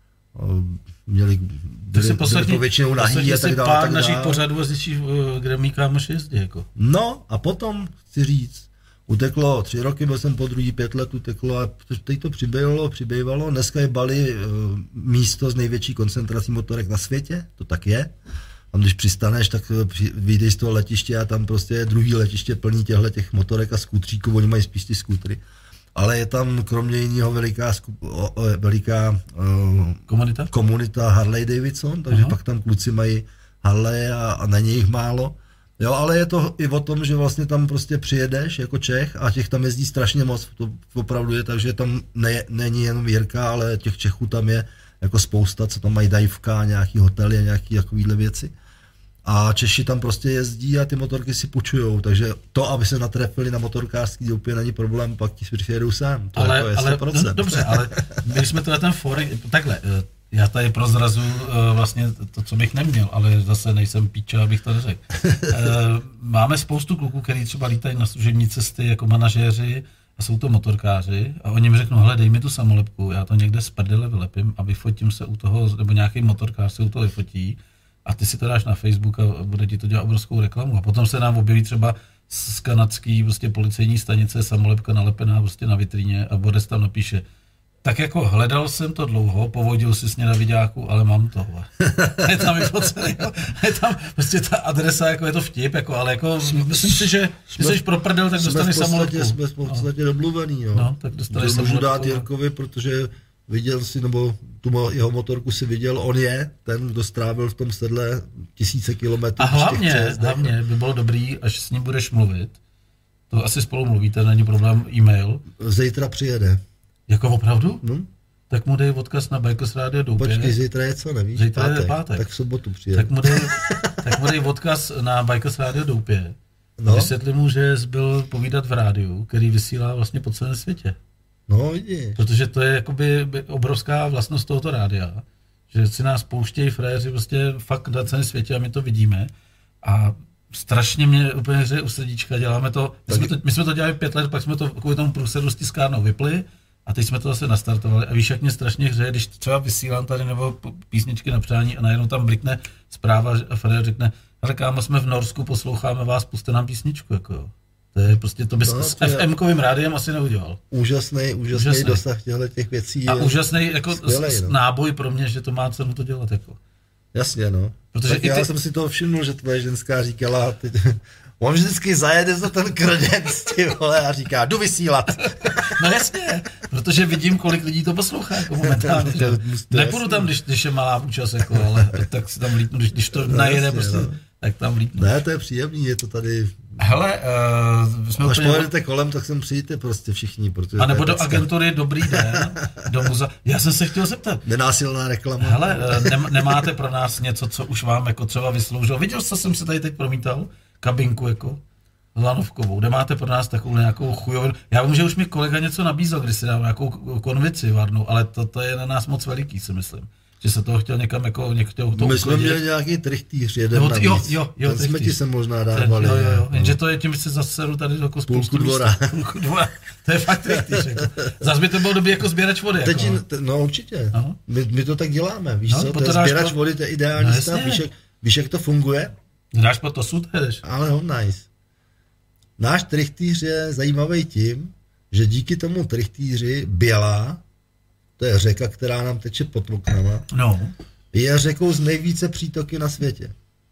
[SPEAKER 2] Měli, byli, byli to většinou nahý a tak dále.
[SPEAKER 3] Pár našich pořadů a zjistíš, kde mý kámoš jezdí, jako.
[SPEAKER 2] No a potom, chci říct, uteklo tři roky, byl jsem po druhý pět let, uteklo a teď to přibývalo, přibývalo. Dneska je Bali místo s největší koncentrací motorek na světě, to tak je. Tam když přistaneš, tak vyjdeš z toho letiště a tam prostě je druhý letiště plný těchto těch motorek a skútříků, oni mají spíš ty skútry. Ale je tam kromě jiného veliká, veliká uh,
[SPEAKER 3] komunita?
[SPEAKER 2] komunita Harley Davidson, takže Aha. pak tam kluci mají Harley a, a není jich málo. Jo, ale je to i o tom, že vlastně tam prostě přijedeš jako Čech a těch tam jezdí strašně moc. To opravdu je tak, že tam ne, není jenom Jirka, ale těch Čechů tam je jako spousta, co tam mají dajvka, nějaký hotely a nějaký takovýhle věci. A Češi tam prostě jezdí a ty motorky si půjčujou, takže to, aby se natrefili na motorkářský doupě, není problém, pak ti přijedou sem, to
[SPEAKER 3] ale,
[SPEAKER 2] jako je
[SPEAKER 3] ale,
[SPEAKER 2] sto procent.
[SPEAKER 3] Dobře, ale když jsme to na ten forek, takhle, já tady prozrazu vlastně to, co bych neměl, ale zase nejsem píča, abych to neřekl. Máme spoustu kluků, kteří třeba lítají na služební cesty jako manažéři, a jsou to motorkáři a oni mi řeknou, hele, dej mi tu samolepku, já to někde z prdele vylepím a vyfotím se u toho, nebo nějaký motorkář se u toho vyfotí a ty si to dáš na Facebook a bude ti to dělat obrovskou reklamu. A potom se nám objeví třeba z kanadský prostě policejní stanice samolepka nalepená prostě na vitríně a Boris tam napíše, tak jako hledal jsem to dlouho, povodil si s ně na viďáku, ale mám tohle. Je tam vyfocený, je tam prostě ta adresa, jako je to vtip, jako, ale jako myslím si, že když jsi pro prdel, tak dostaneš samolepku.
[SPEAKER 2] Jsme v podstatě no. domluvený, jo.
[SPEAKER 3] No, tak dostaneš samolepku.
[SPEAKER 2] Můžu dát Jirkovi, protože viděl si, nebo tu jeho motorku si viděl, on je ten, kdo strávil v tom sedle tisíce kilometrů.
[SPEAKER 3] A hlavně, hlavně by bylo dobrý, až s ním budeš mluvit, to asi spolu mluvíte, není problém, e-mail.
[SPEAKER 2] Zítra přijede.
[SPEAKER 3] Jako opravdu?
[SPEAKER 2] No.
[SPEAKER 3] Tak mu dej odkaz na Bikers Radio Doupě.
[SPEAKER 2] Počkej, zítra je co, nevíš?
[SPEAKER 3] Zítra pátek, je pátek.
[SPEAKER 2] Tak v sobotu přijede.
[SPEAKER 3] Tak mu dej, tak mu dej odkaz na Bikers Radio Doupě.
[SPEAKER 2] No.
[SPEAKER 3] Vysvětli mu, že byl povídat v rádiu, který vysílá vlastně po celém světě.
[SPEAKER 2] No, vidíš.
[SPEAKER 3] Protože to je jakoby obrovská vlastnost tohoto rádia, že si nás pouštějí fréři prostě fakt na celém světě a my to vidíme. A strašně mě úplně hřeje u srdíčka, děláme to my, jsme to, my jsme to dělali pět let, pak jsme to kvůli tomu průsedu s tiskárnou vypli a teď jsme to zase nastartovali a víš, jak mě strašně hřeje, když třeba vysílám tady nebo písničky na přání a najednou tam blikne zpráva a Frér řekne, ale kámo, jsme v Norsku, posloucháme vás, puste nám písničku, jako jo. To je prostě, to bys no, s FMkovým rádiem asi neudělal.
[SPEAKER 2] Úžasný, úžasný, úžasný. dosah těchto těch věcí.
[SPEAKER 3] A úžasný jako
[SPEAKER 2] skvělej, no.
[SPEAKER 3] náboj pro mě, že to má cenu to dělat, jako.
[SPEAKER 2] Jasně, no.
[SPEAKER 3] Protože
[SPEAKER 2] tak já
[SPEAKER 3] ty...
[SPEAKER 2] jsem si toho všimnul, že tvoje ženská říkala, ty, on vždycky zajede za ten kredenc, ty vole, a říká, jdu vysílat.
[SPEAKER 3] No jasně, protože vidím, kolik lidí to poslouchá, jako momentálně. Nepůjdu tam, když, když je malá účast, jako, ale tak si tam lítnu, když, když to no, najede, jasně, prostě, no. tak tam lítnu.
[SPEAKER 2] Ne, to je příjemný, je to tady...
[SPEAKER 3] Hele, uh, jsme
[SPEAKER 2] až
[SPEAKER 3] úplně...
[SPEAKER 2] pojedete kolem, tak sem přijďte prostě všichni.
[SPEAKER 3] A nebo do agentury Dobrý den, do muzea. Já jsem se chtěl zeptat.
[SPEAKER 2] Nenásilná reklama.
[SPEAKER 3] Hele, ne, nemáte pro nás něco, co už vám jako třeba vysloužilo? Viděl jsi, co jsem se tady teď promítal? Kabinku jako lanovkovou. Nemáte pro nás takovou nějakou chujovinu? Já vím, že už mi kolega něco nabízel, když si dám nějakou konvici varnou, ale to, to je na nás moc veliký, si myslím. Že se toho chtěl někam jako někdo to
[SPEAKER 2] my jsme měli nějaký trichtýř jeden no, navíc.
[SPEAKER 3] Jo, jo, jo,
[SPEAKER 2] ten jsme ti se možná dávali.
[SPEAKER 3] Jo, jo, jo. Jenže to je tím, že se zaseru tady jako
[SPEAKER 2] spoustu dvora.
[SPEAKER 3] Půlku dvora. To je fakt trichtýř. Jako. Zas by to bylo dobrý jako sběrač vody.
[SPEAKER 2] Teď,
[SPEAKER 3] jako.
[SPEAKER 2] No určitě. My, my to tak děláme. Víš
[SPEAKER 3] no,
[SPEAKER 2] co, ten sběrač po... vody, to je ideální
[SPEAKER 3] no,
[SPEAKER 2] stav. Víš jak, víš, jak to funguje?
[SPEAKER 3] Dáš po to sud, jdeš.
[SPEAKER 2] Ale no, nice. Náš trichtýř je zajímavý tím, že díky tomu trichtýři Bělá, to je řeka, která nám teče pod oknama,
[SPEAKER 3] no.
[SPEAKER 2] je řekou z nejvíce přítoky na světě.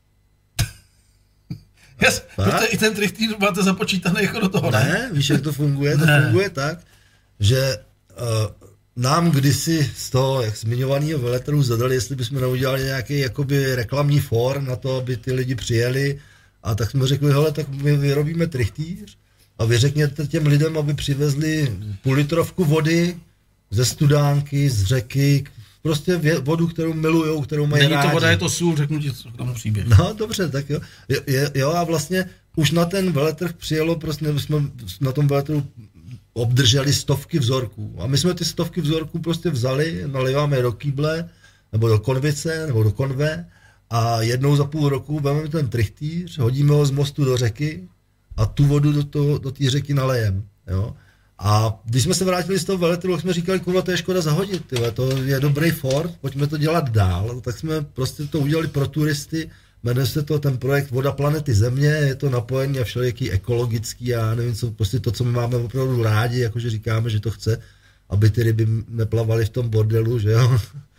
[SPEAKER 3] Yes, protože i ten trichtýř máte započítaný jako do toho, ne?
[SPEAKER 2] Ne, víš, jak to funguje? To ne. funguje tak, že uh, nám kdysi z toho, jak zmiňovaného veletrhu zadali, jestli bychom neudělali nějaký jakoby reklamní for na to, aby ty lidi přijeli, a tak jsme řekli, hele, tak my vyrobíme trichtýř a vy řekněte těm lidem, aby přivezli půl litrovku vody ze studánky, z řeky, prostě vodu, kterou milujou, kterou mají
[SPEAKER 3] rádi.
[SPEAKER 2] Není
[SPEAKER 3] to voda, je to sůl, řeknu ti k tomu příběh.
[SPEAKER 2] No, dobře, tak jo. Je, jo, a vlastně už na ten veletrh přijelo, prostě jsme na tom veletrhu obdrželi stovky vzorků. A my jsme ty stovky vzorků prostě vzali, naliváme do kýble, nebo do konvice, nebo do konve, a jednou za půl roku vezmeme ten trichtýř, hodíme ho z mostu do řeky a tu vodu do, to, do té řeky nalejem, jo. A když jsme se vrátili z toho veletrhu, jsme říkali, kurva, to je škoda zahodit, tyhle, to je dobrý fort, pojďme to dělat dál, tak jsme prostě to udělali pro turisty, jmenuje se to ten projekt Voda planety Země, je to napojení a všelijaký ekologický a nevím co, prostě to, co my máme opravdu rádi, jakože říkáme, že to chce, aby ty ryby neplavaly v tom bordelu, že jo,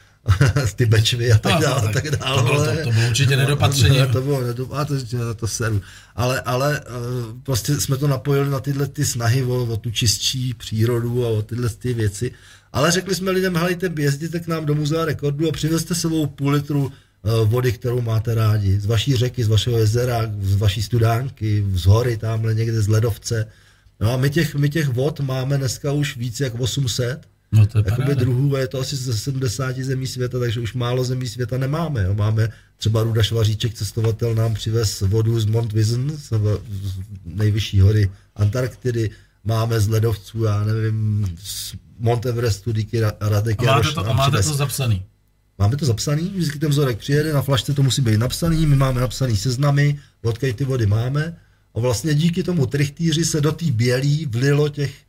[SPEAKER 2] ty bečvy a tak dále, tak dále.
[SPEAKER 3] To bylo, to, to bylo určitě nedopatření.
[SPEAKER 2] To bylo nedopatření, to, to seru. Ale, ale prostě jsme to napojili na tyhle ty snahy o, o tu čistší přírodu a o tyhle ty věci. Ale řekli jsme lidem, helejte, jezděte k nám do Muzea rekordů a přivezte sebou půl litru vody, kterou máte rádi. Z vaší řeky, z vašeho jezera, z vaší studánky, z hory, tamhle někde z ledovce. No a my těch, my těch vod máme dneska už víc jak osm set.
[SPEAKER 3] No to je
[SPEAKER 2] jakoby druhů, je to asi ze sedmdesáti zemí světa, takže už málo zemí světa nemáme. Jo. Máme třeba Ruda Švaříček, cestovatel, nám přivez vodu z Mount Vinson, z nejvyšší hory Antarktidy. Máme z ledovců, já nevím, z Mount Everestu, díky Radek
[SPEAKER 3] Jaroš. A máte to zapsaný?
[SPEAKER 2] Máme to zapsaný, vždycky ten vzorek přijede, na flašce to musí být napsaný, my máme napsaný seznamy, odkud ty vody máme. A vlastně díky tomu trichtýři se do té bělý vlilo těch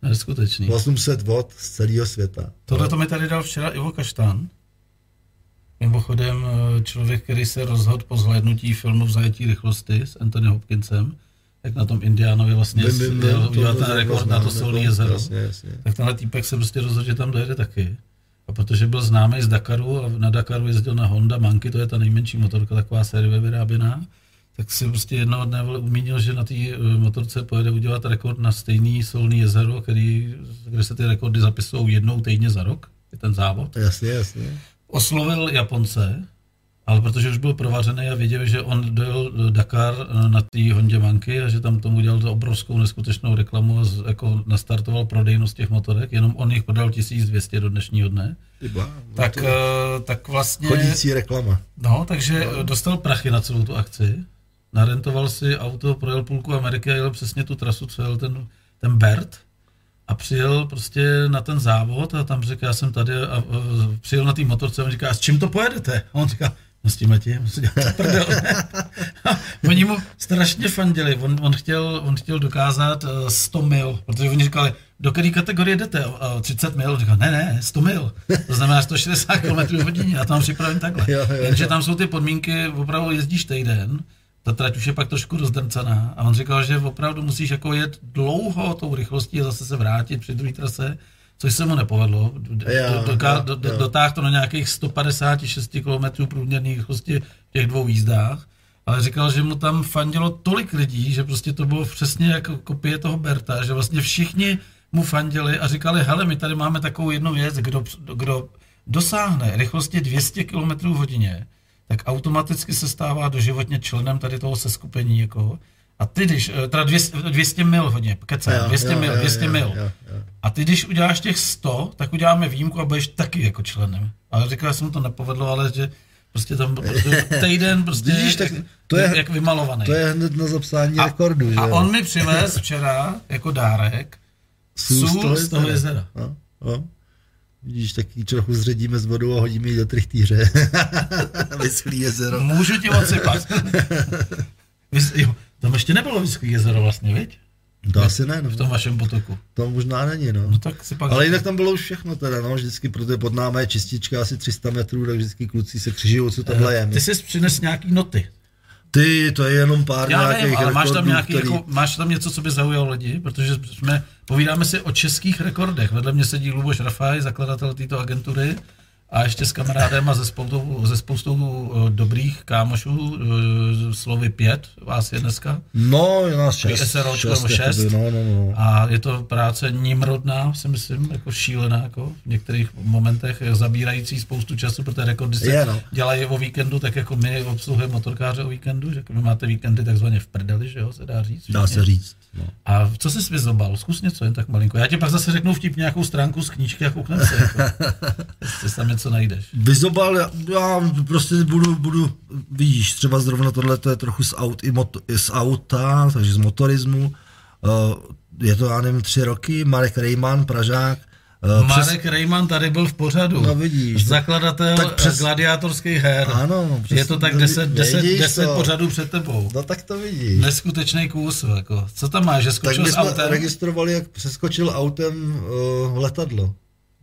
[SPEAKER 3] Neskutečný.
[SPEAKER 2] osm set watt z celého světa.
[SPEAKER 3] Tohle to mi tady dal včera Ivo Kaštán. Mimochodem člověk, který se rozhodl po zhlédnutí filmu V zajetí rychlosti s Anthony Hopkinsem, jak na tom Indiánovi vlastně jel udělat ten rekord na to Solné jezero, jasně, jasně. Tak tenhle týpek se prostě rozhodl, že tam dojede taky. A protože byl známý z Dakaru a na Dakaru jezdil na Honda Monkey, to je ta nejmenší motorka, taková sériově vyráběná, tak si prostě jednoho dne umínil, že na té motorce pojede udělat rekord na stejný Solné jezero, který, kde se ty rekordy zapisují jednou týdně za rok, je ten závod.
[SPEAKER 2] Jasně, jasně.
[SPEAKER 3] Oslovil Japonce, ale protože už byl provařený a věděl, že on dojel Dakar na té Hondě Monkey a že tam tomu udělal obrovskou neskutečnou reklamu a jako nastartoval prodejnost těch motorek, jenom on jich prodal tisíc dvě stě do dnešního dne.
[SPEAKER 2] Tyba,
[SPEAKER 3] tak, uh, tak vlastně...
[SPEAKER 2] Chodící reklama.
[SPEAKER 3] No, takže no. Dostal prachy na celou tu akci, narentoval si auto, projel půlku Ameriky a jel přesně tu trasu, co jel ten, ten Bert. A přijel prostě na ten závod a tam řekl, já jsem tady a, a přijel na té motorce a on říká, a s čím to pojedete? A on říká, no s tímhletím, musím dělat prdel. Oni mu strašně fandili, on, on, chtěl, on chtěl dokázat sto mil, protože oni říkali, do které kategorie jdete? třicet mil? On říkal, ne, ne, sto mil. To znamená sto šedesát kilometrů hodině, já tam připravím takhle. Jo, jo, jo. Jenže tam jsou ty podmínky, opravdu jezdíš týden, ta trať už je pak trošku rozdrcaná a on říkal, že opravdu musíš jako jet dlouho tou rychlostí a zase se vrátit při druhé trase, což se mu nepovedlo. Dotáhl to na nějakých sto padesát šest kilometrů průměrné rychlosti v těch dvou jízdách, ale říkal, že mu tam fandilo tolik lidí, že prostě to bylo přesně jako kopie toho Berta, že vlastně všichni mu fandili a říkali, hele, my tady máme takovou jednu věc, kdo, kdo dosáhne rychlosti dvě stě kilometrů v hodině, tak automaticky se stává doživotně členem tady toho seskupení, jako. A ty, když, teda dvě stě mil hodně, kecám, dvě stě mil, dvě stě mil. A ty, když uděláš těch sto, tak uděláme výjimku a budeš taky jako členem. Ale říkal, že se mu to nepovedlo, ale že prostě tam týden prostě Vidíš, tak to je, jak vymalovaný.
[SPEAKER 2] To je hned na zapsání a, rekordu, že?
[SPEAKER 3] A on mi přivez včera jako dárek sůl z toho jezera.
[SPEAKER 2] No, no. Vidíš, taky trochu zředíme s vodou a hodíme ji do trichtýře. Vyschlý jezero.
[SPEAKER 3] Můžu ti odsypat. Jo, tam ještě nebylo Vyschlý jezero vlastně, viď?
[SPEAKER 2] To asi ne, no.
[SPEAKER 3] V tom vašem potoku.
[SPEAKER 2] To možná není, no.
[SPEAKER 3] no tak si pak
[SPEAKER 2] Ale jinak tam bylo už všechno teda, no. Vždycky, protože pod námi je čistička asi tři sta metrů, tak vždycky kluci se křižují, co tamhle je.
[SPEAKER 3] Ty jsi přines nějaký noty.
[SPEAKER 2] Ty, to je jenom pár
[SPEAKER 3] Já
[SPEAKER 2] nějakých
[SPEAKER 3] vím, ale
[SPEAKER 2] rekordů,
[SPEAKER 3] máš tam, nějaký,
[SPEAKER 2] který...
[SPEAKER 3] jako, máš tam něco, co by zaujalo lidi, protože jsme, povídáme si o českých rekordech. Vedle mě sedí Luboš Rafaj, zakladatel této agentury, a ještě s kamarádem a ze spoustou, ze spoustou dobrých kámošů, slovy pět, vás je dneska.
[SPEAKER 2] No, je nás šest.
[SPEAKER 3] SROčko nebo šest. No, no, no. A je to práce nimrodná, si myslím, jako šílená, jako v některých momentech zabírající spoustu času, protože rekordy se je, no. dělají o víkendu, tak jako my obsluhujeme motorkáře o víkendu, že vy máte víkendy takzvaně v prdeli, že jo, se dá říct.
[SPEAKER 2] Dá se říct. No.
[SPEAKER 3] A co jsi vyzobal? Zkus něco jen tak malinko. Já ti pak zase řeknu vtip nějakou stránku z knížky a koukneme se. Jako. Jestli tam něco najdeš.
[SPEAKER 2] Vyzobal, já, já prostě budu, budu, vidíš, třeba zrovna tohle to je trochu z, aut, i moto, z auta, takže z motorismu. Uh, je to, já nevím, tři roky, Marek Rejman, Pražák.
[SPEAKER 3] Uh, Marek přes... Rejman tady byl v pořadu.
[SPEAKER 2] No vidíš.
[SPEAKER 3] Zakladatel tak přes... gladiátorských her.
[SPEAKER 2] Ano.
[SPEAKER 3] Přes... Je to tak deset, deset, deset pořadů před tebou.
[SPEAKER 2] No tak to vidíš.
[SPEAKER 3] Neskutečný kus, jako. Co tam máš, že skočil s autem?
[SPEAKER 2] Tak my jsme registrovali, jak přeskočil autem uh, letadlo.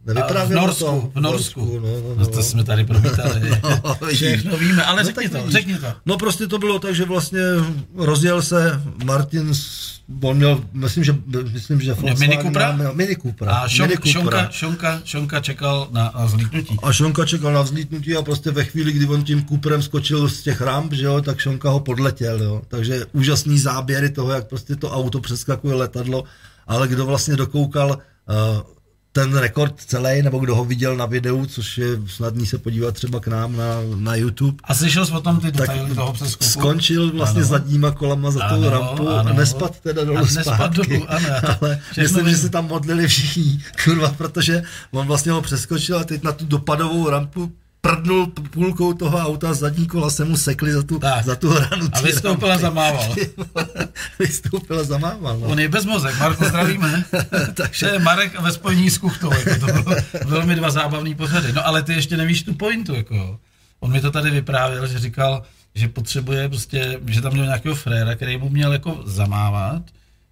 [SPEAKER 3] V Norsku, v Norsku. No, no, no. no to jsme tady promítali. No, všechno víme, ale no, řekni to, řekni to.
[SPEAKER 2] No prostě to bylo tak, že vlastně rozjel se Martin, on měl, myslím, že, myslím, že
[SPEAKER 3] Mini Coopera?
[SPEAKER 2] Mini Coopera.
[SPEAKER 3] A šon, Mini šonka, šonka, šonka čekal na vzlítnutí.
[SPEAKER 2] A Šonka čekal na vzlítnutí a prostě ve chvíli, kdy on tím Cooperem skočil z těch ramp, že jo, tak Šonka ho podletěl, jo. Takže úžasný záběry toho, jak prostě to auto přeskakuje letadlo, ale kdo vlastně dokoukal uh, ten rekord celý, nebo kdo ho viděl na videu, což je snadný se podívat třeba k nám na, na YouTube.
[SPEAKER 3] A slyšel jsi o tom ty detaily toho přeskoku?
[SPEAKER 2] Skončil vlastně ano. zadníma kolama za ano, tou rampu ano. a nespad teda dolů zpátky. Dolů, ano. Ale myslím, vím. že se tam modlili všichni, kurva, protože on vlastně ho přeskočil a teď na tu dopadovou rampu prdnul půlkou toho auta, zadní kola se mu sekli za tu, za tu hranu.
[SPEAKER 3] A vystoupil a zamával.
[SPEAKER 2] vystoupil a zamával. No.
[SPEAKER 3] On je bez mozek, Marko, zdravíme. Takže je Marek ve spojení s Kuchtou, jako to bylo velmi dva zábavný pořady. No ale ty ještě nevíš tu pointu, jako. On mi to tady vyprávěl, že říkal, že potřebuje prostě, že tam měl nějakého fréra, který mu měl jako zamávat,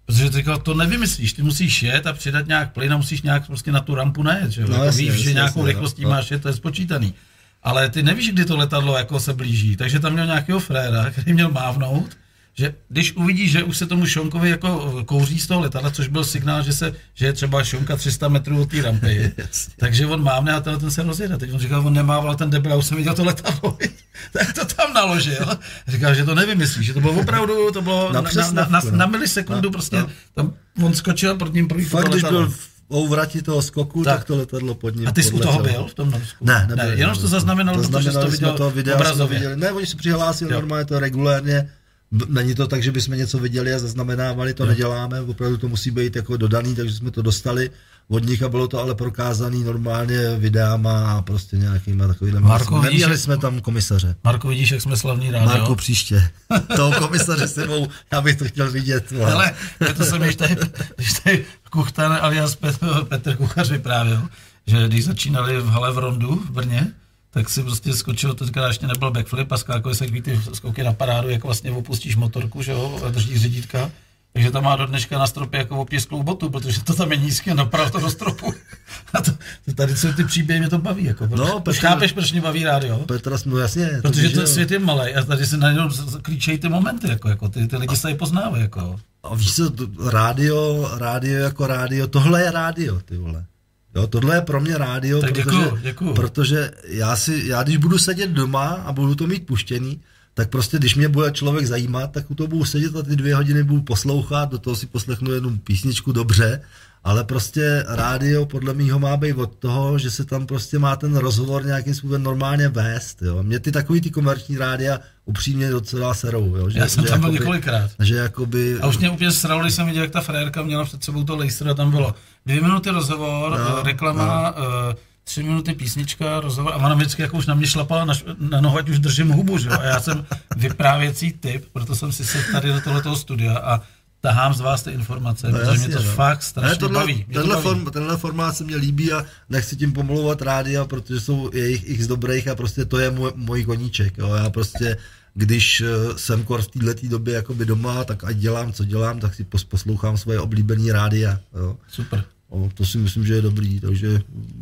[SPEAKER 3] Protože ty to nevymyslíš, ty musíš jet a přidat nějak plyn a musíš nějak prostě na tu rampu nejet, že jo?
[SPEAKER 2] No,
[SPEAKER 3] jako
[SPEAKER 2] jasně,
[SPEAKER 3] víš,
[SPEAKER 2] jasně,
[SPEAKER 3] že nějakou
[SPEAKER 2] jasně,
[SPEAKER 3] rychlostí
[SPEAKER 2] no.
[SPEAKER 3] máš, je to je spočítaný. Ale ty nevíš, kdy to letadlo jako se blíží, takže tam měl nějakého fréra, který měl mávnout, že když uvidíš, že už se tomu Šonkovi jako kouří z toho letadla, což byl signál, že, se, že je třeba Šonka tři sta metrů od té rampy, takže on mávne a ten, ten se rozjede. Teď on říkal, on nemával ten debil, já už jsem viděl to letadlo, tak to tam naložil. Říkal, že to nevymyslíš, že to bylo opravdu, to bylo na, na, na, na, na milisekundu, no, prostě no. Tam on skočil pod ním první
[SPEAKER 2] fakt, když byl v ouvrati toho skoku, tak, tak to letadlo pod ním.
[SPEAKER 3] A ty jsi u toho byl v tom Norsku?
[SPEAKER 2] Ne, nebyl.
[SPEAKER 3] Ne, jenom jsi to zaznamenal,
[SPEAKER 2] to
[SPEAKER 3] protože jsi to viděl
[SPEAKER 2] to videa,
[SPEAKER 3] obrazově.
[SPEAKER 2] Viděli. Ne, oni se přihlásili normálně to regulérně. Není to tak, že bychom něco viděli a zaznamenávali, to no. neděláme, opravdu to musí být jako dodaný, takže jsme to dostali od nich a bylo to ale prokázaný normálně videama a prostě nějakýma takovýhle. Neměli jsme tam komisaře.
[SPEAKER 3] Marko, vidíš, jak jsme slavní rádio?
[SPEAKER 2] Marko, příště. Toho komisaře s tebou, já bych to chtěl vidět.
[SPEAKER 3] Ale to jsem ještě tady, když tady Kuchtan alias Petr, Petr Kuchař vyprávěl, že když začínali v hale v Rondu v Brně, tak si prostě skočil, to říká, ještě nebyl backflip a skákali se takový ty skoky na parádu, jak vlastně opustíš motorku, že jo, a držíš řidítka. Takže tam má do dneška na stropě jako obtisklou botu, protože to tam je nízké, naprav to do stropu. A to, to tady jsou ty příběhy, mě to baví. Jako, no, Petr, chápeš, proč mě baví rádio?
[SPEAKER 2] Petra, no jasně.
[SPEAKER 3] Protože to svět je malej a tady se najednou klíčejí ty momenty, jako, jako ty, ty lidi se tady poznávají. Jako.
[SPEAKER 2] A víš co, rádio, rádio jako rádio, tohle je rádio, ty vole. Jo, tohle je pro mě rádio,
[SPEAKER 3] tak
[SPEAKER 2] protože,
[SPEAKER 3] děkuju, děkuju.
[SPEAKER 2] protože já, si, já když budu sedět doma a budu to mít puštěný, tak prostě když mě bude člověk zajímat, tak u toho budu sedět a ty dvě hodiny budu poslouchat, do toho si poslechnu jednu písničku dobře, ale prostě rádio podle mýho má být od toho, že se tam prostě má ten rozhovor nějakým způsobem normálně vést. Jo. Mě ty takový ty komerční rádia upřímně docela serou. Jo. Že,
[SPEAKER 3] já jsem
[SPEAKER 2] že
[SPEAKER 3] tam byl
[SPEAKER 2] jakoby,
[SPEAKER 3] několikrát.
[SPEAKER 2] Že jakoby...
[SPEAKER 3] A už mě úplně sralo, když jsem viděl, jak ta frérka měla před sebou to lejstr a tam bylo dvě minuty rozhovor, no, reklama, no. Uh, tři minuty písnička, rozhovor a ona vždycky jako už na mě šlapala na, na nohu, ať už držím hubu, že jo? A já jsem vyprávěcí typ, proto jsem si sedl tady do tohletoho studia a tahám z vás ty informace, no, protože jasně, mě to no. fakt strašně ne, tohle, baví.
[SPEAKER 2] Tenhle,
[SPEAKER 3] baví.
[SPEAKER 2] Form, tenhle formát se mě líbí a nechci tím pomlouvat rádia, protože jsou jejich x dobrých a prostě to je můj, můj koníček. Jo? Já prostě, když jsem kor v této době jakoby doma, tak ať dělám, co dělám, tak si poslouchám svoje oblíbený rádia. Jo?
[SPEAKER 3] Super.
[SPEAKER 2] O, to si myslím, že je dobrý, takže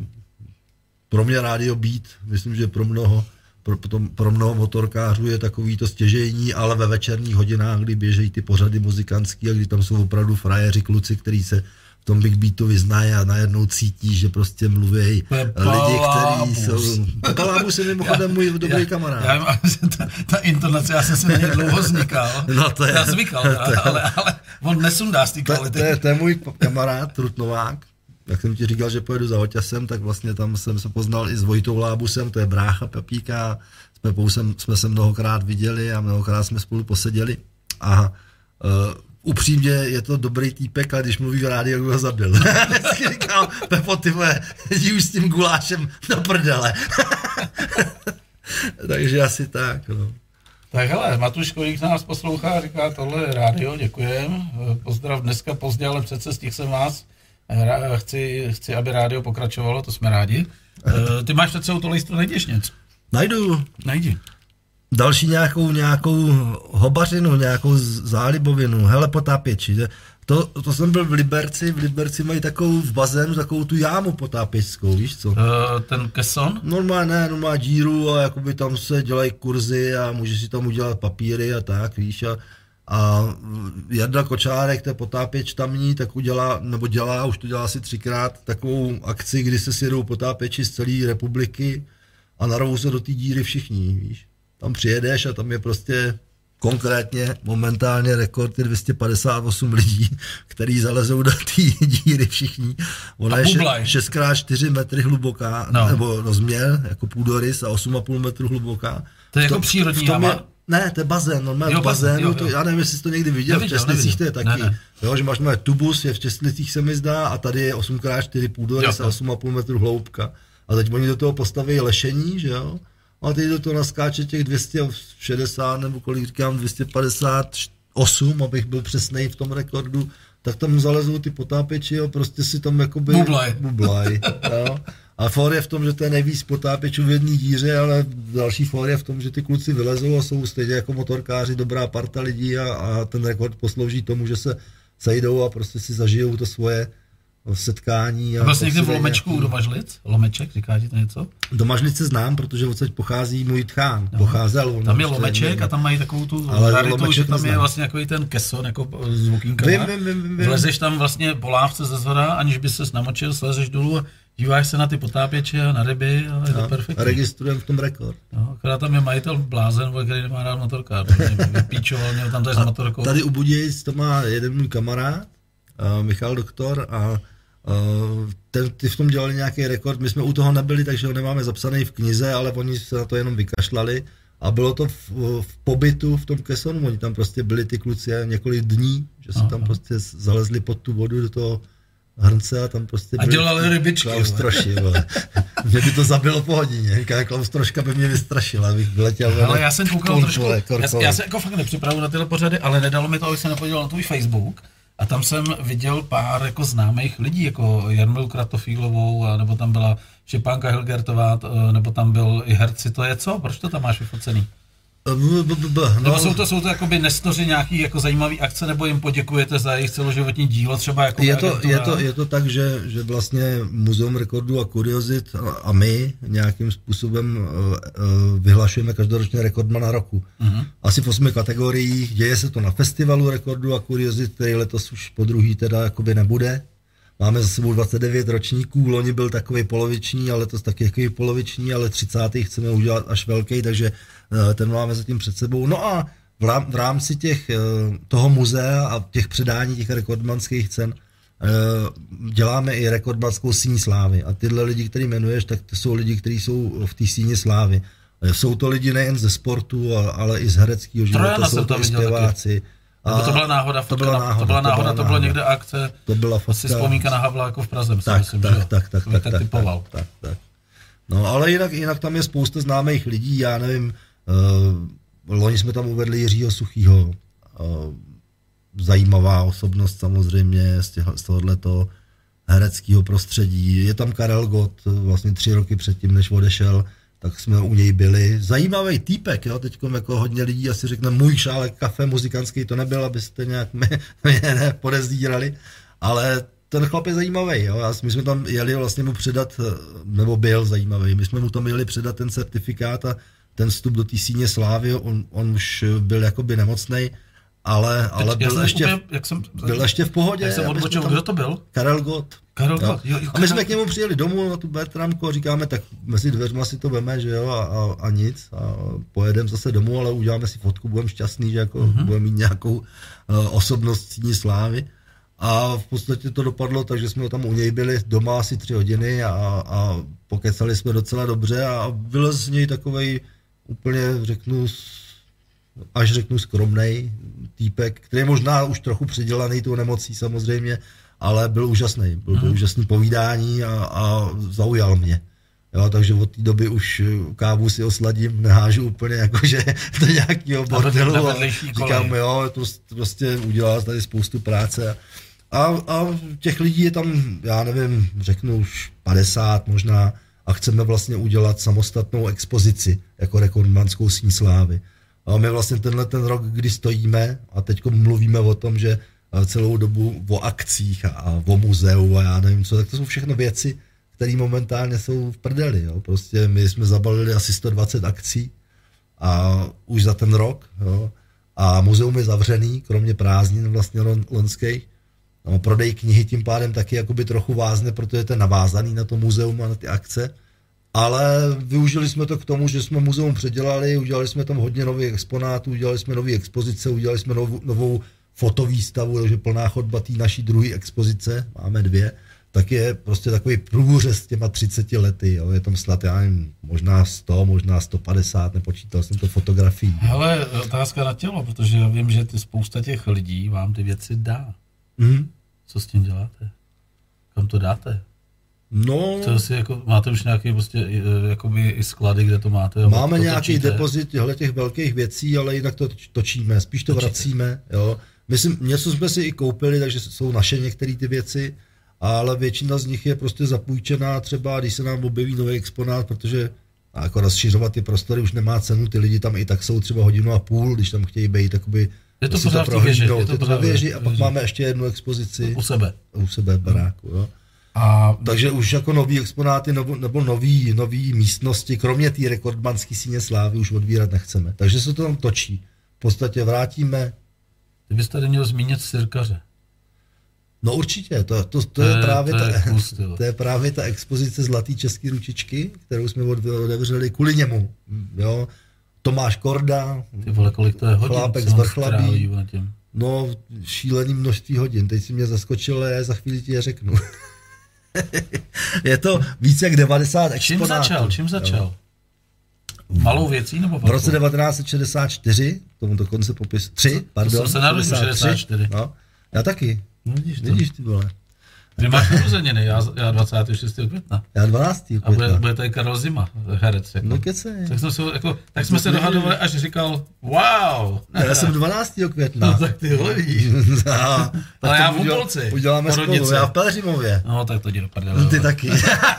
[SPEAKER 2] pro mě rádio Beat, myslím, že pro mnoho Pro, pro mnoho motorkářů je takový to stěžejní, ale ve večerních hodinách, kdy běžejí ty pořady muzikantský a kdy tam jsou opravdu frajeři, kluci, kteří se v tom Big Beatu vyznají a najednou cítí, že prostě mluví lidi, kteří jsou... Pepalábus je mimochodem můj dobrý já, kamarád.
[SPEAKER 3] Já vím, ta, ta intonace, já jsem si na něj dlouho znikal.
[SPEAKER 2] No to je...
[SPEAKER 3] Já zvykal, to je, ale, ale on nesundá z té kvality.
[SPEAKER 2] To, to, je, to je můj kamarád Trutnovák. Jak jsem ti říkal, že pojedu za Oťasem, tak vlastně tam jsem se poznal i s Vojtou Lábusem, to je brácha Pepíka, jsme, pousem, jsme se mnohokrát viděli a mnohokrát jsme spolu poseděli a uh, upřímně je to dobrý týpek, ale když mluví v rádiu, ho zabil. Vždycky říkám, Pepo, ty vole, jdi už s tím gulášem do prdele. Takže asi tak, no.
[SPEAKER 3] Tak hele, Matuš Korík nás poslouchá, říká, tohle je rádio, děkujem, pozdrav dneska pozdě, ale přece stihl jsem vás. Chci, chci, aby rádio pokračovalo, to jsme rádi. E, ty máš před sebou to lejstro, najdeš něco?
[SPEAKER 2] Najdu.
[SPEAKER 3] Najdi.
[SPEAKER 2] Další nějakou, nějakou hobařinu, nějakou zálibovinu, hele potápěči. To, to jsem byl v Liberci, v Liberci mají takovou v bazénu, takovou tu jámu potápěčskou, víš co?
[SPEAKER 3] E, ten keson?
[SPEAKER 2] Normálně ne, normálně díru a jakoby tam se dělají kurzy a můžeš si tam udělat papíry a tak, víš a A Jarda Kočárek, to je potápěč tamní, tak udělá, nebo dělá, už to dělá asi třikrát, takovou akci, kdy se sjedou potápěči z celé republiky a narovou se do té díry všichni, víš. Tam přijedeš a tam je prostě konkrétně momentálně rekord je dvě stě padesát osm lidí, který zalezou do té díry všichni. Ona je šest krát čtyři metry hluboká, no. nebo rozměr, jako půdorys a osm a půl metru hluboká.
[SPEAKER 3] To je jako přírodní jama?
[SPEAKER 2] Ne, to je bazén, normálně v bazénu, to, já nevím, jestli jsi to někdy viděl, neviděl, v Česlicích to je taky, ne, ne. Jo, že máš nové tubus, je v Česlicích se mi zdá a tady je osm krát čtyři půdorys a osm a půl metru hloubka. A teď oni do toho postaví lešení, že jo, a teď do toho naskáče těch dvě stě šedesát nebo kolik říkám, dvě stě padesát osm, abych byl přesnej v tom rekordu, tak tam zalezou ty potápěči, jo, prostě si tam jakoby...
[SPEAKER 3] Bublaj.
[SPEAKER 2] Bublaj, jo. A for je v tom, že to je nejvíc potápěčů v jedné díře, ale další for je v tom, že ty kluci vylezou a jsou stejně jako motorkáři dobrá parta lidí a, a ten rekord poslouží tomu, že se sejdou a prostě si zažijou to svoje setkání.
[SPEAKER 3] A vlastně někde v Lomečku nějaký... u Domažlic? Lomeček, říká ti to něco?
[SPEAKER 2] Domažlice znám, protože odsaď pochází můj tchán, no. pocházel.
[SPEAKER 3] Tam je Lomeček a tam mají takovou tu raritu, že tam neznám. Je vlastně takový ten keson, jako s vokínkama. Vlezeš tam vlastně po lávce ze zhora, aniž by ses namočil, slezeš dolů a díváš se na ty potápěče a na ryby a je to no, perfektní.
[SPEAKER 2] Registrujeme v tom rekord.
[SPEAKER 3] No, akorát tam je majitel blázen, který nemá rád motorkár, vypíčoval, měl tam tady s motorkou.
[SPEAKER 2] Tady u Budějic to má jeden můj kamarád, uh, Michal Doktor, a uh, ten, ty v tom dělali nějaký rekord, my jsme u toho nebyli, takže ho nemáme zapsaný v knize, ale oni se na to jenom vykašlali a bylo to v, v pobytu v tom kesonu, oni tam prostě byli ty kluci několik dní, že se tam prostě zalezli pod tu vodu do toho hrnce a tam prostě
[SPEAKER 3] a dělali rybičky.
[SPEAKER 2] Klaustroši, mě by to zabilo po hodině, říká, klaustroška by mě vystrašila, abych vyletěl.
[SPEAKER 3] Ale já jsem koukal trošku, já, já se jako fakt nepřipravuji na tyhle pořady, ale nedalo mi to, abych se nepodíval na tvůj Facebook a tam jsem viděl pár jako známých lidí, jako Jarmilu Kratofílovou, nebo tam byla Štěpánka Hilgertová, nebo tam byl i herci, to je co? Proč to tam máš vyfocený?
[SPEAKER 2] No,
[SPEAKER 3] nebo jsou to, jsou to jakoby nestoři nějaký jako zajímavý akce, nebo jim poděkujete za jejich celoživotní dílo třeba jako
[SPEAKER 2] je to, je to, je to tak, že, že vlastně Muzeum rekordů a kuriozit a, a my nějakým způsobem uh, uh, vyhlašujeme každoročně rekordmana roku. Uh-huh. Asi v osmi kategoriích, děje se to na festivalu rekordů a kuriozit, který letos už po druhý teda jakoby nebude. Máme za sebou dvacet devět ročníků, loni byl takový poloviční, ale letos taky takový poloviční, ale třicátý chceme udělat až velký, takže ten máme zatím před sebou. No a v rámci těch, toho muzea a těch předání těch rekordmanských cen děláme i rekordmanskou síň slávy. A tyhle lidi, který jmenuješ, tak to jsou lidi, kteří jsou v té síni slávy. Jsou to lidi nejen ze sportu, ale i z hereckého života, jsou to i zpěváci.
[SPEAKER 3] A to byla náhoda,
[SPEAKER 2] to byla náhoda,
[SPEAKER 3] to byla náhoda, to bylo někde akce,
[SPEAKER 2] to byla
[SPEAKER 3] asi vzpomínka na Havla jako v Praze,
[SPEAKER 2] tak,
[SPEAKER 3] myslím,
[SPEAKER 2] tak,
[SPEAKER 3] že
[SPEAKER 2] tak, tak, tak, tak,
[SPEAKER 3] typoval.
[SPEAKER 2] Tak, tak, tak. No ale jinak, jinak tam je spousta známých lidí, já nevím, uh, loni jsme tam uvedli Jiřího Suchýho, uh, zajímavá osobnost samozřejmě z, těho, z tohoto hereckého prostředí, je tam Karel Gott, vlastně tři roky předtím, než odešel, tak jsme u něj byli. Zajímavý týpek, jo, teďkom jako hodně lidí asi řekne můj šálek kafe muzikantský, to nebyl, abyste nějak mě, mě nepodezdírali, ale ten chlap je zajímavý, jo, my jsme tam jeli vlastně mu předat, nebo byl zajímavý, my jsme mu tam jeli předat ten certifikát a ten vstup do té síně slávy, on, on už byl jakoby nemocnej, ale, ale byl, ještě, úplně, jak jsem, byl ještě v pohodě.
[SPEAKER 3] Jak jsem odbočil, kdo to byl?
[SPEAKER 2] Karel Gott.
[SPEAKER 3] Karel Gott, jo. Jo,
[SPEAKER 2] a my jsme k němu přijeli domů na tu Bertramku a říkáme, tak mezi dveřma si to veme, že jo, a, a, a nic. A pojedeme zase domů, ale uděláme si fotku, budeme šťastný, že jako uh-huh. budeme mít nějakou uh, osobnost síni slávy. A v podstatě to dopadlo, takže jsme tam u něj byli doma asi tři hodiny a, a pokecali jsme docela dobře a byl z něj takovej úplně, řeknu, až řeknu skromnej týpek, který je možná už trochu předělaný tou nemocí samozřejmě, ale byl úžasný, byl to úžasný povídání a, a zaujal mě. Jo, takže od té doby už kávu si osladím, nehážu úplně jakože do nějakého bordelu a říkám, jo, to prostě udělal tady spoustu práce. A, a těch lidí je tam, já nevím, řeknu už padesát možná a chceme vlastně udělat samostatnou expozici jako rekordmanskou síň slávy. A my vlastně tenhle ten rok, kdy stojíme a teď mluvíme o tom, že celou dobu o akcích a, a o muzeu a já nevím co, tak to jsou všechno věci, které momentálně jsou v prdeli. Jo. Prostě my jsme zabalili asi sto dvacet akcí a už za ten rok. Jo. A muzeum je zavřený, kromě prázdnin vlastně loňských. No, prodej knihy tím pádem taky jakoby trochu vázne, protože to je navázaný na to muzeum a na ty akce. Ale využili jsme to k tomu, že jsme muzeum předělali, udělali jsme tam hodně nových exponátů, udělali jsme nové expozice, udělali jsme novou, novou fotovýstavu, takže plná chodba té naší druhé expozice, máme dvě, tak je prostě takový průřez s těma třiceti lety, jo. Je tam snad, já nevím, možná sto, možná sto padesát, nepočítal jsem to fotografií.
[SPEAKER 3] Hele, otázka na tělo, protože já vím, že ty spousta těch lidí vám ty věci dá.
[SPEAKER 2] Mm.
[SPEAKER 3] Co s tím děláte? Kam to dáte?
[SPEAKER 2] No,
[SPEAKER 3] to si jako, máte už nějaké prostě, jakoby i sklady, kde to máte?
[SPEAKER 2] Máme
[SPEAKER 3] to
[SPEAKER 2] nějaký
[SPEAKER 3] točíte?
[SPEAKER 2] Depozit těch velkých věcí, ale jinak to točíme, spíš to točíte. Vracíme. Jo. Myslím, něco jsme si i koupili, takže jsou naše některé ty věci, ale většina z nich je prostě zapůjčená třeba, když se nám objeví nový exponát, protože jako rozšiřovat ty prostory už nemá cenu, ty lidi tam i tak jsou třeba hodinu a půl, když tam chtějí být takoby
[SPEAKER 3] Je to
[SPEAKER 2] si
[SPEAKER 3] pořád
[SPEAKER 2] to
[SPEAKER 3] v věži.
[SPEAKER 2] Je to pořád v věži a pak máme ještě jednu expozici.
[SPEAKER 3] U sebe.
[SPEAKER 2] U sebe v baráku, jo.
[SPEAKER 3] A...
[SPEAKER 2] Takže už jako nový exponáty nebo, nebo nový, nový místnosti, kromě té rekordmanské síně slávy už odvírat nechceme. Takže se to tam točí. V podstatě vrátíme.
[SPEAKER 3] Ty bys tady měl zmínit Sirkaře.
[SPEAKER 2] No určitě, to, to, to, to, je, právě
[SPEAKER 3] to,
[SPEAKER 2] ta,
[SPEAKER 3] je kus,
[SPEAKER 2] to je právě ta expozice Zlatý český ručičky, kterou jsme otevřeli kvůli němu. Jo. Tomáš Korda,
[SPEAKER 3] ty vole, kolik to je hodin,
[SPEAKER 2] chlápek z Vrchlabí. No, šílený množství hodin. Teď si mě zaskočil, ale za chvíli ti je řeknu. Je to víc jak devadesát exponátů.
[SPEAKER 3] Čím začal? Čím začal? Jo. Malou věcí nebo
[SPEAKER 2] v roce devatenáct set šedesát čtyři, tomu dokonce popis, tři, pardon.
[SPEAKER 3] To jsem se narodil šedesát čtyři.
[SPEAKER 2] No, já taky.
[SPEAKER 3] No, vidíš,
[SPEAKER 2] vidíš ty vole.
[SPEAKER 3] Vy máš narozeniny, já, já dvacátého šestého května.
[SPEAKER 2] Já dvanáctého
[SPEAKER 3] května. A bude, bude tady Karel Zima, herec. Jako.
[SPEAKER 2] No kecej.
[SPEAKER 3] Tak jsme se, jako, tak jsme se dohadovali, až říkal, wow.
[SPEAKER 2] Já jsem dvanáctého května.
[SPEAKER 3] No tak ty vole vidíš.
[SPEAKER 2] No,
[SPEAKER 3] ale já v Humpolci.
[SPEAKER 2] Uděláme spolu, já v Pelhřimově.
[SPEAKER 3] No tak to jde do prdele.
[SPEAKER 2] No, ty taky.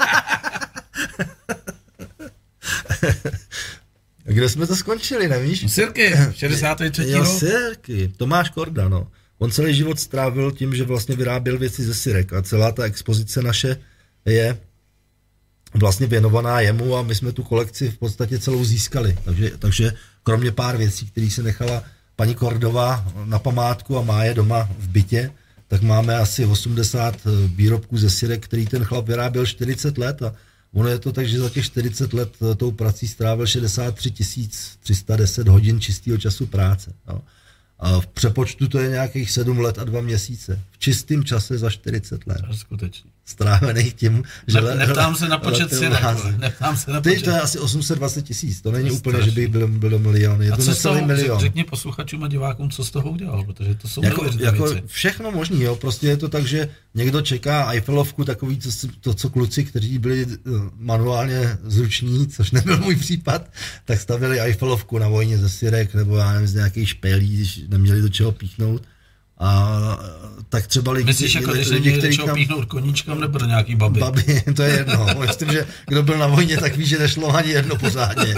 [SPEAKER 2] Kde jsme to skončili, nevíš?
[SPEAKER 3] Sirky, šedesátý třetí
[SPEAKER 2] Jo, Sirky, Tomáš Korda, no. On celý život strávil tím, že vlastně vyráběl věci ze sirek a celá ta expozice naše je vlastně věnovaná jemu a my jsme tu kolekci v podstatě celou získali. Takže, takže kromě pár věcí, které se nechala paní Kordová na památku a má je doma v bytě, tak máme asi osmdesát výrobků ze sirek, který ten chlap vyráběl čtyřicet let a ono je to tak, že za těch čtyřicet let tou prací strávil šedesát tři tisíc tři sta deset hodin čistého času práce. No. A v přepočtu to je nějakých sedm let a dva měsíce. V čistém čase za čtyřicet let.
[SPEAKER 3] Skutečně.
[SPEAKER 2] Strávených tím, že...
[SPEAKER 3] Ne, neptám se na počet sirek. Neptám se na
[SPEAKER 2] počet.
[SPEAKER 3] Teď
[SPEAKER 2] to je asi osm set dvacet tisíc. To není to úplně, strašný. Že by byl, byl milion. Je
[SPEAKER 3] a
[SPEAKER 2] to necelý milion.
[SPEAKER 3] Řekni posluchačům a divákům, co z toho udělal, protože to jsou
[SPEAKER 2] jako, jako
[SPEAKER 3] věci.
[SPEAKER 2] Všechno možný, jo. Prostě je to tak, že někdo čeká Eiffelovku, takový, co, to, co kluci, kteří byli manuálně zruční, což nebyl můj případ, tak stavili Eiffelovku na vojně ze sirek, nebo já nevím, z nějakých špelí, když neměli do čeho píchnout. A tak třeba lidi...
[SPEAKER 3] Myslíš, jako když lidi, neměli do čeho píchnout koníčkám, nebo do nějaký baby?
[SPEAKER 2] Baby, to je jedno. Myslím, že kdo byl na vojně, tak ví, že nešlo ani jedno pořádně.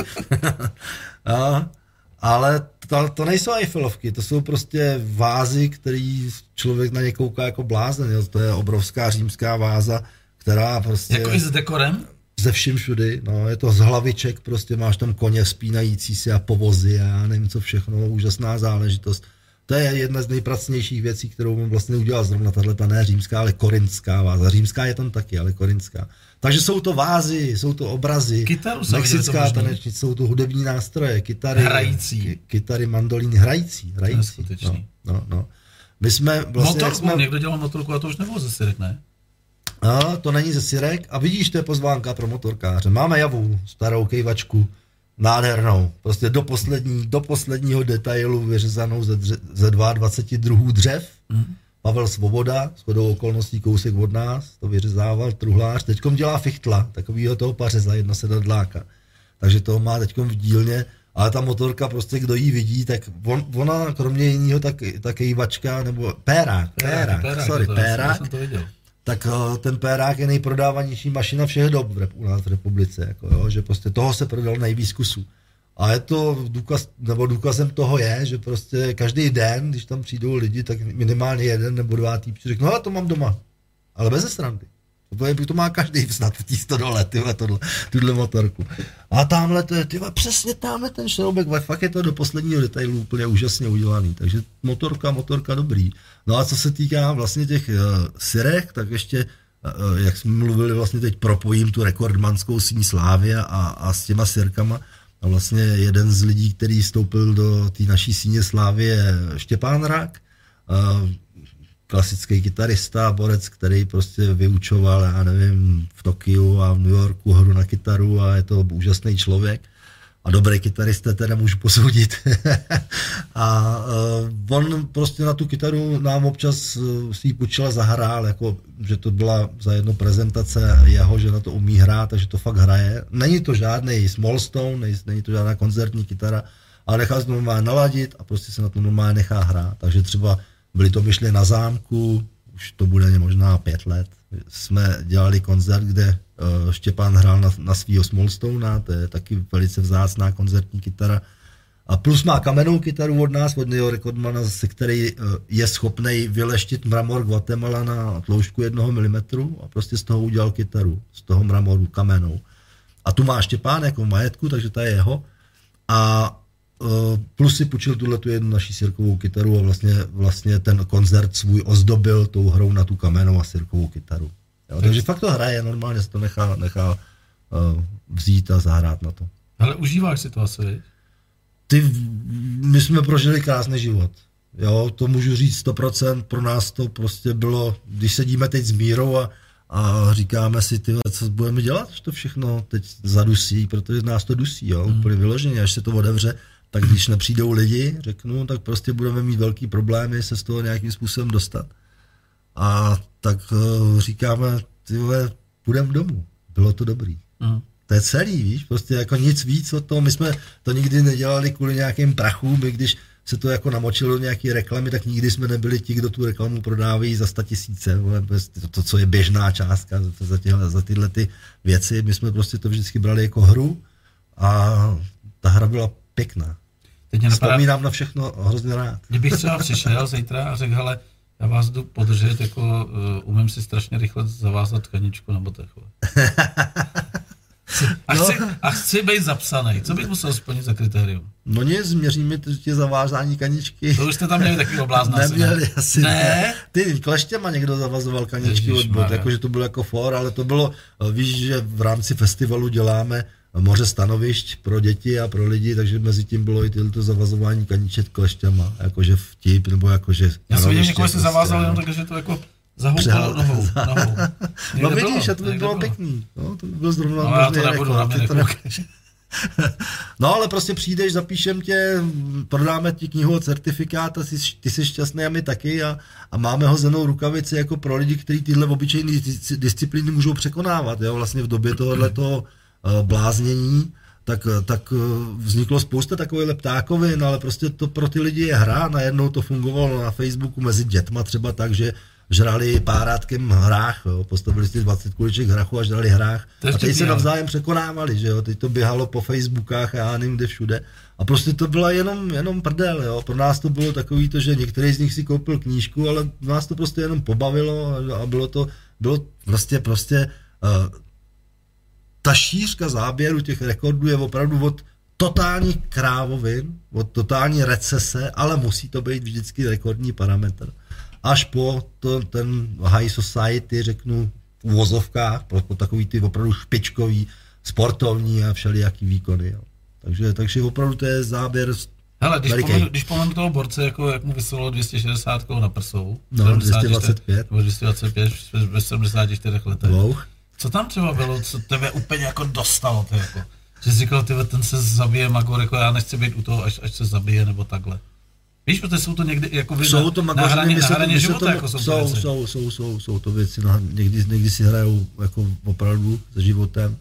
[SPEAKER 2] A, ale to, to nejsou Eiffelovky, to jsou prostě vázy, který člověk na ně kouká jako blázen. Jo. To je obrovská římská váza, která prostě...
[SPEAKER 3] Jako i s dekorem?
[SPEAKER 2] Ze vším všudy, no, je to z hlaviček, prostě máš tam koně spínající si a povozy a já nevím co všechno, úžasná záležitost. To je jedna z nejpracnějších věcí, kterou mám vlastně udělal zrovna tato ne římská, ale korintská váza. Římská je tam taky, ale korintská. Takže jsou to vázy, jsou to obrazy, mexická tanečnice, jsou to hudební nástroje, kytary,
[SPEAKER 3] hrající,
[SPEAKER 2] kytary, mandolíny, hrající, hrající.
[SPEAKER 3] No,
[SPEAKER 2] no, no. My jsme vlastně...
[SPEAKER 3] Motorku,
[SPEAKER 2] jsme...
[SPEAKER 3] někdo dělal motorku a to už nebylo ze sirek, ne?
[SPEAKER 2] A, to není ze sirek a vidíš, to je pozvánka pro motorkáře. Máme Javu, starou kejvačku, nádhernou, prostě do, poslední, do posledního detailu vyřezanou ze, dře, ze dvacet dva druhů dřev. Mm. Pavel Svoboda, shodou okolností kousek od nás, to vyřezával truhlář. Teďkom dělá fichtla, takovýho toho pařeza, jedna sedadláka. Takže toho má teďkom v dílně, ale ta motorka prostě, kdo jí vidí, tak on, ona kromě jiného tak, tak kejvačka, nebo pérák, pérák, pérák sorry, to, pérák. Tak ten pérák je nejprodávanější mašina všech dob u nás v republice, jako, jo, že prostě toho se prodal nejvíc kusů. A je to důkaz, nebo důkazem toho je, že prostě každý den, když tam přijdou lidi, tak minimálně jeden nebo dva týpci řeknou, no ale to mám doma, ale bez srandy. To, je, to má každý snad v tí dole, tyhle, tohle, tuhle motorku. A tamhle, to je, tyhle, přesně tamhle ten šroubek, fakt je to do posledního detailu úplně úžasně udělaný, takže motorka, motorka dobrý. No a co se týká vlastně těch uh, sirek, tak ještě, uh, jak jsme mluvili, vlastně teď propojím tu rekordmanskou síň slávy a, a s těma sirkama. A vlastně jeden z lidí, který vstoupil do té naší síně slávy, je Štěpán Rák, uh, klasický kytarista, borec, který prostě vyučoval, já nevím, v Tokiu a v New Yorku hru na kytaru a je to úžasný člověk. A dobrý kytarista teda můžu posoudit. A uh, on prostě na tu kytaru nám občas uh, si ji půjčil a zahrál, jako, že to byla za jedno prezentace jeho, že na to umí hrát, takže to fakt hraje. Není to žádný small stone, není, není to žádná koncertní kytara, ale nechá se to normálně naladit a prostě se na to normálně nechá hrát. Takže třeba byli to myšli na zámku, už to bude možná pět let. Jsme dělali koncert, kde uh, Štěpán hrál na, na svýho Smallstone, to je taky velice vzácná koncertní kytara. A plus má kamennou kytaru od nás, od Neil Recordmana, se který je schopný vyleštit mramor Guatemala na tloušťku jednoho milimetru a prostě z toho udělal kytaru, z toho mramoru kamennou. A tu má Štěpán jako majetku, takže ta je jeho. A plus si půjčil tuhletu jednu naší sirkovou kytaru a vlastně, vlastně ten koncert svůj ozdobil tou hrou na tu kamennou a sirkovou kytaru. Jo, takže fakt to hraje, normálně se to nechá, nechá uh, vzít a zahrát na to.
[SPEAKER 3] Ale užíváš si to asi, viď?
[SPEAKER 2] Ty, my jsme prožili krásný život. Jo, to můžu říct sto procent, pro nás to prostě bylo, když sedíme teď s Mírou a, a říkáme si, ty, co budeme dělat, že to všechno teď zadusí, protože nás to dusí, jo, hmm. úplně vyloženě, až se to otevře, tak když nepřijdou lidi, řeknu, tak prostě budeme mít velký problémy se z toho nějakým způsobem dostat. A tak uh, říkáme, ty vole, půjdeme domů, bylo to dobrý. Hmm. To je celý, víš, prostě jako nic víc od toho, my jsme to nikdy nedělali kvůli nějakým prachům, my když se to jako namočilo do nějaké reklamy, tak nikdy jsme nebyli ti, kdo tu reklamu prodávají za sta tisíce, to, to, co je běžná částka za, za, tyhle, za tyhle ty věci, my jsme prostě to vždycky brali jako hru a ta hra byla pěkná. Vzpomínám na všechno hrozně rád.
[SPEAKER 3] Kdybych třeba přišel zítra a řekl, hele, já vás jdu podržet, jako uh, umím si strašně rychle zavázat tkaničku na botech. A, no. chci, a chci být zapsaný. Co bych musel splnit za kritérium?
[SPEAKER 2] No nic, změříme tě zavázání kaničky.
[SPEAKER 3] To už jste tam měli takový oblázna.
[SPEAKER 2] Neměli
[SPEAKER 3] ne?
[SPEAKER 2] asi.
[SPEAKER 3] Ne?
[SPEAKER 2] ne. Ty kleštěma někdo zavazoval kaničky od bot, jakože to bylo jako for, ale to bylo, víš, že v rámci festivalu děláme moře stanovišť pro děti a pro lidi, takže mezi tím bylo i tyto zavazování kaniček kleštěma, jakože vtip, nebo jakože...
[SPEAKER 3] Já jsem viděl, někoho se zavázal jenom tak, že to jako zahoupalo nohou. nohou.
[SPEAKER 2] No vidíš, a to by bylo, bylo pěkný. No, to by bylo zrovna
[SPEAKER 3] no,
[SPEAKER 2] možný rekord. No ale prostě přijdeš, zapíšem tě, prodáme ti knihu o certifikát a ty, ty jsi šťastný a my taky a, a máme hozenou rukavici jako pro lidi, kteří tyhle obyčejné disciplíny můžou překonávat. Jo? Vlastně v době tohoto uh, bláznění tak, tak vzniklo spousta takových ptákovin, ale prostě to pro ty lidi je hra. Najednou to fungovalo na Facebooku mezi dětma třeba tak, že žrali párátkem hrách, jo. Postavili si dvacet kuliček hrachu a žrali hrách. A teď se navzájem překonávali, že jo. Teď to běhalo po Facebookách a já nevím kde všude. A prostě to byla jenom, jenom prdel, jo. Pro nás to bylo takový to, že některý z nich si koupil knížku, ale nás to prostě jenom pobavilo a bylo to, bylo prostě, prostě uh, ta šířka záběru těch rekordů je opravdu od totální krávovin, od totální recese, ale musí to být vždycky rekordní parametr. Až po to, ten high society, řeknu, v uvozovkách, po, po takový ty opravdu špičkový, sportovní a všelijaký výkony. Jo. Takže, takže opravdu to je záběr.
[SPEAKER 3] Hele, když pomenu, když pomenu toho borce, jako jak mu vyselo dvě stě šedesát na prsou,
[SPEAKER 2] no, dvě stě dvacet pět,
[SPEAKER 3] nebo dvě stě dvacet pět ve sedmdesáti čtyřech letech.
[SPEAKER 2] Wow.
[SPEAKER 3] Co tam třeba bylo, co tebe úplně jako dostalo, to jako, že jsi říkal, tyhle, ten se zabije, Magor, jako já nechci být u toho, až, až se zabije, nebo takhle. Víš, protože jsou to někdy jako vy
[SPEAKER 2] jsou to
[SPEAKER 3] na, na hraně, na hraně života,
[SPEAKER 2] to,
[SPEAKER 3] jako jsou,
[SPEAKER 2] jsou, jsou, jsou, jsou, jsou to věci, na, někdy, někdy si hrajou jako opravdu se životem.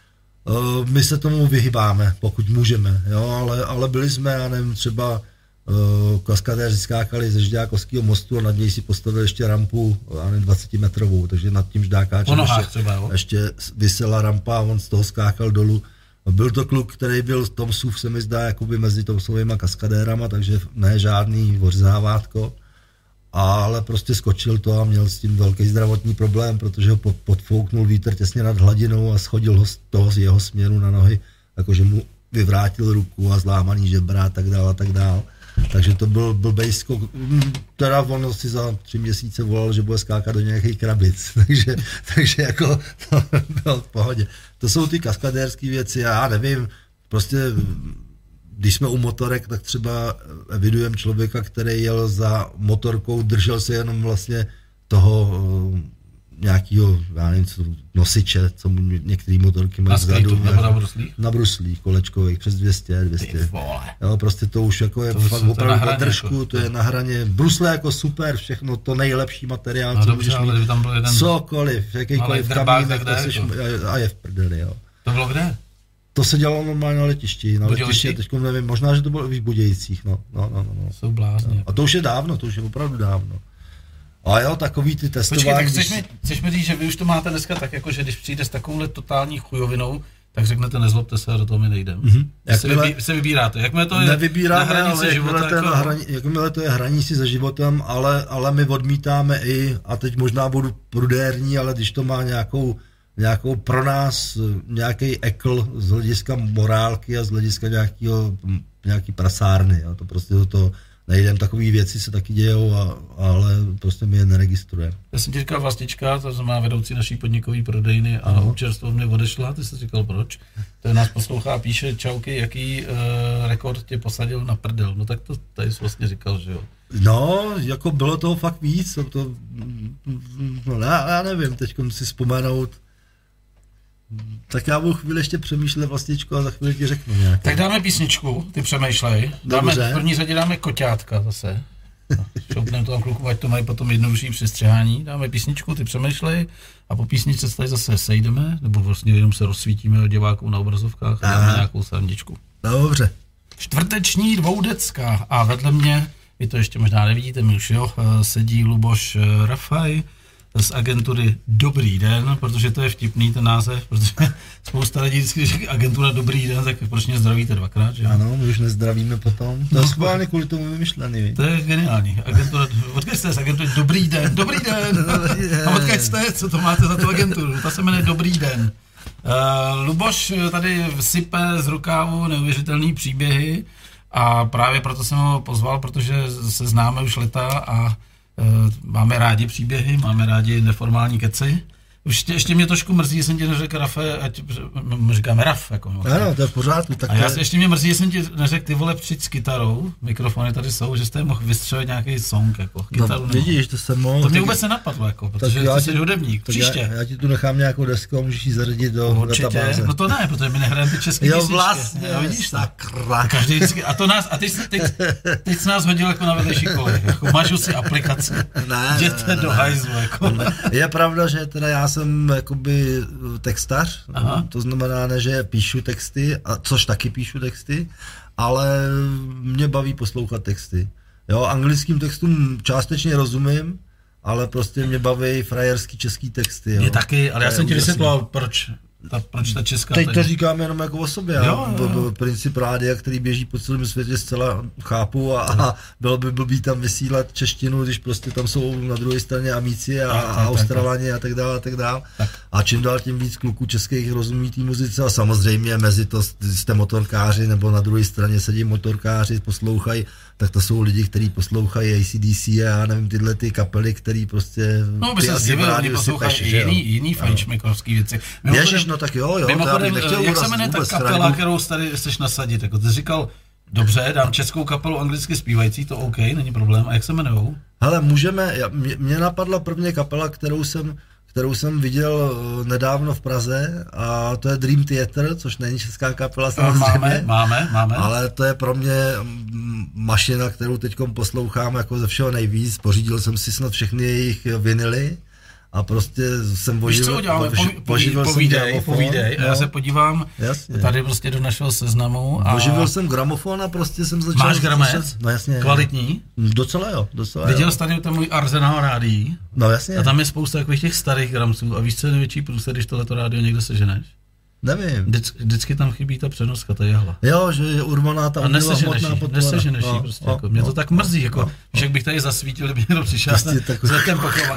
[SPEAKER 2] Uh, my se tomu vyhybáme, pokud můžeme, jo, ale, ale byli jsme, já nevím, třeba uh, kaskadéři skákali ze Žďákovského mostu a nad něj si postavili ještě rampu, já nevím, dvacetimetrovou, takže nad tím Žďákáčem ještě,
[SPEAKER 3] třeba,
[SPEAKER 2] ještě visela rampa a on z toho skákal dolů. Byl to kluk, který byl Tomsův, se mi zdá, jakoby mezi Tomsovými kaskadérama, takže ne žádný ořezávátko, ale prostě skočil to a měl s tím velký zdravotní problém, protože ho podfouknul vítr těsně nad hladinou a schodil ho z toho z jeho směru na nohy, jakože mu vyvrátil ruku a zlámaný žebra a tak dál a tak dál. Takže to byl blbej skok. Teda on si za tři měsíce volal, že bude skákat do nějakých krabic. takže, takže jako to bylo v pohodě. To jsou ty kaskadérské věci, já nevím, prostě když jsme u motorek, tak třeba evidujeme člověka, který jel za motorkou, držel se jenom vlastně toho nějakého, já nevím, co, nosiče, co některé motorky mají vzadu.
[SPEAKER 3] Na bruslích?
[SPEAKER 2] Na bruslích kolečkových, přes dvě stě, dvě stě. Jo, prostě to už jako je to fakt opravdu na držku, jako, to je na hraně. Brusle jako super, všechno to nejlepší materiál,
[SPEAKER 3] no,
[SPEAKER 2] co
[SPEAKER 3] dobře,
[SPEAKER 2] můžeš mít.
[SPEAKER 3] Tam byl jeden
[SPEAKER 2] cokoliv, jakýkoliv kamínek, a je v prdeli, jo.
[SPEAKER 3] To bylo kde?
[SPEAKER 2] To se dělalo normálně na letišti, na letišti, teď nevím, možná, že to bylo v Budějcích, no, no, no, no.
[SPEAKER 3] Jsou blázni.
[SPEAKER 2] No. A to už je dávno, to už je opravdu dávno. A jo, takový ty testování.
[SPEAKER 3] Počkej, tak chceš mi, chceš mi říct, že vy už to máte dneska tak, jako že když přijde s takovouhle totální chujovinou, tak řeknete nezlobte se a do toho my nejdeme. Mm-hmm. Se, vybí, se vybíráte. Jakmile to je
[SPEAKER 2] nevybíráme,
[SPEAKER 3] na hranici
[SPEAKER 2] ale
[SPEAKER 3] života.
[SPEAKER 2] Jako... Na hraní, jakmile to je hranící se životem, ale, ale my odmítáme i, a teď možná budu prudérní, ale když to má nějakou, nějakou pro nás nějaký ekl z hlediska morálky a z hlediska nějakého, nějaký prasárny. Jo. To prostě do toho nejdem, takové věci se taky dějou, a, ale prostě my je neregistrujeme.
[SPEAKER 3] Já jsem ti říkal vlastička, to znamená vedoucí naší podnikové prodejny a uh-huh. čerstvo mě odešla, ty jsi říkal proč. To nás poslouchá, píše čauky, jaký uh, rekord tě posadil na prdel. No tak to tady jsi vlastně říkal, že jo.
[SPEAKER 2] No, jako bylo toho fakt víc, to, no, já, já nevím, teď musím vzpomenout. Tak já budu chvíli ještě přemýšlet vlastičko a za chvíli ti řeknu nějak.
[SPEAKER 3] Tak dáme písničku, ty přemýšlej. Dáme, v první řadě dáme koťátka zase. Šoupneme to tam kluku, ať to mají potom jednodušší přestřihání. Dáme písničku, ty přemýšlej a po písničce se tady zase sejdeme, nebo vlastně jenom se rozsvítíme od diváků na obrazovkách a dáme nějakou srandičku.
[SPEAKER 2] Dobře.
[SPEAKER 3] Čtvrteční dvoudecka a vedle mě, vy to ještě možná nevidíte, my už jo, sedí Luboš Rafaj z agentury Dobrý den, protože to je vtipný ten název, protože spousta lidí vždycky říká agentura Dobrý den, tak proč mě zdravíte dvakrát, že?
[SPEAKER 2] Ano, my už nezdravíme potom. To je schválně kvůli tomu vymyšlený.
[SPEAKER 3] To je geniální. Agentura, odkud jste z agentury Dobrý den, Dobrý den. A odkud jste, co to máte za tu agenturu? Ta se jmenuje Dobrý den. Uh, Luboš tady sype z rukávu neuvěřitelný příběhy a právě proto jsem ho pozval, protože se známe už leta a máme rádi příběhy, máme rádi neformální keci. Ještě, ještě mě trošku mrzí, že jsem ti neřekl Rafe, ať my říkáme Raf. Jako, no.
[SPEAKER 2] Ano, to je v pořádku. Tak
[SPEAKER 3] a já, ještě mě mrzí, že jsem ti neřekl, ty vole, přijď s kytarou, mikrofony tady jsou, že jste mohl vystřelit nějaký song. Jako, kytaru,
[SPEAKER 2] no, vidíš, to jsem mohl.
[SPEAKER 3] To mě vůbec nenapadlo, jako, protože ty jsi hudebník. Příště.
[SPEAKER 2] Já, já ti tu nechám nějakou desku a můžeš ji zařadit do
[SPEAKER 3] určitě, databáze. No to ne, protože my nehrajeme ty české
[SPEAKER 2] jo,
[SPEAKER 3] písničky.
[SPEAKER 2] Vlastně,
[SPEAKER 3] jo, vidíš to? Každý vždycky, a to nás, a teď, teď, teď jsi nás hodil jako na vedlejší kole. Jako, mažu si aplikaci.
[SPEAKER 2] Ne,
[SPEAKER 3] jděte
[SPEAKER 2] ne,
[SPEAKER 3] do
[SPEAKER 2] ne.
[SPEAKER 3] hajzlu. Jako.
[SPEAKER 2] Je pravda, že teda já jsem jakoby textař, Aha. to znamená, ne, že píšu texty, a což taky píšu texty, ale mě baví poslouchat texty. Jo, anglickým textům částečně rozumím, ale prostě mě baví frajerský český texty. Jo.
[SPEAKER 3] Je taky, ale já jsem ti vysvětloval, proč. Ta, proč ta česká?
[SPEAKER 2] Teď to říkám jenom jako o sobě. Jo, jo, jo. Princip rádia, který běží po celém světě, zcela chápu a, a bylo by blbý tam vysílat češtinu, když prostě tam jsou na druhé straně Amici a, a Australani a tak dále a tak dále. Tak. A čím dál tím víc kluků českých rozumí té muzice a samozřejmě mezi to jste motorkáři nebo na druhé straně sedí motorkáři, poslouchají, tak to jsou lidi, kteří poslouchají A C D C a já nevím, tyhle ty kapely, který prostě...
[SPEAKER 3] No, by se zdivil, oni poslouchají jiný, jiný fajnšmekrovský věci.
[SPEAKER 2] Ježiš, no tak jo, jo.
[SPEAKER 3] Mimochodem, jak se jmenuje ta kapela, kterou tady chceš nasadit? Jako ty jsi říkal, dobře, dám českou kapelu anglicky zpívající, to OK, není problém. A jak se jmenujou?
[SPEAKER 2] Hele, můžeme, mě, mě napadla prvně kapela, kterou jsem, kterou jsem viděl nedávno v Praze a to je Dream Theater, což není česká kapela samozřejmě.
[SPEAKER 3] Máme, máme, máme.
[SPEAKER 2] Ale to je pro mě mašina, kterou teďkom poslouchám jako ze všeho nejvíc. Pořídil jsem si snad všechny jejich vinily. A prostě jsem
[SPEAKER 3] oživil... Víš, co uděláme? Povídej, povídej, povídej. A já se podívám jasně. Tady prostě do našeho seznamu. A...
[SPEAKER 2] Oživil jsem gramofon a prostě jsem začal...
[SPEAKER 3] Máš gramec?
[SPEAKER 2] No jasně.
[SPEAKER 3] Kvalitní?
[SPEAKER 2] Docela jo, docela
[SPEAKER 3] Viděl
[SPEAKER 2] jo.
[SPEAKER 3] jsi tady ten můj arzenál rádií?
[SPEAKER 2] No jasně.
[SPEAKER 3] A tam je spousta takových těch starých gramců. A víš, co je největší průsled, když tohleto rádio někde seženeš?
[SPEAKER 2] Nevím.
[SPEAKER 3] Vždycky, vždycky tam chybí ta přenoska, ta jehla.
[SPEAKER 2] Jo, že je urvaná ta umělá hmotná podpora.
[SPEAKER 3] Neseženeš jí prostě. No, jako. Mě no, to tak mrzí, jako, no, že jak bych tady zasvítil, kdyby někdo přišel s letem pochovat.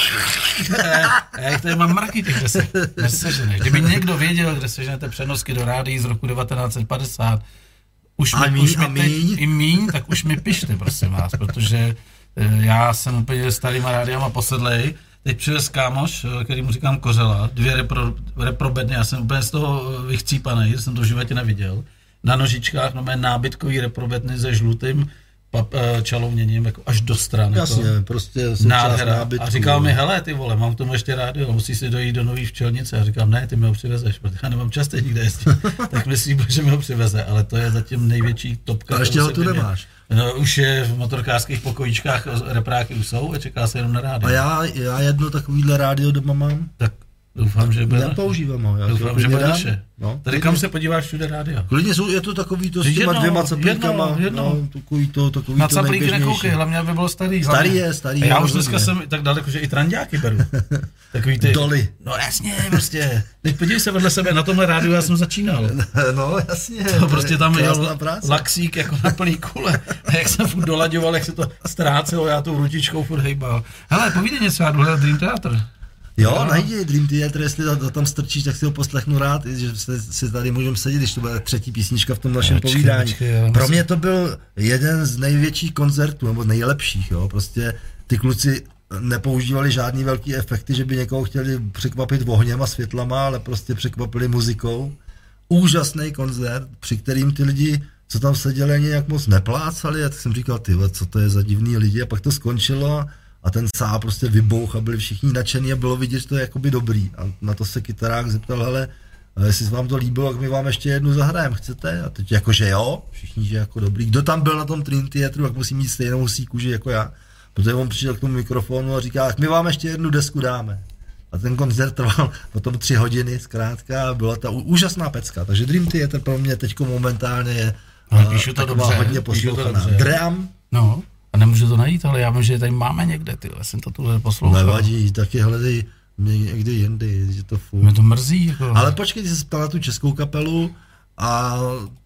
[SPEAKER 3] Já jich tady mám mraky těch, kde se neseženeš. Kdyby někdo věděl, kde seženete přenosky do rádií z roku devatenáct set padesát, už mi, míň, už mi teď, i míň, tak už mi pište, prosím vás, protože já jsem úplně starýma rádiama posedlej. Teď přivez kámoš, který mu říkám Kořela, dvě repro, reprobedny, já jsem úplně z toho vychcípanej, jsem to v životě neviděl. Na nožičkách no mé nábytkový reprobedny se žlutým pap, čalouněním jako až do strany.
[SPEAKER 2] Jasně, to, prostě
[SPEAKER 3] nádhera. A říkal mi, hele ty vole, mám k tomu ještě rádio, musí si dojít do nový Včelnice. A říkám, ne, ty mi ho přivezeš, protože já nemám čas teď nikde jezdit. Tak myslím, že mi ho přiveze, ale to je zatím největší topka.
[SPEAKER 2] A ještě ho tu nemáš.
[SPEAKER 3] No, už je v motorkářských pokojíčkách, repráky už jsou a čeká se jenom na rádio.
[SPEAKER 2] A já, já jedno takovýhle rádio doma mám.
[SPEAKER 3] Tak Doufám, že bude.
[SPEAKER 2] Nepoužívám ho. Já
[SPEAKER 3] Doufám, že bude naše.
[SPEAKER 2] No,
[SPEAKER 3] tady kam se podíváš, všude rádia.
[SPEAKER 2] Klidně jsou, je to takový to s těma
[SPEAKER 3] jedno,
[SPEAKER 2] dvěma caplíkama.
[SPEAKER 3] Jedno, jedno.
[SPEAKER 2] No, takový to, takový
[SPEAKER 3] na
[SPEAKER 2] to
[SPEAKER 3] caplíky nekoukej, hlavně aby bylo starý.
[SPEAKER 2] Starý je, starý
[SPEAKER 3] je. Já
[SPEAKER 2] je,
[SPEAKER 3] už dneska
[SPEAKER 2] rozhodně.
[SPEAKER 3] jsem tak daleko, že i tranďáky beru. Takový ty...
[SPEAKER 2] Doly.
[SPEAKER 3] No jasně, prostě. Teď podívej se vedle sebe, na tomhle rádiu já jsem začínal.
[SPEAKER 2] No jasně.
[SPEAKER 3] To prostě tam jel
[SPEAKER 2] práce.
[SPEAKER 3] laxík jako na plný kule. A jak jsem furt dolaďoval, jak se to ztrácelo, já tou ručičkou furt hejbal. Hele, povídej něco, já jdu hledat Dream Theater.
[SPEAKER 2] Jo, najdi Dream Theater, jestli to tam strčíš, tak si ho poslechnu rád, že se, si tady můžeme sedět, když to bude třetí písnička v tom našem
[SPEAKER 3] Počkej,
[SPEAKER 2] povídání.
[SPEAKER 3] počkej,
[SPEAKER 2] Pro mě to byl jeden z největších koncertů, nebo nejlepších, jo, prostě ty kluci nepoužívali žádný velký efekty, že by někoho chtěli překvapit ohněm a světlama, ale prostě překvapili muzikou. Úžasný koncert, při kterým ty lidi, co tam seděli, ani nějak moc neplácali, a tak jsem říkal, ty, co to je za divný lidi, a pak to skončilo a ten sál prostě vybouch a byli všichni nadšení a bylo vidět, že to je jakoby dobrý. A na to se kytarák zeptal, hele, jestli se vám to líbilo, tak my vám ještě jednu zahrajeme, chcete? A teď jakože jo, všichni, že jako dobrý. Kdo tam byl na tom Dream Theatru, tak musí mít stejnou husí kůži jako já. Protože on přišel k tomu mikrofonu a říká, tak my vám ještě jednu desku dáme. A ten koncert trval potom tři hodiny zkrátka a byla ta úžasná pecka. Takže Dream Theater pro mě teďko momentálně je
[SPEAKER 3] no, píšu to
[SPEAKER 2] taková
[SPEAKER 3] dobře,
[SPEAKER 2] hodně poslouchaná. Dram.
[SPEAKER 3] No, a nemůžu to najít, ale já vím, že tady máme někde, ty, já jsem to tu poslouchal.
[SPEAKER 2] Nevadí, taky hledej někdy jindy, že to furt.
[SPEAKER 3] Mě to mrzí. Jako.
[SPEAKER 2] Ale počkej, ty se ptal na tu českou kapelu a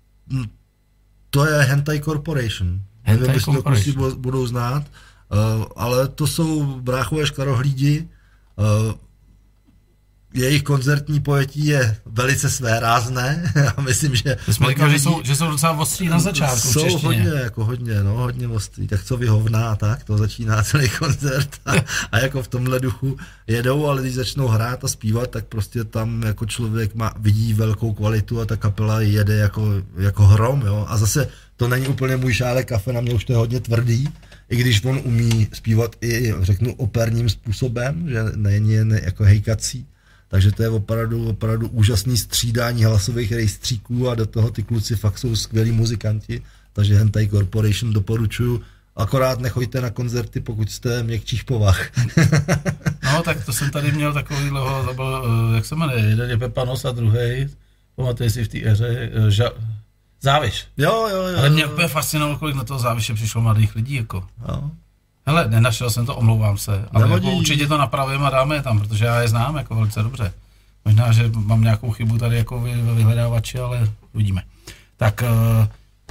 [SPEAKER 2] to je Hentai Corporation.
[SPEAKER 3] Hentai
[SPEAKER 2] Nevím, jestli to kluci
[SPEAKER 3] Corporation.
[SPEAKER 2] budou znát, uh, ale to jsou bráchové škarohlídi. Uh, jejich koncertní pojetí je velice svérázné a myslím, že...
[SPEAKER 3] Jsme říkali, že jsou, že jsou docela ostří na začátku v
[SPEAKER 2] Jsou
[SPEAKER 3] češtině.
[SPEAKER 2] hodně, jako hodně, no, hodně ostrý. Tak co vy hovná, tak to začíná celý koncert a, a jako v tomhle duchu jedou, ale když začnou hrát a zpívat, tak prostě tam jako člověk má, vidí velkou kvalitu a ta kapela jede jako, jako hrom, jo. A zase to není úplně můj šálek kafe, na mě už to je hodně tvrdý, i když on umí zpívat i, řeknu, operním způsobem, že není jen jako hejkací. Takže to je opravdu, opravdu úžasný střídání hlasových rejstříků a do toho ty kluci fakt jsou skvělí muzikanti, takže Hentai Corporation doporučuju. Akorát nechoďte na koncerty, pokud jste měkčích povah.
[SPEAKER 3] No, tak to jsem tady měl takový dlouho, to byl, jak se jmenuje, jeden je Pepanos a druhej, pamatuješ si v té éře, ža, Záviš.
[SPEAKER 2] Jo, jo, jo.
[SPEAKER 3] Ale mě úplně fascinovalo, kolik na toho Záviše přišlo mladých lidí, jako.
[SPEAKER 2] Jo.
[SPEAKER 3] Hele, nenašel jsem to, omlouvám se, ale
[SPEAKER 2] Nevadí.
[SPEAKER 3] jako určitě to napravím a dáme je tam, protože já je znám jako velice dobře. Možná, že mám nějakou chybu tady jako vy, vyhledávači, ale uvidíme. Tak uh,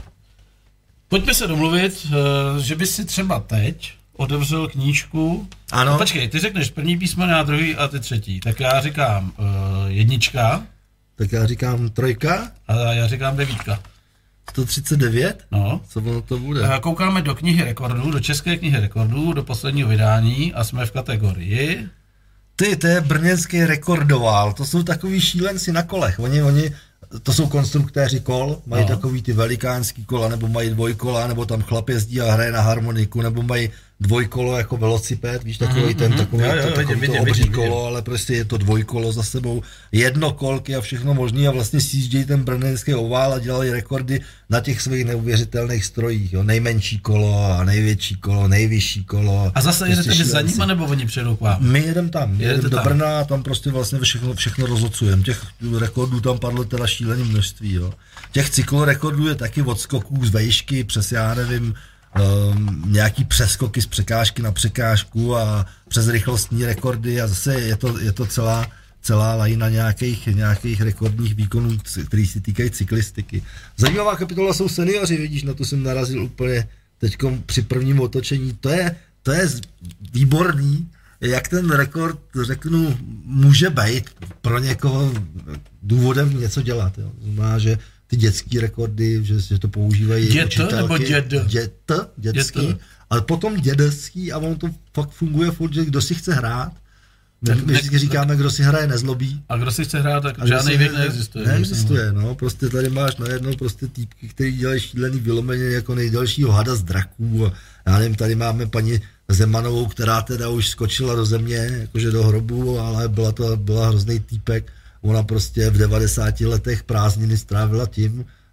[SPEAKER 3] pojďme se domluvit, uh, že by si třeba teď otevřel knížku.
[SPEAKER 2] Ano.
[SPEAKER 3] No, počkej, ty řekneš první písmeno a druhý a ty třetí. Tak já říkám uh, jednička.
[SPEAKER 2] Tak já říkám trojka.
[SPEAKER 3] A já říkám devítka.
[SPEAKER 2] sto třicet devět?
[SPEAKER 3] No.
[SPEAKER 2] Co ono to bude?
[SPEAKER 3] Koukáme do knihy rekordů, do české knihy rekordů, do posledního vydání a jsme v kategorii...
[SPEAKER 2] Ty, to je brněnský rekordovál, to jsou takový šílenci na kolech, oni, oni, to jsou konstruktéři kol, mají
[SPEAKER 3] No.
[SPEAKER 2] takový ty velikánský kola, nebo mají dvojkola, nebo tam chlap jezdí a hraje na harmoniku, nebo mají dvojkolo jako velociped, víš, takový
[SPEAKER 3] Mhm,
[SPEAKER 2] ten,
[SPEAKER 3] mhm.
[SPEAKER 2] takový,
[SPEAKER 3] Jo, jo,
[SPEAKER 2] to,
[SPEAKER 3] vidím,
[SPEAKER 2] takový
[SPEAKER 3] vidím,
[SPEAKER 2] to obří
[SPEAKER 3] vidím,
[SPEAKER 2] kolo,
[SPEAKER 3] vidím.
[SPEAKER 2] ale prostě je to dvojkolo za sebou, jednokolky a všechno možný a vlastně sjíždějí ten brněnský ovál a dělají rekordy na těch svých neuvěřitelných strojích, jo, nejmenší kolo a největší kolo, nejvyšší kolo.
[SPEAKER 3] A zase jedete
[SPEAKER 2] Prostě
[SPEAKER 3] vy za
[SPEAKER 2] šílenci.
[SPEAKER 3] nima, nebo oni přijedou k vám?
[SPEAKER 2] My jedem tam, my
[SPEAKER 3] Jedete
[SPEAKER 2] jedem do
[SPEAKER 3] tam.
[SPEAKER 2] Brna a tam prostě vlastně všechno, všechno rozocujeme. Těch rekordů tam padlo teda šílený množství, jo. Těch cyklorekordů je taky od skoků z vejšky přes, já nevím, um, nějaký přeskoky z překážky na překážku a přes rychlostní rekordy a zase je to, je to celá, celá lajna nějakých, nějakých rekordních výkonů, který se týkají cyklistiky. Zajímavá kapitola jsou seniori, vidíš, na to jsem narazil úplně teďkom při prvním otočení. To je, to je výborný, jak ten rekord, řeknu, může být pro někoho důvodem něco dělat. Jo. Znamená, že ty dětský rekordy, že, že to používají
[SPEAKER 3] Dět
[SPEAKER 2] učitelky.
[SPEAKER 3] nebo děd?
[SPEAKER 2] Dět, dětský.
[SPEAKER 3] Dět.
[SPEAKER 2] Ale potom dědeský a on to fakt funguje furt, že kdo si chce hrát. My,
[SPEAKER 3] Tak-
[SPEAKER 2] my vždycky
[SPEAKER 3] tak-
[SPEAKER 2] říkáme, kdo si hraje, nezlobí.
[SPEAKER 3] A kdo si chce hrát, tak
[SPEAKER 2] A
[SPEAKER 3] žádný
[SPEAKER 2] kdo si
[SPEAKER 3] věk
[SPEAKER 2] hraje-
[SPEAKER 3] neexistuje.
[SPEAKER 2] Neexistuje, no, prostě tady máš najednou prostě týpky, který dělají šílený vylomeně jako nejdelšího hada z draků a já nevím, tady máme paní Zemanovou, která teda už skočila do země, jakože do hrobu, ale byla to byla hrozný týpek. Ona prostě v devadesáti letech prázdniny strávila tím,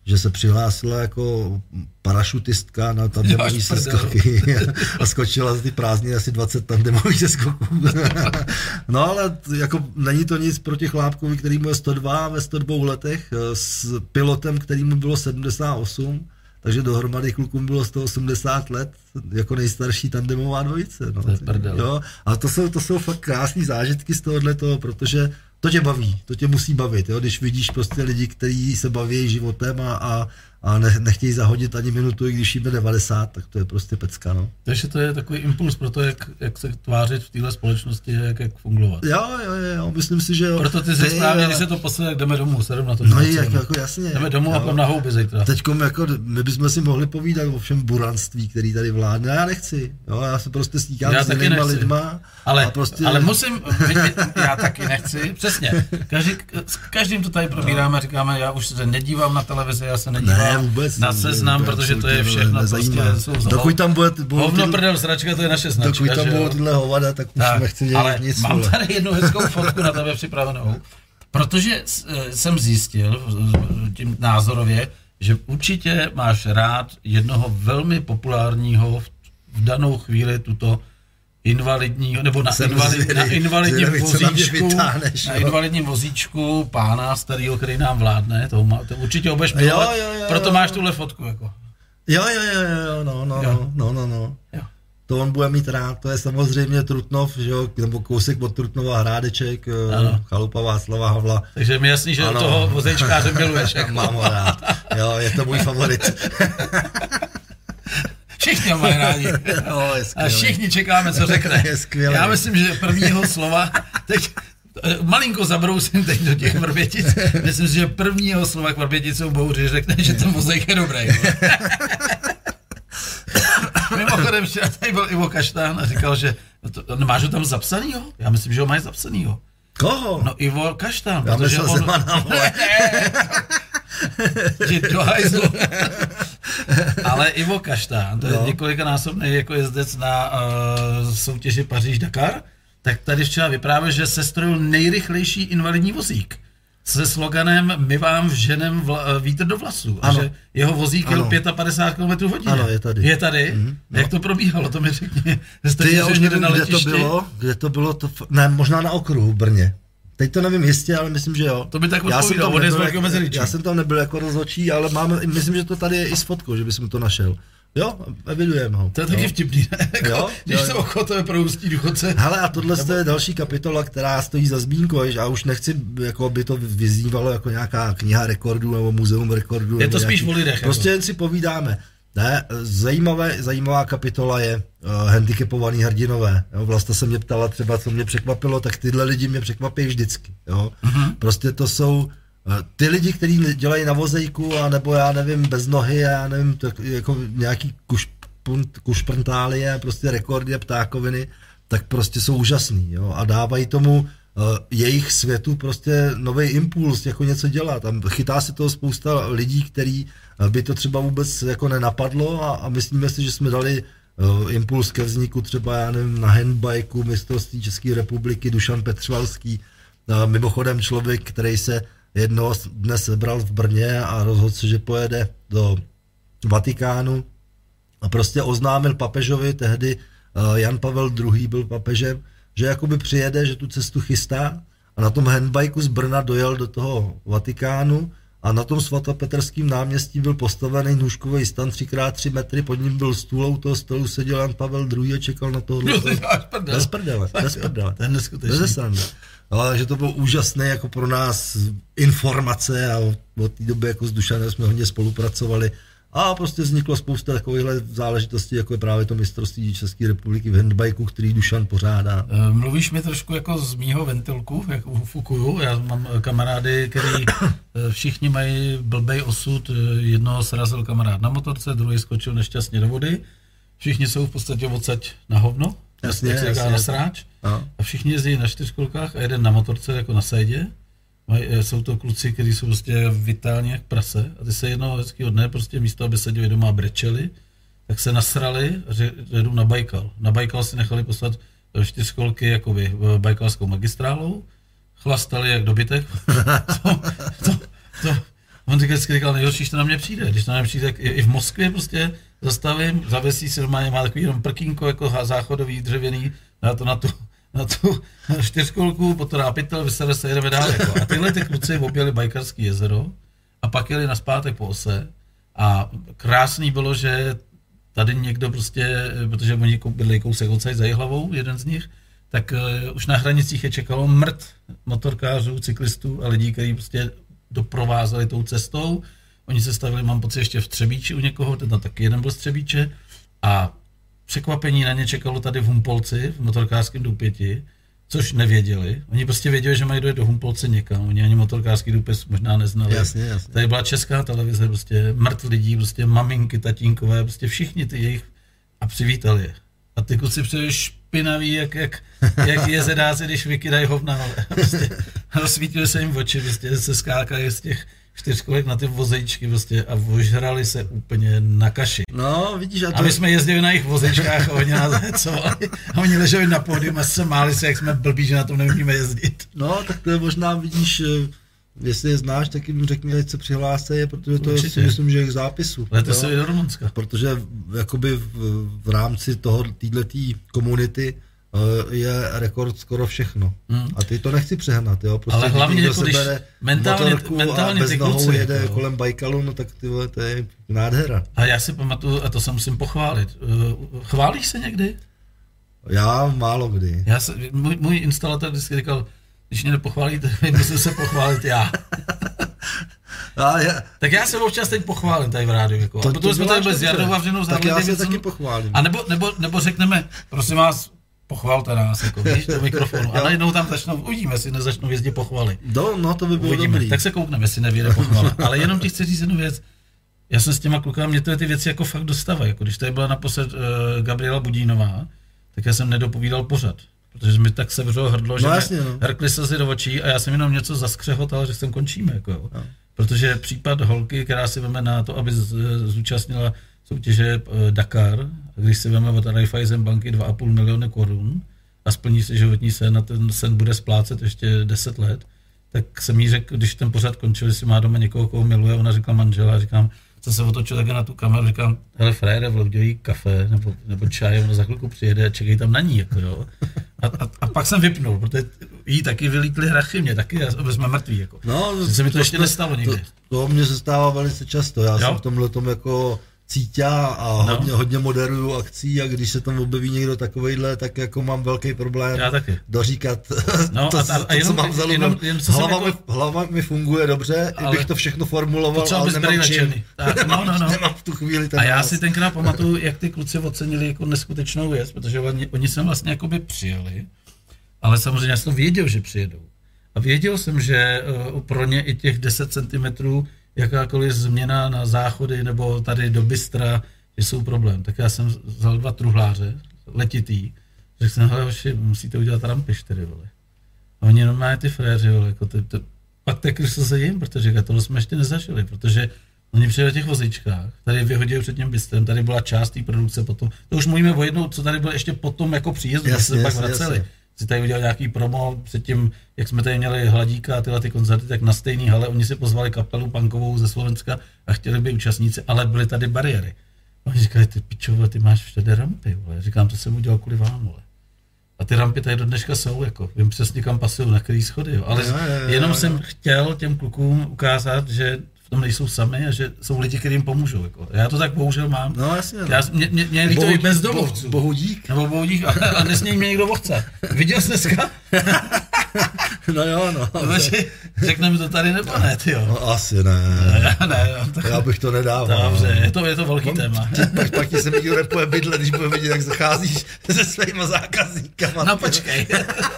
[SPEAKER 2] že se přihlásila jako parašutistka na tandemový seskoky a skočila za ty prázdniny asi dvacet tandemových seskoků. No ale jako není to nic proti Chlápkovi, který mu je sto dva ve sto dvou letech, s pilotem, který mu bylo sedmdesát osm, takže dohromady klukům bylo sto osmdesát let, jako nejstarší tandemová dvojice. No.
[SPEAKER 3] To je prdel.
[SPEAKER 2] Jo, a to jsou, to jsou fakt krásný zážitky z tohohle toho, protože to tě baví, to tě musí bavit, jo? Když vidíš prostě lidi, kteří se baví životem a, a, a ne, nechtějí zahodit ani minutu, i když jim je devadesát, tak to je prostě pecka, no.
[SPEAKER 3] Takže to je takový impuls pro to, jak, jak se tvářit v téhle společnosti, jak, jak fungovat.
[SPEAKER 2] Jo, jo, jo, myslím si, že jo.
[SPEAKER 3] Proto ty se správně, když se to posledně, jak jdeme domů, sedm na to.
[SPEAKER 2] No jak, jako jasně.
[SPEAKER 3] Jdeme domů
[SPEAKER 2] jo.
[SPEAKER 3] A půjdeme na houby zítra.
[SPEAKER 2] Teďkom jako, my bychom si mohli povídat o všem buranství, který tady vládne, já nechci, jo, já se prostě stýkám
[SPEAKER 3] já
[SPEAKER 2] s jinýma lidma.
[SPEAKER 3] Ale,
[SPEAKER 2] a prostě...
[SPEAKER 3] ale musím, já taky nechci, přesně. Každý, s každým to tady probíráme, říkáme, já už se nedívám na televizi, já se nedívám
[SPEAKER 2] ne, vůbec,
[SPEAKER 3] na Seznam,
[SPEAKER 2] ne,
[SPEAKER 3] protože to je všechno prostě.
[SPEAKER 2] Dokud tam bude...
[SPEAKER 3] Hovno, prdel, sračka, to je naše značka.
[SPEAKER 2] Dokud tam budou tyhle hovada, tak už tak, nechci dělat
[SPEAKER 3] ale
[SPEAKER 2] nic.
[SPEAKER 3] Mám vole. Tady jednu hezkou fotku na tebe připravenou, protože jsem zjistil tím názorově, že určitě máš rád jednoho velmi populárního v danou chvíli tuto invalidního, nebo na, invalid, na invalidním zvědavý, vozíčku, vytáneš, na invalidním vozíčku pána starýho, který nám vládne, to, má, to určitě obeš milovat, proto máš tuhle fotku, jako.
[SPEAKER 2] Jo, jo, jo, jo, no, no,
[SPEAKER 3] jo.
[SPEAKER 2] no, no, no.
[SPEAKER 3] Jo.
[SPEAKER 2] To on bude mít rád, to je samozřejmě Trutnov, že jo, nebo kousek od Trutnova, Hrádeček, ano. Chalupa Václava Havla.
[SPEAKER 3] Takže mi jasný, že ano. Toho vozečkáře miluješ. Jako.
[SPEAKER 2] Mám ho rád, jo, je to můj favorit.
[SPEAKER 3] Všichni ho mají rádi.
[SPEAKER 2] Jo,
[SPEAKER 3] a všichni čekáme, co řekne.
[SPEAKER 2] Je
[SPEAKER 3] Já myslím, že prvního slova, teď malinko zabrousím teď do těch Vrbětic, myslím si, že prvního slova k Vrběticou Bouři řekne, že ten vozejk je dobrý. Mimochodem, včera tady byl Ivo Kaštán a říkal, že to, máš ho tam zapsanýho? Já myslím, že ho mají zapsanýho.
[SPEAKER 2] Koho?
[SPEAKER 3] No Ivo Kaštán,
[SPEAKER 2] já
[SPEAKER 3] protože on...
[SPEAKER 2] Zemana, vole.
[SPEAKER 3] Že do hajzlu. Ale Ivo Kaštán, to je no. několikanásobný jako jezdec na uh, soutěži Paříž-Dakar, tak tady včera vyprávěl, že sestrojil nejrychlejší invalidní vozík se sloganem my vám vženem vla, vítr do vlasů. A že jeho vozík jel padesát pět kilometrů hodině.
[SPEAKER 2] Ano, je tady.
[SPEAKER 3] Je tady? Mm-hmm. Jak
[SPEAKER 2] no.
[SPEAKER 3] to probíhalo, to mi řekni.
[SPEAKER 2] Ty, já už nevím, kde to bylo, kde to bylo, to, ne, možná na okruhu v Brně. Teď to nevím jistě, ale myslím, že jo.
[SPEAKER 3] To by tak odpovídal, on je z Velkého Meziříčí.
[SPEAKER 2] Já jsem tam nebyl jako rozhodčí, ale máme, myslím, že to tady je i s fotkou, že bychom to našel. Jo, evidujeme ho.
[SPEAKER 3] To je taky
[SPEAKER 2] jo.
[SPEAKER 3] vtipný, ne? Jako,
[SPEAKER 2] jo,
[SPEAKER 3] když
[SPEAKER 2] jo,
[SPEAKER 3] se ochotuje pro ústí důchodce.
[SPEAKER 2] Hele, a tohle nebo... je další kapitola, která stojí za zmínku, a už nechci, jako by to vyznívalo jako nějaká kniha rekordů nebo muzeum rekordů.
[SPEAKER 3] Je to spíš
[SPEAKER 2] nějaký...
[SPEAKER 3] o lidech.
[SPEAKER 2] Prostě
[SPEAKER 3] jako.
[SPEAKER 2] jen si povídáme. Ne, zajímavé, zajímavá kapitola je uh, handicapovaný hrdinové. Jo, Vlasta se mě ptala třeba, co mě překvapilo, tak tyhle lidi mě překvapí vždycky. Jo. Uh-huh. Prostě to jsou uh, ty lidi, kteří dělají na vozejku, a nebo já nevím, bez nohy, já nevím, tak, jako nějaký kušpunt, kušprntálie, prostě rekordy, ptákoviny, tak prostě jsou úžasný. Jo, a dávají tomu uh, jejich světu prostě nový impuls, jako něco dělat. Tam chytá se toho spousta lidí, který by to třeba vůbec jako nenapadlo a, a myslíme si, že jsme dali uh, impuls ke vzniku třeba, já nevím, na handbajku mistrovství České republiky Dušan Petřvalský, uh, mimochodem člověk, který se jednoho dne sebral v Brně a rozhodl se, že pojede do Vatikánu a prostě oznámil papežovi, tehdy uh, Jan Pavel druhý byl papežem, že jakoby přijede, že tu cestu chystá a na tom handbajku z Brna dojel do toho Vatikánu. A na tom svatopetrském náměstí byl postavený nůžkový stan tři krát tři metry, pod ním byl stůl, u toho stolu seděl Jan Pavel druhý a čekal na tohle.
[SPEAKER 3] No,
[SPEAKER 2] bez prdele, bez prdele.
[SPEAKER 3] To je neskutečný.
[SPEAKER 2] Bez srandy. Ale že to bylo úžasné jako pro nás informace a od té doby jako s Dušanem jsme hodně spolupracovali. A prostě vzniklo spousta takovýchhle záležitostí, jako je právě to mistrovství České republiky v handbajku, který Dušan pořádá.
[SPEAKER 3] Mluvíš mi trošku jako z mýho ventilku, jak ufukuju. Já mám kamarády, který všichni mají blbej osud. Jednoho srazil kamarád na motorce, druhý skočil nešťastně do vody. Všichni jsou v podstatě odsaď na hovno,
[SPEAKER 2] jasně,
[SPEAKER 3] jak se říká na sráč. A. a všichni jezdí na čtyřkolkách a jeden na motorce jako na sejdě. Jsou to kluci, kteří jsou prostě vitální jak prase a ty se jednoho hezkého dne prostě místo, aby seděli doma a brečeli, tak se nasrali a jedou na Bajkal. Na Bajkal si nechali poslat čtyřkolky jakoby bajkalskou magistrálou, chlastali jak dobytek. to, to, to, On vždycky říkal, nejhorší, že to na mě přijde. Když to na mě přijde, tak i, i v Moskvě prostě zastavím, zavesí se doma, má takový jenom prkínko jako záchodový, dřevěný, na to na tu, na tu čtyřkolku, potom dá pytel, vysere se, jedeme dál. Jako. A tyhle ty kluci objeli Bajkarský jezero a pak jeli naspátek po ose a krásný bylo, že tady někdo prostě, protože oni byli kousek odsaď za Jihlavou, jeden z nich, tak uh, už na hranicích je čekalo mrt motorkářů, cyklistů a lidí, kteří prostě doprovázeli tou cestou. Oni se stavili, mám pocit, ještě v Třebíči u někoho, ten taky jeden byl z Třebíče a překvapení na ně čekalo tady v Humpolci, v motorkářském Doupěti, což nevěděli. Oni prostě věděli, že mají dojet do Humpolce někam, oni ani motorkářský Doupět možná neznali.
[SPEAKER 2] Jasně, jasně.
[SPEAKER 3] Tady byla česká televize, prostě mrt lidí, prostě maminky, tatínkové, prostě všichni ty jejich a přivítali je. A ty kluci přijeli špinaví, jak, jak, jak jezedáci, když vykydají hovna. Prostě rozsvítili se jim oči, prostě se skákají z těch čtyřkolek na ty vozejčky prostě a ožrali se úplně na kaši.
[SPEAKER 2] No, vidíš, a to...
[SPEAKER 3] A my jsme jezdili na jejich vozejčkách a oni nás hecovali. A oni leželi na pódium a se máli se, jak jsme blbí, že na tom neumíme jezdit.
[SPEAKER 2] No, tak to je možná, vidíš, jestli je znáš, tak jim řekni, ať se přihlásí, protože to si myslím, že je k zápisu.
[SPEAKER 3] Lete se do Rumunska.
[SPEAKER 2] Protože jakoby v, v rámci toho, téhletý komunity je rekord skoro všechno. Hmm. A ty to nechci přehnat, jo. Prostě
[SPEAKER 3] ale hlavně jako když mentálně, mentálně
[SPEAKER 2] a bez
[SPEAKER 3] ty
[SPEAKER 2] nohou
[SPEAKER 3] kluci
[SPEAKER 2] jede
[SPEAKER 3] jako,
[SPEAKER 2] kolem Bajkalu, no tak ty vole, to je nádhera.
[SPEAKER 3] A já si pamatuju, a to se musím pochválit. Chválíš se někdy?
[SPEAKER 2] Já málo kdy.
[SPEAKER 3] Já se, můj, můj instalatér vždycky říkal, když mě nepochválíte, musím se pochválit já.
[SPEAKER 2] A já.
[SPEAKER 3] Tak já se občas teď pochválím tady v rádiu. Jako. To, a protože jsme tady byli s Jardou Vavřinou.
[SPEAKER 2] Tak já se taky pochválím.
[SPEAKER 3] A nebo, nebo, nebo řekneme, prosím vás, pochvalte nás, jako, víš, do mikrofonu. A najednou tam začnou, uvidíme, jestli nezačnou jezdit pochvaly.
[SPEAKER 2] Do, no to by bylo
[SPEAKER 3] uvidíme.
[SPEAKER 2] Dobrý.
[SPEAKER 3] Tak se koukneme, jestli nevyjde pochvala. Ale jenom ti chci říct jednu věc. Já jsem s těma klukama, mě to ty věci jako fakt dostávají. Jako když tady byla naposled uh, Gabriela Budínová, tak já jsem nedopovídal pořad. Protože mi tak sevřelo hrdlo, že
[SPEAKER 2] no, jasně, no.
[SPEAKER 3] hrkli slzy do očí a já jsem jenom něco zaskřehotal, že jsem končíme. Jako, jo. No. Protože případ holky, která si veme na to, aby zúčastnila soutěže Dakar, když si veme od Raiffeisen banky dva a půl milionu korun a splní si životní sen a ten sen bude splácet ještě deset let, tak jsem jí řekl, když ten pořad končil, jestli má doma někoho, koho miluje, ona říkala manžela, a říkám, co se otočil také na tu kameru, říkám, hele frére, vlodějí kafe nebo, nebo čaj, ona za chvilku přijede a čekej tam na ní, jako jo. A, a, a pak jsem vypnul, protože jí taky vylítly hrachy, mě taky, aby jsme mrtví, jako.
[SPEAKER 2] No,
[SPEAKER 3] se mi to, to ještě
[SPEAKER 2] to,
[SPEAKER 3] nestalo nikdy.
[SPEAKER 2] To, to mně se stává velice často, já jo? jsem v tomhle tom jako cítá a no. hodně, hodně moderuju akcí a když se tam objeví někdo takovejhle, tak jako mám velký problém doříkat
[SPEAKER 3] no,
[SPEAKER 2] to,
[SPEAKER 3] a, a,
[SPEAKER 2] to,
[SPEAKER 3] a jenom,
[SPEAKER 2] co mám za
[SPEAKER 3] jenom, jenom,
[SPEAKER 2] hlava,
[SPEAKER 3] jako...
[SPEAKER 2] mi, hlava mi funguje dobře, ale... bych to všechno formuloval, ale nemám čím.
[SPEAKER 3] Tak, nemám, no, no, no.
[SPEAKER 2] nemám v tu chvíli ten
[SPEAKER 3] A já
[SPEAKER 2] hlas.
[SPEAKER 3] si tenkrát pamatuju, jak ty kluci ocenili jako neskutečnou věc, protože oni, oni sem vlastně jakoby přijeli, ale samozřejmě já jsem to věděl, že přijedou. A věděl jsem, že uh, pro ně i těch deset centimetrů jakákoliv změna na záchody nebo tady do bystra, že jsou problém. Tak já jsem vzal dva truhláře, letitý, řekl jsem, hele hoši, musíte udělat rampy čtyři, vole. A oni normálně ty fréři, vole, jako ty, ty, pak tekli se jim, protože tohle jsme ještě nezažili, protože oni přijeli v těch vozičkách, tady vyhodili před tím bystrem, tady byla část té produkce potom, to už mluvíme o jednou, co tady bylo ještě potom jako příjezdu, jasně, se pak vraceli. Jasně. Si tady udělal nějaký promo předtím, jak jsme tady měli Hladíka a tyhle ty koncerty, tak na stejný hale oni si pozvali kapelu punkovou ze Slovenska a chtěli by účastníci, ale byly tady bariéry. Oni říkali, ty pičo, ty máš všude rampy, vole. Říkám, to jsem udělal kvůli vám, vole. A ty rampy tady do dneška jsou, jako, vím přesně kam pasují, na který schody, jo. Ale jo, jo, jo, jenom jo. jsem chtěl těm klukům ukázat, že v tom nejsou sami a že jsou lidi, kteří jim pomůžou. Jako. Já to tak bohužel mám.
[SPEAKER 2] No jasně.
[SPEAKER 3] Já, mě, mě, mě líto i bez domovců.
[SPEAKER 2] Bohu dík.
[SPEAKER 3] Nebo bohu dík, a, a nesmějí mě někdo vochce. Viděl jsi dneska?
[SPEAKER 2] No jo, no.
[SPEAKER 3] Řekneme to tady nebo ne, ty jo?
[SPEAKER 2] No asi ne.
[SPEAKER 3] Já, ne jo, tak...
[SPEAKER 2] Já bych to nedával.
[SPEAKER 3] Dobře, je to, je to velký no, téma.
[SPEAKER 2] Pak, pak ti se mi nikdo nepoje bydle, když bude vidět, jak zacházíš se svýma zákazníkama.
[SPEAKER 3] No počkej.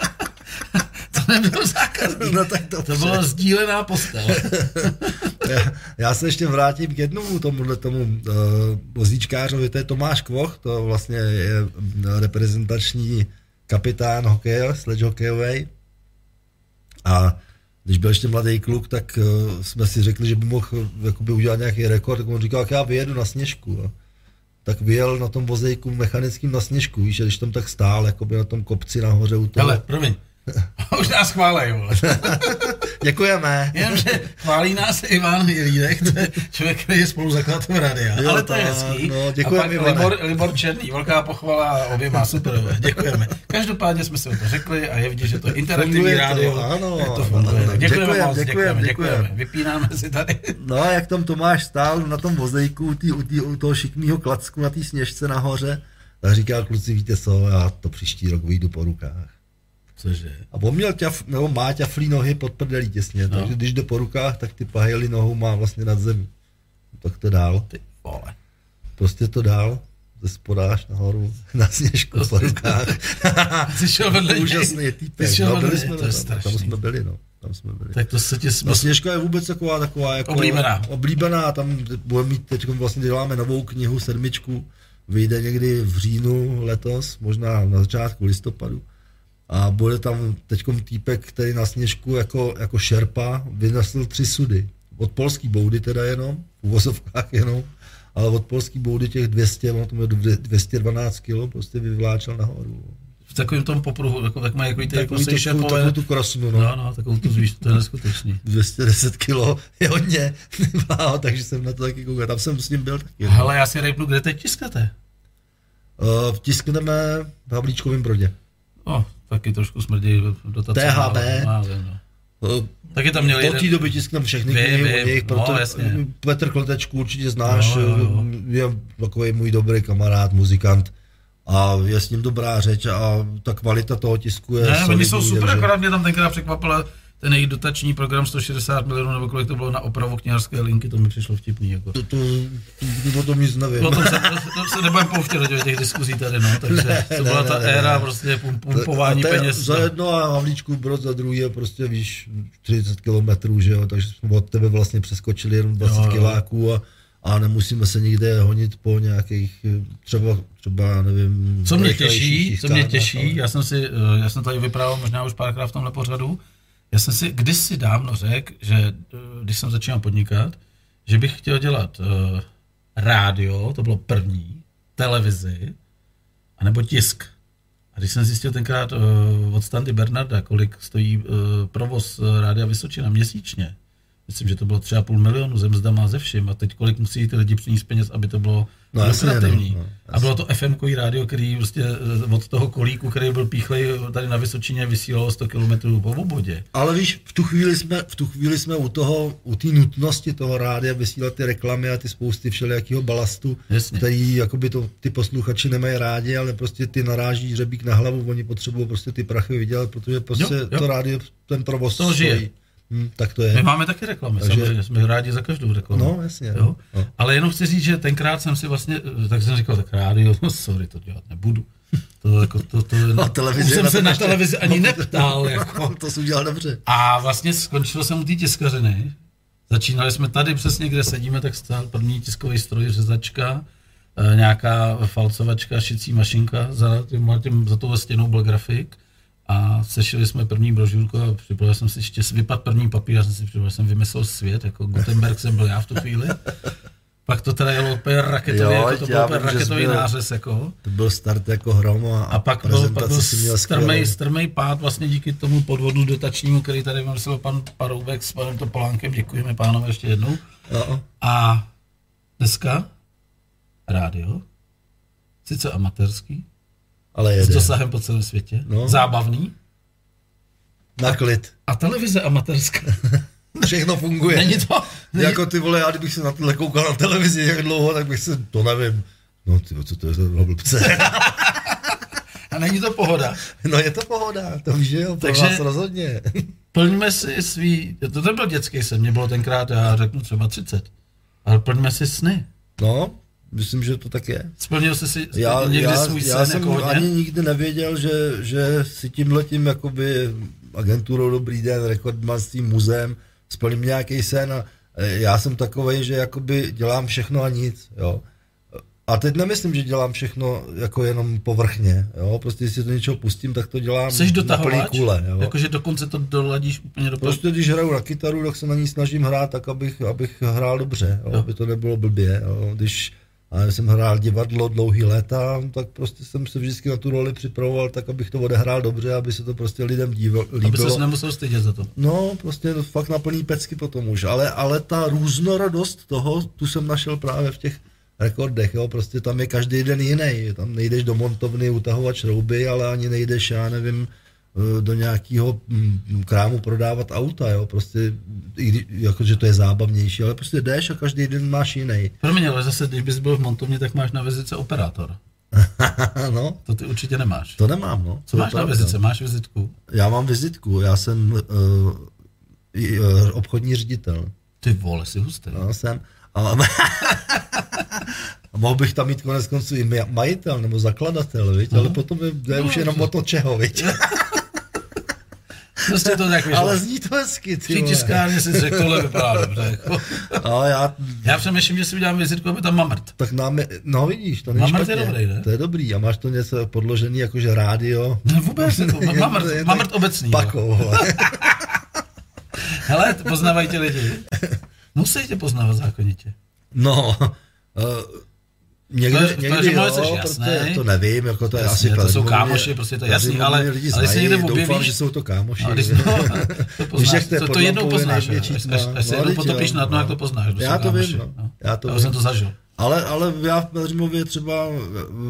[SPEAKER 3] To nebyl zákazník.
[SPEAKER 2] No, tak to
[SPEAKER 3] to byla sdílená postel.
[SPEAKER 2] já, já se ještě vrátím k jednomu tomuhle tomu uh, vozíčkářovi, to je Tomáš Kvoch, to vlastně je reprezentační kapitán hokeje, sledge hokejovej. A když byl ještě mladý kluk, tak uh, jsme si řekli, že by mohl jakoby udělat nějaký rekord, tak on říkal, jak já vyjedu na Sněžku. A tak vyjel na tom vozejku mechanickým na Sněžku, víš, že když tam tak stál, jakoby na tom kopci nahoře u toho.
[SPEAKER 3] Ale, promiň, Už nás chválej, vole.
[SPEAKER 2] Děkujeme.
[SPEAKER 3] Jenomže chválí nás Ivan Jelínek, to je člověk, který je spoluzakladatel rádia.
[SPEAKER 2] Jo,
[SPEAKER 3] Ale to je
[SPEAKER 2] tak,
[SPEAKER 3] hezký.
[SPEAKER 2] no, děkujeme,
[SPEAKER 3] a pak
[SPEAKER 2] Ivane.
[SPEAKER 3] Libor, Libor Černý, velká pochvala oběma, super, děkujeme. Každopádně jsme si o to řekli a je vidět, že to je interaktivní
[SPEAKER 2] Funguje to,
[SPEAKER 3] rádio.
[SPEAKER 2] ano,
[SPEAKER 3] to funguje.
[SPEAKER 2] ano,
[SPEAKER 3] Děkujeme,
[SPEAKER 2] děkujem,
[SPEAKER 3] moc,
[SPEAKER 2] děkujem,
[SPEAKER 3] děkujeme,
[SPEAKER 2] děkujem.
[SPEAKER 3] děkujeme. Vypínáme si tady.
[SPEAKER 2] No a jak tam Tomáš stál na tom vozejku u, tý, u, tý, u toho šikmýho klacku na té sněžce nahoře, tak říkal, kluci, víte co, já to příští rok vyjdu po rukách.
[SPEAKER 3] Cože?
[SPEAKER 2] A on měl ťaf, nebo má ťaflý nohy pod prdelí těsně,
[SPEAKER 3] No.
[SPEAKER 2] takže když jde po rukách, tak ty pahejly nohou má vlastně nad zemí. Tak to dál.
[SPEAKER 3] Ty vole.
[SPEAKER 2] Prostě to dál, ze spodáš nahoru, na sněžku po rukách.
[SPEAKER 3] Ty šel vedle něj.
[SPEAKER 2] Úžasný týpek.
[SPEAKER 3] Ty šel
[SPEAKER 2] No,
[SPEAKER 3] vedle
[SPEAKER 2] byli
[SPEAKER 3] něj,
[SPEAKER 2] jsme
[SPEAKER 3] to je
[SPEAKER 2] tam, tam
[SPEAKER 3] strašný.
[SPEAKER 2] jsme byli, no. Tam jsme byli.
[SPEAKER 3] Tak to se tě
[SPEAKER 2] No,
[SPEAKER 3] smysl.
[SPEAKER 2] Sněžka je vůbec taková, taková jako
[SPEAKER 3] Oblíbená.
[SPEAKER 2] oblíbená, tam budeme mít teď, vlastně děláme novou knihu, sedmičku, vyjde někdy v říjnu letos, možná na začátku listopadu. A bude tam teďkom týpek, který na Sněžku jako, jako šerpa vynesl tři sudy. Od polský boudy teda jenom, v uvozovkách jenom, ale od polský boudy těch dvě stě, on to měl dvě stě dvanáct kilo, prostě vyvláčel nahoru.
[SPEAKER 3] V takovém tom popruhu, jako, tak mají jako ty jako
[SPEAKER 2] Takovou tu,
[SPEAKER 3] sejšerpové.
[SPEAKER 2] takovou tu krosnu, no.
[SPEAKER 3] No, no, takovou tu zvíš, to je neskutečný.
[SPEAKER 2] dvě stě deset kilo je hodně, takže jsem na to taky koukal. Tam jsem s ním byl taky. no.
[SPEAKER 3] Hele, já si rejpnu, kde teď tisknete?
[SPEAKER 2] Uh, vtiskneme v Havlíčkovém Brodě.
[SPEAKER 3] O, taky trošku smrdí dotace.
[SPEAKER 2] T H B.
[SPEAKER 3] No, no.
[SPEAKER 2] Uh,
[SPEAKER 3] Taky tam měli
[SPEAKER 2] Od té doby tiskneme všechny
[SPEAKER 3] Vím,
[SPEAKER 2] knihy
[SPEAKER 3] vím,
[SPEAKER 2] o nich,
[SPEAKER 3] no,
[SPEAKER 2] proto
[SPEAKER 3] jasně.
[SPEAKER 2] Petr Klotečku určitě znáš,
[SPEAKER 3] Jo, jo, jo.
[SPEAKER 2] je takový můj dobrý kamarád, muzikant a je s ním dobrá řeč a ta kvalita toho tisku je
[SPEAKER 3] Ne,
[SPEAKER 2] solidní,
[SPEAKER 3] oni jsou super,
[SPEAKER 2] takže-
[SPEAKER 3] akorát mě tam tenkrát překvapila ten jejich dotační program sto šedesát milionů, nebo kolik to bylo na opravu knihářské linky, to mi přišlo vtipný. Jako.
[SPEAKER 2] To, to, to, o tom nic nevím.
[SPEAKER 3] O tom se, to se nebudeme pouštět do těch diskuzí tady, no, takže
[SPEAKER 2] Ne,
[SPEAKER 3] to
[SPEAKER 2] ne,
[SPEAKER 3] byla
[SPEAKER 2] ne,
[SPEAKER 3] ta
[SPEAKER 2] ne,
[SPEAKER 3] éra
[SPEAKER 2] ne.
[SPEAKER 3] prostě pum, pumpování
[SPEAKER 2] A to je
[SPEAKER 3] peněz.
[SPEAKER 2] za jedno a Havlíčkův Brod za druhý je prostě, víš, čtyřicet kilometrů, že jo, takže jsme od tebe vlastně přeskočili jenom dvacet
[SPEAKER 3] Jo, jo.
[SPEAKER 2] kiláků a, a nemusíme se nikde honit po nějakých, třeba, třeba nevím...
[SPEAKER 3] Co mě
[SPEAKER 2] rychlejších
[SPEAKER 3] těší, co mě
[SPEAKER 2] tiskárnách,
[SPEAKER 3] těší,
[SPEAKER 2] ale-
[SPEAKER 3] já jsem si, eh, já jsem tady vyprávěl možná už párkrát v tomhle pořadu, já jsem si kdysi dávno řekl, že eh, když jsem začínal podnikat, že bych chtěl dělat uh, rádio, to bylo první, televizi, anebo tisk. A když jsem zjistil tenkrát uh, od Standy Bernarda, kolik stojí uh, provoz uh, Rádia Vysočina měsíčně, myslím, že to bylo třeba půl milionu ze mzdama a ze vším, a teď kolik musí ty lidi přinést peněz, aby to bylo
[SPEAKER 2] No, jasně,
[SPEAKER 3] lukrativní.
[SPEAKER 2] no, no,
[SPEAKER 3] A bylo to ef emkový rádio, který prostě eh, od toho kolíku, který byl píchlej tady na Vysočině, vysílalo sto kilometrů po obvodě.
[SPEAKER 2] Ale víš, v tu chvíli jsme, v tu chvíli jsme u toho, u té nutnosti toho rádia vysílat ty reklamy a ty spousty všelijakého balastu,
[SPEAKER 3] Jasně.
[SPEAKER 2] který jakoby to, ty posluchači nemají rádi, ale prostě ty naráží hřebík na hlavu, oni potřebují prostě ty prachy vydělat, protože prostě
[SPEAKER 3] Jo, jo.
[SPEAKER 2] to rádio, ten provoz
[SPEAKER 3] toho žije.
[SPEAKER 2] stojí. Hm, tak to je.
[SPEAKER 3] My máme taky reklamy,
[SPEAKER 2] Takže-
[SPEAKER 3] samozřejmě, jsme rádi za každou reklamu.
[SPEAKER 2] No, jasně.
[SPEAKER 3] Jo?
[SPEAKER 2] No.
[SPEAKER 3] Ale jenom chci říct, že tenkrát jsem si vlastně, tak jsem říkal, tak rádio, no sorry, to dělat nebudu. To, jako, to, to,
[SPEAKER 2] No, televizi
[SPEAKER 3] už jsem
[SPEAKER 2] na
[SPEAKER 3] se
[SPEAKER 2] to
[SPEAKER 3] na
[SPEAKER 2] ještě-
[SPEAKER 3] televizi ani
[SPEAKER 2] no,
[SPEAKER 3] neptal. Jako.
[SPEAKER 2] To jsi udělal dobře.
[SPEAKER 3] A vlastně skončil jsem u té tiskařiny. Začínali jsme tady přesně, kde sedíme, tak stál první tiskový stroj, řezačka, e, nějaká falcovačka, šicí mašinka, za, tím, tím, za touhle stěnou byl grafik a sešili jsme první brožurku a připravil jsem si ještě vypad první papír, já jsem si připravil, jsem vymyslel svět, jako Gutenberg jsem byl já v tu chvíli. Pak to teda jelo úplně raketový,
[SPEAKER 2] Jo,
[SPEAKER 3] jako to
[SPEAKER 2] já
[SPEAKER 3] byl úplně
[SPEAKER 2] vím, že jsi
[SPEAKER 3] raketový
[SPEAKER 2] byl-
[SPEAKER 3] nářez, jako.
[SPEAKER 2] To byl start jako hrom a,
[SPEAKER 3] A pak byl, pak
[SPEAKER 2] prezentace
[SPEAKER 3] byl
[SPEAKER 2] si měl
[SPEAKER 3] strmej,
[SPEAKER 2] skvělou.
[SPEAKER 3] strmej pád vlastně díky tomu podvodu dotačnímu, který tady vymyslel pan Paroubek s panem Topolánkem. Děkujeme pánové ještě jednou.
[SPEAKER 2] Jo.
[SPEAKER 3] A dneska rádio, sice amatérský,
[SPEAKER 2] Ale
[SPEAKER 3] s
[SPEAKER 2] jede.
[SPEAKER 3] dosahem po celém světě,
[SPEAKER 2] No.
[SPEAKER 3] zábavný,
[SPEAKER 2] Na klid.
[SPEAKER 3] a televize amatérská.
[SPEAKER 2] Všechno funguje.
[SPEAKER 3] Není to? Není...
[SPEAKER 2] Jako ty vole, já kdybych se na tohle koukal na televizi jak dlouho, tak bych se, to nevím. No ty, co to je za blbce.
[SPEAKER 3] A není to pohoda.
[SPEAKER 2] No je to pohoda, to víš, že jo, pro
[SPEAKER 3] Takže-
[SPEAKER 2] vás rozhodně.
[SPEAKER 3] Plňme si svý, to nebyl dětský sen, mě bylo tenkrát, já řeknu třeba třicet, ale plňme si sny.
[SPEAKER 2] No, myslím, že to tak je.
[SPEAKER 3] Splnil jsi si
[SPEAKER 2] Já,
[SPEAKER 3] někdy
[SPEAKER 2] já,
[SPEAKER 3] svůj
[SPEAKER 2] já
[SPEAKER 3] sen
[SPEAKER 2] jsem
[SPEAKER 3] jako hodně?
[SPEAKER 2] ani nikdy nevěděl, že, že si tímhletím jakoby agenturou Dobrý den, rekordmanstvím, muzeem splním nějaký sen a e, já jsem takovej, že jakoby dělám všechno a nic, jo. A teď nemyslím, že dělám všechno jako jenom povrchně, jo. Prostě když si do něčeho pustím, tak to dělám
[SPEAKER 3] Jseš
[SPEAKER 2] na plný
[SPEAKER 3] dotahovač?
[SPEAKER 2] kůle, jo.
[SPEAKER 3] Jakože dokonce to doladíš úplně do
[SPEAKER 2] Prostě když hraju na kytaru, tak se na ní snažím hrát tak, abych, abych hrál dobře, jo,
[SPEAKER 3] Jo.
[SPEAKER 2] aby to nebylo blbě. Jo. Když A já jsem hrál divadlo dlouhý léta, tak prostě jsem se vždycky na tu roli připravoval tak, abych to odehrál dobře, aby se to prostě lidem díval, líbilo.
[SPEAKER 3] Aby se nemusel stydět za to.
[SPEAKER 2] No, prostě fakt na plný pecky potom už, ale, ale ta různorodost toho, tu jsem našel právě v těch rekordech, jo, prostě tam je každý den jiný, tam nejdeš do montovny utahovat šrouby, ale ani nejdeš, já nevím, do nějakého krámu prodávat auta, jo, prostě, jakože to je zábavnější, ale prostě jdeš a každý den máš jiný.
[SPEAKER 3] Promiň, ale zase, když bys byl v montovně, tak máš na vizice operátor.
[SPEAKER 2] No.
[SPEAKER 3] To ty určitě nemáš.
[SPEAKER 2] To nemám, no.
[SPEAKER 3] Co máš na vizice? Máš vizitku? Já
[SPEAKER 2] mám vizitku, já jsem uh, uh, obchodní ředitel.
[SPEAKER 3] Ty vole, jsi hustý.
[SPEAKER 2] No, jsem. A mohl bych tam mít konec konců i majitel nebo zakladatel, viď? No. Ale potom je, je no, už jenom o to čeho, viď?
[SPEAKER 3] Prostě to tak vyšlo.
[SPEAKER 2] Ale zní to hezky, ty
[SPEAKER 3] vole. V tiskárně si řekl, tohle vypadá dobře.
[SPEAKER 2] Ale já...
[SPEAKER 3] já přemýšlím, že si udělám vizitku, aby tam mamrt.
[SPEAKER 2] Tak nám je, no vidíš, to není
[SPEAKER 3] mamrt
[SPEAKER 2] špatně.
[SPEAKER 3] Je dobrý, ne?
[SPEAKER 2] To je dobrý a máš to něco podložený, jakože rádio.
[SPEAKER 3] Ne, vůbec, to, mamrt, mamrt obecný.
[SPEAKER 2] Pakou,
[SPEAKER 3] hele, poznávají tě lidi. Musí tě poznávat zákonitě.
[SPEAKER 2] No, uh, někdy,
[SPEAKER 3] to,
[SPEAKER 2] někdy
[SPEAKER 3] to,
[SPEAKER 2] jo, protože to nevím, jako to je
[SPEAKER 3] jasně,
[SPEAKER 2] asi...
[SPEAKER 3] To jsou kámoši, prostě to je jasný, ale, ale když se někde objevíš...
[SPEAKER 2] Doufám, že jsou to kámoši.
[SPEAKER 3] No, když, no, to poznáš, to, to, to jednou poznáš, až, až, až se jednou potopíš na dno, jak to poznáš.
[SPEAKER 2] Já to vím, no.
[SPEAKER 3] No.
[SPEAKER 2] Já to
[SPEAKER 3] já
[SPEAKER 2] vím.
[SPEAKER 3] jsem to zažil.
[SPEAKER 2] Ale, ale já v Pelhřimově třeba uh,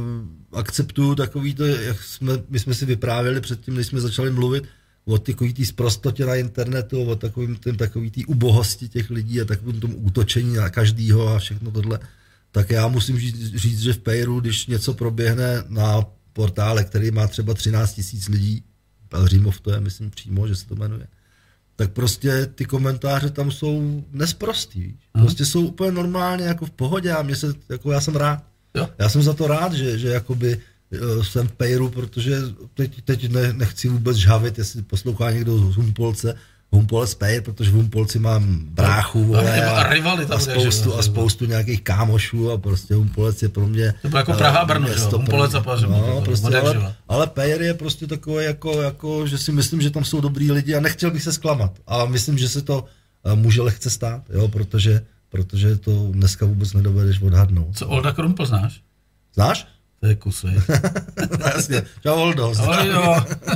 [SPEAKER 2] akceptuju takový to, jak jsme, my jsme si vyprávěli předtím, než jsme začali mluvit, o takový tý sprostotě na internetu, o takovým tým, takový tý ubohosti těch lidí a takovým tom útočení na každýho a všechno tohle, tak já musím říct, říct, že v Pejru, když něco proběhne na portále, který má třeba třináct tisíc lidí, Pelhřimov to je, myslím přímo, že se to jmenuje, tak prostě ty komentáře tam jsou nesprostý, víš? Prostě jsou úplně normálně jako v pohodě a mě se, jako já jsem rád.
[SPEAKER 3] Jo.
[SPEAKER 2] Já jsem za to rád, že, že jakoby jsem v Pejru, protože teď, teď ne, nechci vůbec žhavit, jestli poslouchá někdo z Humpolce, Humpolec Pejr, protože v Humpolci mám bráchu, vole, a, a, a, spoustu, a spoustu nějakých kámošů a prostě Humpolec je pro mě...
[SPEAKER 3] To bylo jako Praha a Brno, že jo? Humpolec a Pelhřimov.
[SPEAKER 2] No, prostě, ale, ale Pejr je prostě takové jako, jako, že si myslím, že tam jsou dobrý lidi a nechtěl bych se zklamat. A myslím, že se to může lehce stát, jo, protože, protože to dneska vůbec nedovedeš odhadnout.
[SPEAKER 3] Co Olda Krumpl znáš?
[SPEAKER 2] Znáš?
[SPEAKER 3] To je kusy.
[SPEAKER 2] Jasně. Čau, Oldo.
[SPEAKER 3] Jo.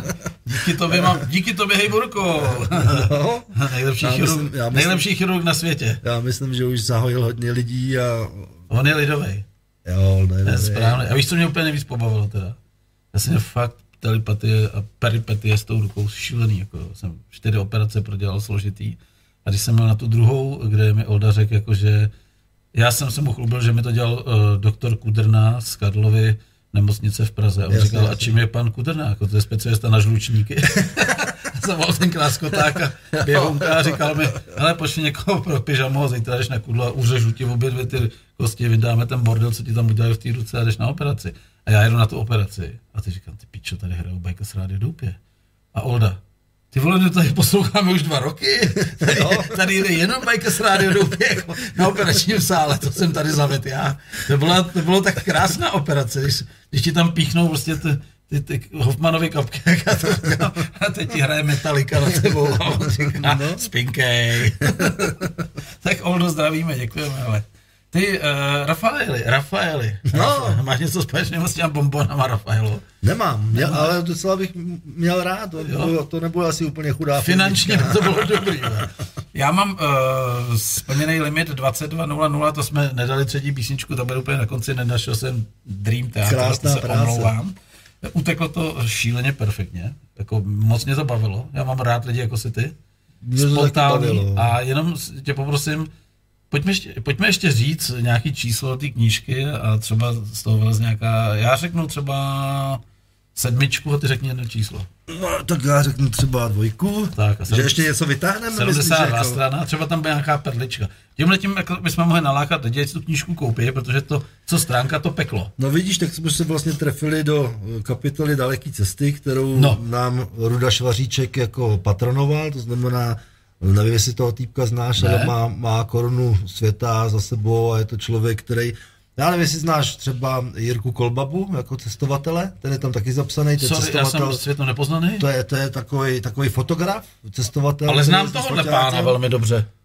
[SPEAKER 3] Díky tobě mám, díky tobě, hej, Burko. No. Nejlepší, chirurg, myslím, nejlepší chirurg na světě.
[SPEAKER 2] Já myslím, že už zahojil hodně lidí a...
[SPEAKER 3] On je lidovej.
[SPEAKER 2] Jo,
[SPEAKER 3] to je správně. A víš, co mě úplně nejvíc pobavilo teda? Já jsem měl fakt telepatie a peripetie s tou rukou šílený. Jako jsem čtyři operace prodělal složitý. A když jsem měl na tu druhou, kde mi Olda řekl, jakože já jsem se mu chlubil, že mi to dělal uh, doktor Kudrna z Karlovy nemocnice v Praze. A on jasně, říkal, jasně. A čím je pan Kudrna? Jako to je specialista na žlučníky. Jsem volal ten kráskoták a běhounka a říkal mi, hele, pošli někoho pro pyžamo, zítra jdeš na kudlu a uřežu ti obě dvě ty kosti, vydáme ten bordel, co ti tam udělají v té ruce a jdeš na operaci. A já jdu na tu operaci. A ty říkám, ty pičo, tady hrajou Bajka s Rádio Doupě. A Olda, ty vole, my tady posloucháme už dva roky. Tady, tady jde jenom Bajka s Rádio Doupě jako na operačním sále, to jsem tady zavedl já. To bylo, to bylo tak krásná operace, když, když ti tam píchnou prostě ty, ty, ty Hoffmanovy kapky a, to, a teď ti hraje Metallica na tebou a on říká, no. Spinkej. Tak Oldo, zdravíme, děkujeme, ale. Ty, uh, Rafaeli, Rafaeli, no. Máš něco společného s těma bombonama, Rafaelo?
[SPEAKER 2] Nemám, měl, ale docela bych měl rád, to, bylo, to nebylo asi úplně chudá.
[SPEAKER 3] Finančně by to bylo dobrý. Ne? Já mám uh, splněný limit dvacet dva nula nula, to jsme nedali třetí písničku, to bude úplně na konci, nenašel jsem Dream Theater,
[SPEAKER 2] krásná
[SPEAKER 3] to se
[SPEAKER 2] práce.
[SPEAKER 3] Omlouvám. Uteklo to šíleně perfektně, jako moc mě to bavilo, já mám rád lidi jako si ty, spontánní a jenom tě poprosím, Pojďme ještě, pojďme ještě říct nějaký číslo té knížky a třeba z toho vylez nějaká, já řeknu třeba sedmičku a ty řekni jedno číslo.
[SPEAKER 2] No, tak já řeknu třeba dvojku, tak, a sedm, že ještě něco vytáhneme.
[SPEAKER 3] sedmdesát dva strana, třeba tam bude nějaká perlička. Tímhle tím jako bychom mohli nalákat lidi, ať tu knížku koupí, protože to, co stránka, to peklo.
[SPEAKER 2] No vidíš, tak jsme se vlastně trefili do kapitoly Daleký cesty, kterou no. nám Ruda Švaříček jako patronoval, to znamená, nevím, jestli toho týpka znáš, ne. Ale má, má korunu světa za sebou a je to člověk, který, já nevím, jestli znáš třeba Jirku Kolbabu jako cestovatele, ten je tam taky zapsaný.
[SPEAKER 3] Sorry, cestovatel, já jsem světlo nepoznaný.
[SPEAKER 2] To je, to je takový, takový fotograf, cestovatel.
[SPEAKER 3] Ale znám tohohle pána velmi dobře.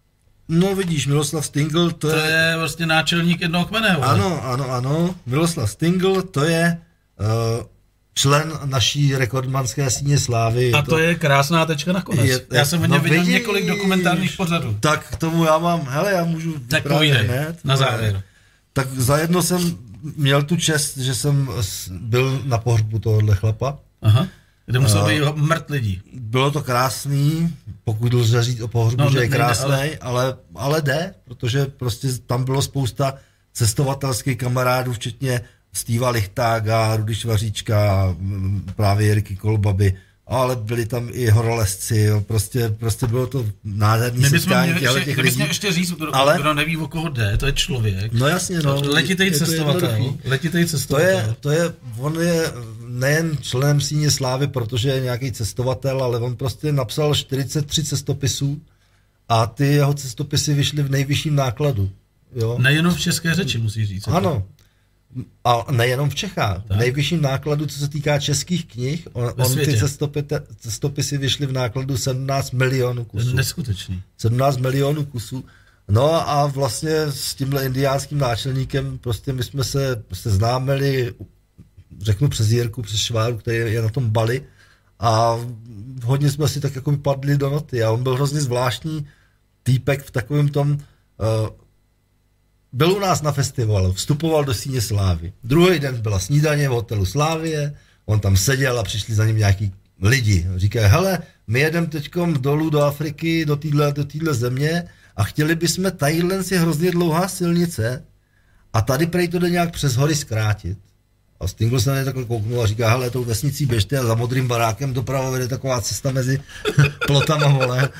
[SPEAKER 2] No vidíš, Miloslav Stingl, to,
[SPEAKER 3] to
[SPEAKER 2] je...
[SPEAKER 3] je vlastně náčelník jednoho kmene.
[SPEAKER 2] Ano, ano, ano. Miloslav Stingl, to je uh, člen naší rekordmanské síně slávy.
[SPEAKER 3] A to, to je krásná tečka nakonec. Je, já jsem o něm no, viděl vidíš, několik dokumentárních pořadů.
[SPEAKER 2] Tak k tomu já mám, hele, já můžu
[SPEAKER 3] tak vyprávět hned. Na závěr.
[SPEAKER 2] Tak zajedno jsem měl tu čest, že jsem byl na pohřbu tohohle chlapa.
[SPEAKER 3] Aha. Kde musel být uh, mrt lidí.
[SPEAKER 2] Bylo to krásný, pokud lze říct o pohřbu, no, že je krásný, ale... ale, ale jde, protože prostě tam bylo spousta cestovatelských kamarádů, včetně Steva Lichtága, Rudy Švaříčka, právě Jirky Kolbaby, ale byli tam i horolezci, jo. Prostě, prostě bylo to nádherný setkání
[SPEAKER 3] těch lidí. Kdybych měl ještě říct, kdo, ale... kdo neví, o koho jde, to je člověk.
[SPEAKER 2] No jasně, no.
[SPEAKER 3] Letitej cestovatel. Letitej cestovatel.
[SPEAKER 2] To je, to je, on je nejen členem síně slávy, protože je nějaký cestovatel, ale on prostě napsal čtyřicet tři cestopisů a ty jeho cestopisy vyšly v nejvyšším nákladu. Jo.
[SPEAKER 3] Nejenom v české řeči, musí říct.
[SPEAKER 2] Ano. A nejenom v Čechách. Tak. V nejvyšším nákladu, co se týká českých knih, on, on ty cestopisy vyšly v nákladu sedmnáct milionů kusů.
[SPEAKER 3] Neskutečný.
[SPEAKER 2] sedmnáct milionů kusů. No a vlastně s tímhle indiánským náčelníkem prostě my jsme se seznámili, řeknu přes Jirku, přes Šváru, který je na tom Bali a hodně jsme si tak jako vypadli do noty a on byl hrozně zvláštní týpek v takovém tom... Uh, byl u nás na festivalu, vstupoval do síně slávy. Druhý den byla snídaně v hotelu Slávie, on tam seděl a přišli za ním nějaký lidi. Říkají, hele, my jedeme teďkom dolů do Afriky, do téhle do téhle země a chtěli bychom, tadyhle je hrozně dlouhá silnice a tady prej to jde nějak přes hory zkrátit. A Stingl se na ně takhle kouknul a říká, hele, tou vesnicí běžte a za modrým barákem doprava vede taková cesta mezi plotama, vole.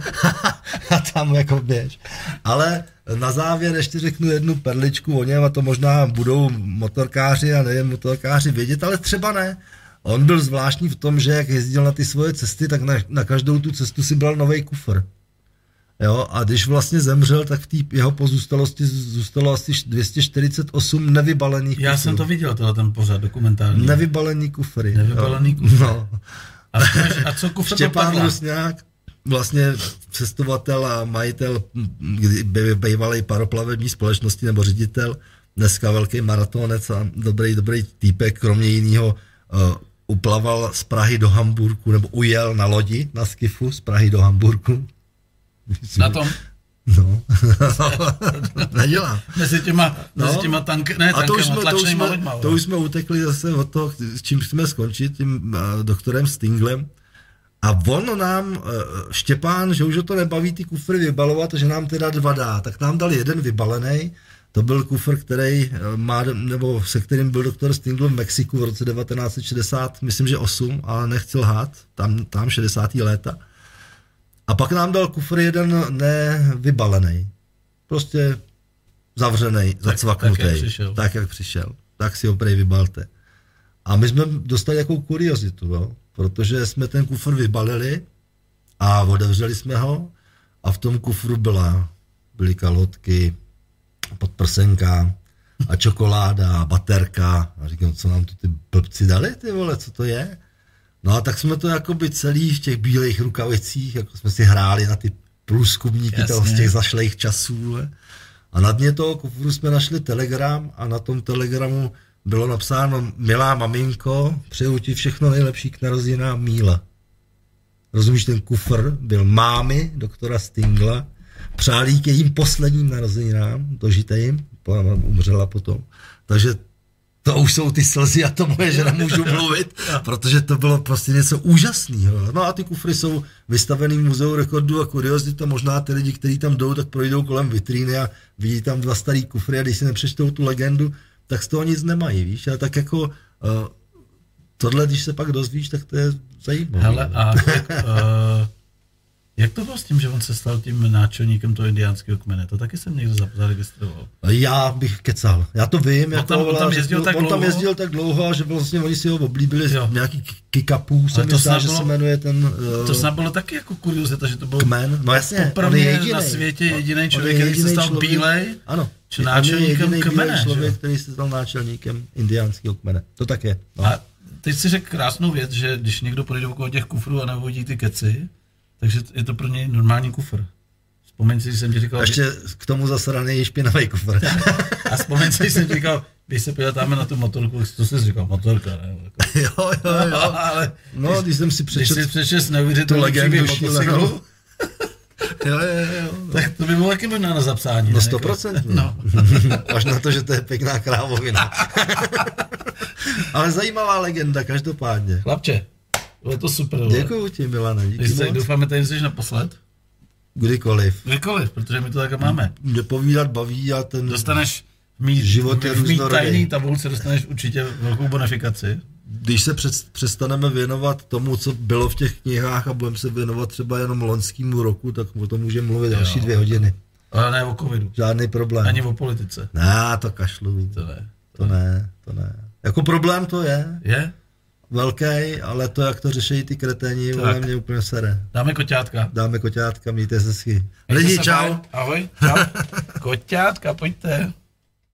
[SPEAKER 2] A tam jako běž. Ale na závěr ještě řeknu jednu perličku o něm a to možná budou motorkáři a nejen motorkáři vědět, ale třeba ne. On byl zvláštní v tom, že jak jezdil na ty svoje cesty, tak na, na každou tu cestu si bral novej kufr. Jo, a když vlastně zemřel, tak v té jeho pozůstalosti zůstalo asi dvě stě čtyřicet osm nevybalených kufrů.
[SPEAKER 3] Já jsem to viděl, tohle ten pořad dokumentární.
[SPEAKER 2] Nevybalený kufry.
[SPEAKER 3] Nevybalený kufry. No. A, a co kufr
[SPEAKER 2] Štěpán Rusňák, vlastně cestovatel a majitel bývalý paroplavební společnosti nebo ředitel, dneska velký maratonec a dobrý, dobrý týpek, kromě jiného uh, uplaval z Prahy do Hamburku, nebo ujel na lodi, na skifu z Prahy do Hamburku.
[SPEAKER 3] Na tom?
[SPEAKER 2] No, nedělám.
[SPEAKER 3] Mezi těma,
[SPEAKER 2] no.
[SPEAKER 3] mezi těma tank, ne,
[SPEAKER 2] a to už, jsme, to, už jsme,
[SPEAKER 3] loďma,
[SPEAKER 2] to už jsme utekli zase od toho, s čím chceme skončit, tím uh, doktorem Stinglem. A on nám, uh, Štěpán, že už ho to nebaví ty kufry vybalovat, že nám teda dva dá, tak nám dal jeden vybalený. To byl kufr, který má, nebo se kterým byl doktor Stingl v Mexiku v roce devatenáct set šedesát, myslím, že osm, ale nechci lhát, tam, tam šedesátá léta. A pak nám dal kufr jeden nevybalený. Prostě zavřený, zacvaknutý. Tak, jak tak, jak přišel. Tak si ho prej vybalte. A my jsme dostali jakou kuriozitu, no? Protože jsme ten kufr vybalili a otevřeli jsme ho a v tom kufru byla, byly kalhotky, podprsenka a čokoláda a baterka. A říkám, co nám to ty blbci dali, ty vole, co to je? No a tak jsme to jakoby celý v těch bílých rukavicích, jako jsme si hráli na ty průzkumníky toho z těch zašlejch časů. A na dně toho kufru jsme našli telegram a na tom telegramu bylo napsáno: milá maminko, přeju ti všechno nejlepší k narozeninám, Míla. Rozumíš, ten kufr byl mámy doktora Stingla, přálí k jejím posledním narozeninám, dožitejím, umřela potom. Takže to už jsou ty slzy a to moje, že nemůžu mluvit, protože to bylo prostě něco úžasného. No a ty kufry jsou vystavený v muzeu rekordů a kuriozit, to možná ty lidi, kteří tam jdou, tak projdou kolem vitríny a vidí tam dva starý kufry a když si nepřečtou tu legendu, tak z toho nic nemají, víš, a tak jako uh, tohle, když se pak dozvíš, tak to je zajímavé.
[SPEAKER 3] Hele, a jak, uh, jak to bylo s tím, že on se stal tím náčelníkem toho indiánského kmene? To taky jsem někdo zaregistroval.
[SPEAKER 2] Já bych kecal. Já to vím.
[SPEAKER 3] On
[SPEAKER 2] jako,
[SPEAKER 3] tam, on tam jezdil, tak,
[SPEAKER 2] on
[SPEAKER 3] dlouho.
[SPEAKER 2] tam jezdil tak dlouho, že vlastně oni si ho oblíbili, jo. Nějaký Kikapů, se mi zdá, že se jmenuje ten... Uh,
[SPEAKER 3] to snad bylo taky jako kuriozita, že to byl
[SPEAKER 2] kmen. No jasně,
[SPEAKER 3] poprvé na světě jediný člověk, který se stal bílej.
[SPEAKER 2] Ano.
[SPEAKER 3] Či náčelníkem kmene.
[SPEAKER 2] Člověk, který se stal náčelníkem indiánského kmene. To tak je. No.
[SPEAKER 3] A teď si řekl krásnou věc, že když někdo projde okolo těch kufrů a nevodí ty keci, takže je to pro něj normální kufr. Vzpomeň si, že jsem ti říkal...
[SPEAKER 2] A ještě k tomu zasraný špinavý kufr.
[SPEAKER 3] A vzpomeň si, že jsem ti říkal, když se podíváme na tu motorku, to jsi říkal, motorka, ne?
[SPEAKER 2] jo, jo, jo.
[SPEAKER 3] Ale
[SPEAKER 2] no, když jsem si přečetl...
[SPEAKER 3] Když jsi přečet neuvěřitelný příběh motocyklu,
[SPEAKER 2] jo, jo, jo.
[SPEAKER 3] tak to by bylo taky možná na zapsání.
[SPEAKER 2] No sto procent.
[SPEAKER 3] No.
[SPEAKER 2] Až na to, že to je pěkná krávovina. Ale zajímavá legenda, každopádně.
[SPEAKER 3] Chlapče, bylo to super.
[SPEAKER 2] Děkuju ti, Milane, díky
[SPEAKER 3] moc.
[SPEAKER 2] moc.
[SPEAKER 3] Doufáme, tady jsi naposled.
[SPEAKER 2] Kdykoliv.
[SPEAKER 3] Kdykoliv, protože my to tak máme.
[SPEAKER 2] Mě povídat baví a ten...
[SPEAKER 3] Dostaneš v mý,
[SPEAKER 2] život je
[SPEAKER 3] v mý
[SPEAKER 2] různorodý.
[SPEAKER 3] tajný tabulce dostaneš určitě velkou bonifikaci.
[SPEAKER 2] Když se před, přestaneme věnovat tomu, co bylo v těch knihách a budeme se věnovat třeba jenom loňskému roku, tak o tom můžeme mluvit jo. další dvě hodiny.
[SPEAKER 3] Ale ne o covidu.
[SPEAKER 2] Žádný problém.
[SPEAKER 3] Ani o politice.
[SPEAKER 2] Ne, to kašlu.
[SPEAKER 3] To ne.
[SPEAKER 2] To ne, to ne. Jako problém to je.
[SPEAKER 3] Je?
[SPEAKER 2] Velký, ale to, jak to řeší ty kreténi, vole mě úplně sere.
[SPEAKER 3] Dáme koťátka.
[SPEAKER 2] Dáme koťátka, mějte se hezky. Lidi, čau.
[SPEAKER 3] Ahoj, čau. Koťátka, pojďte.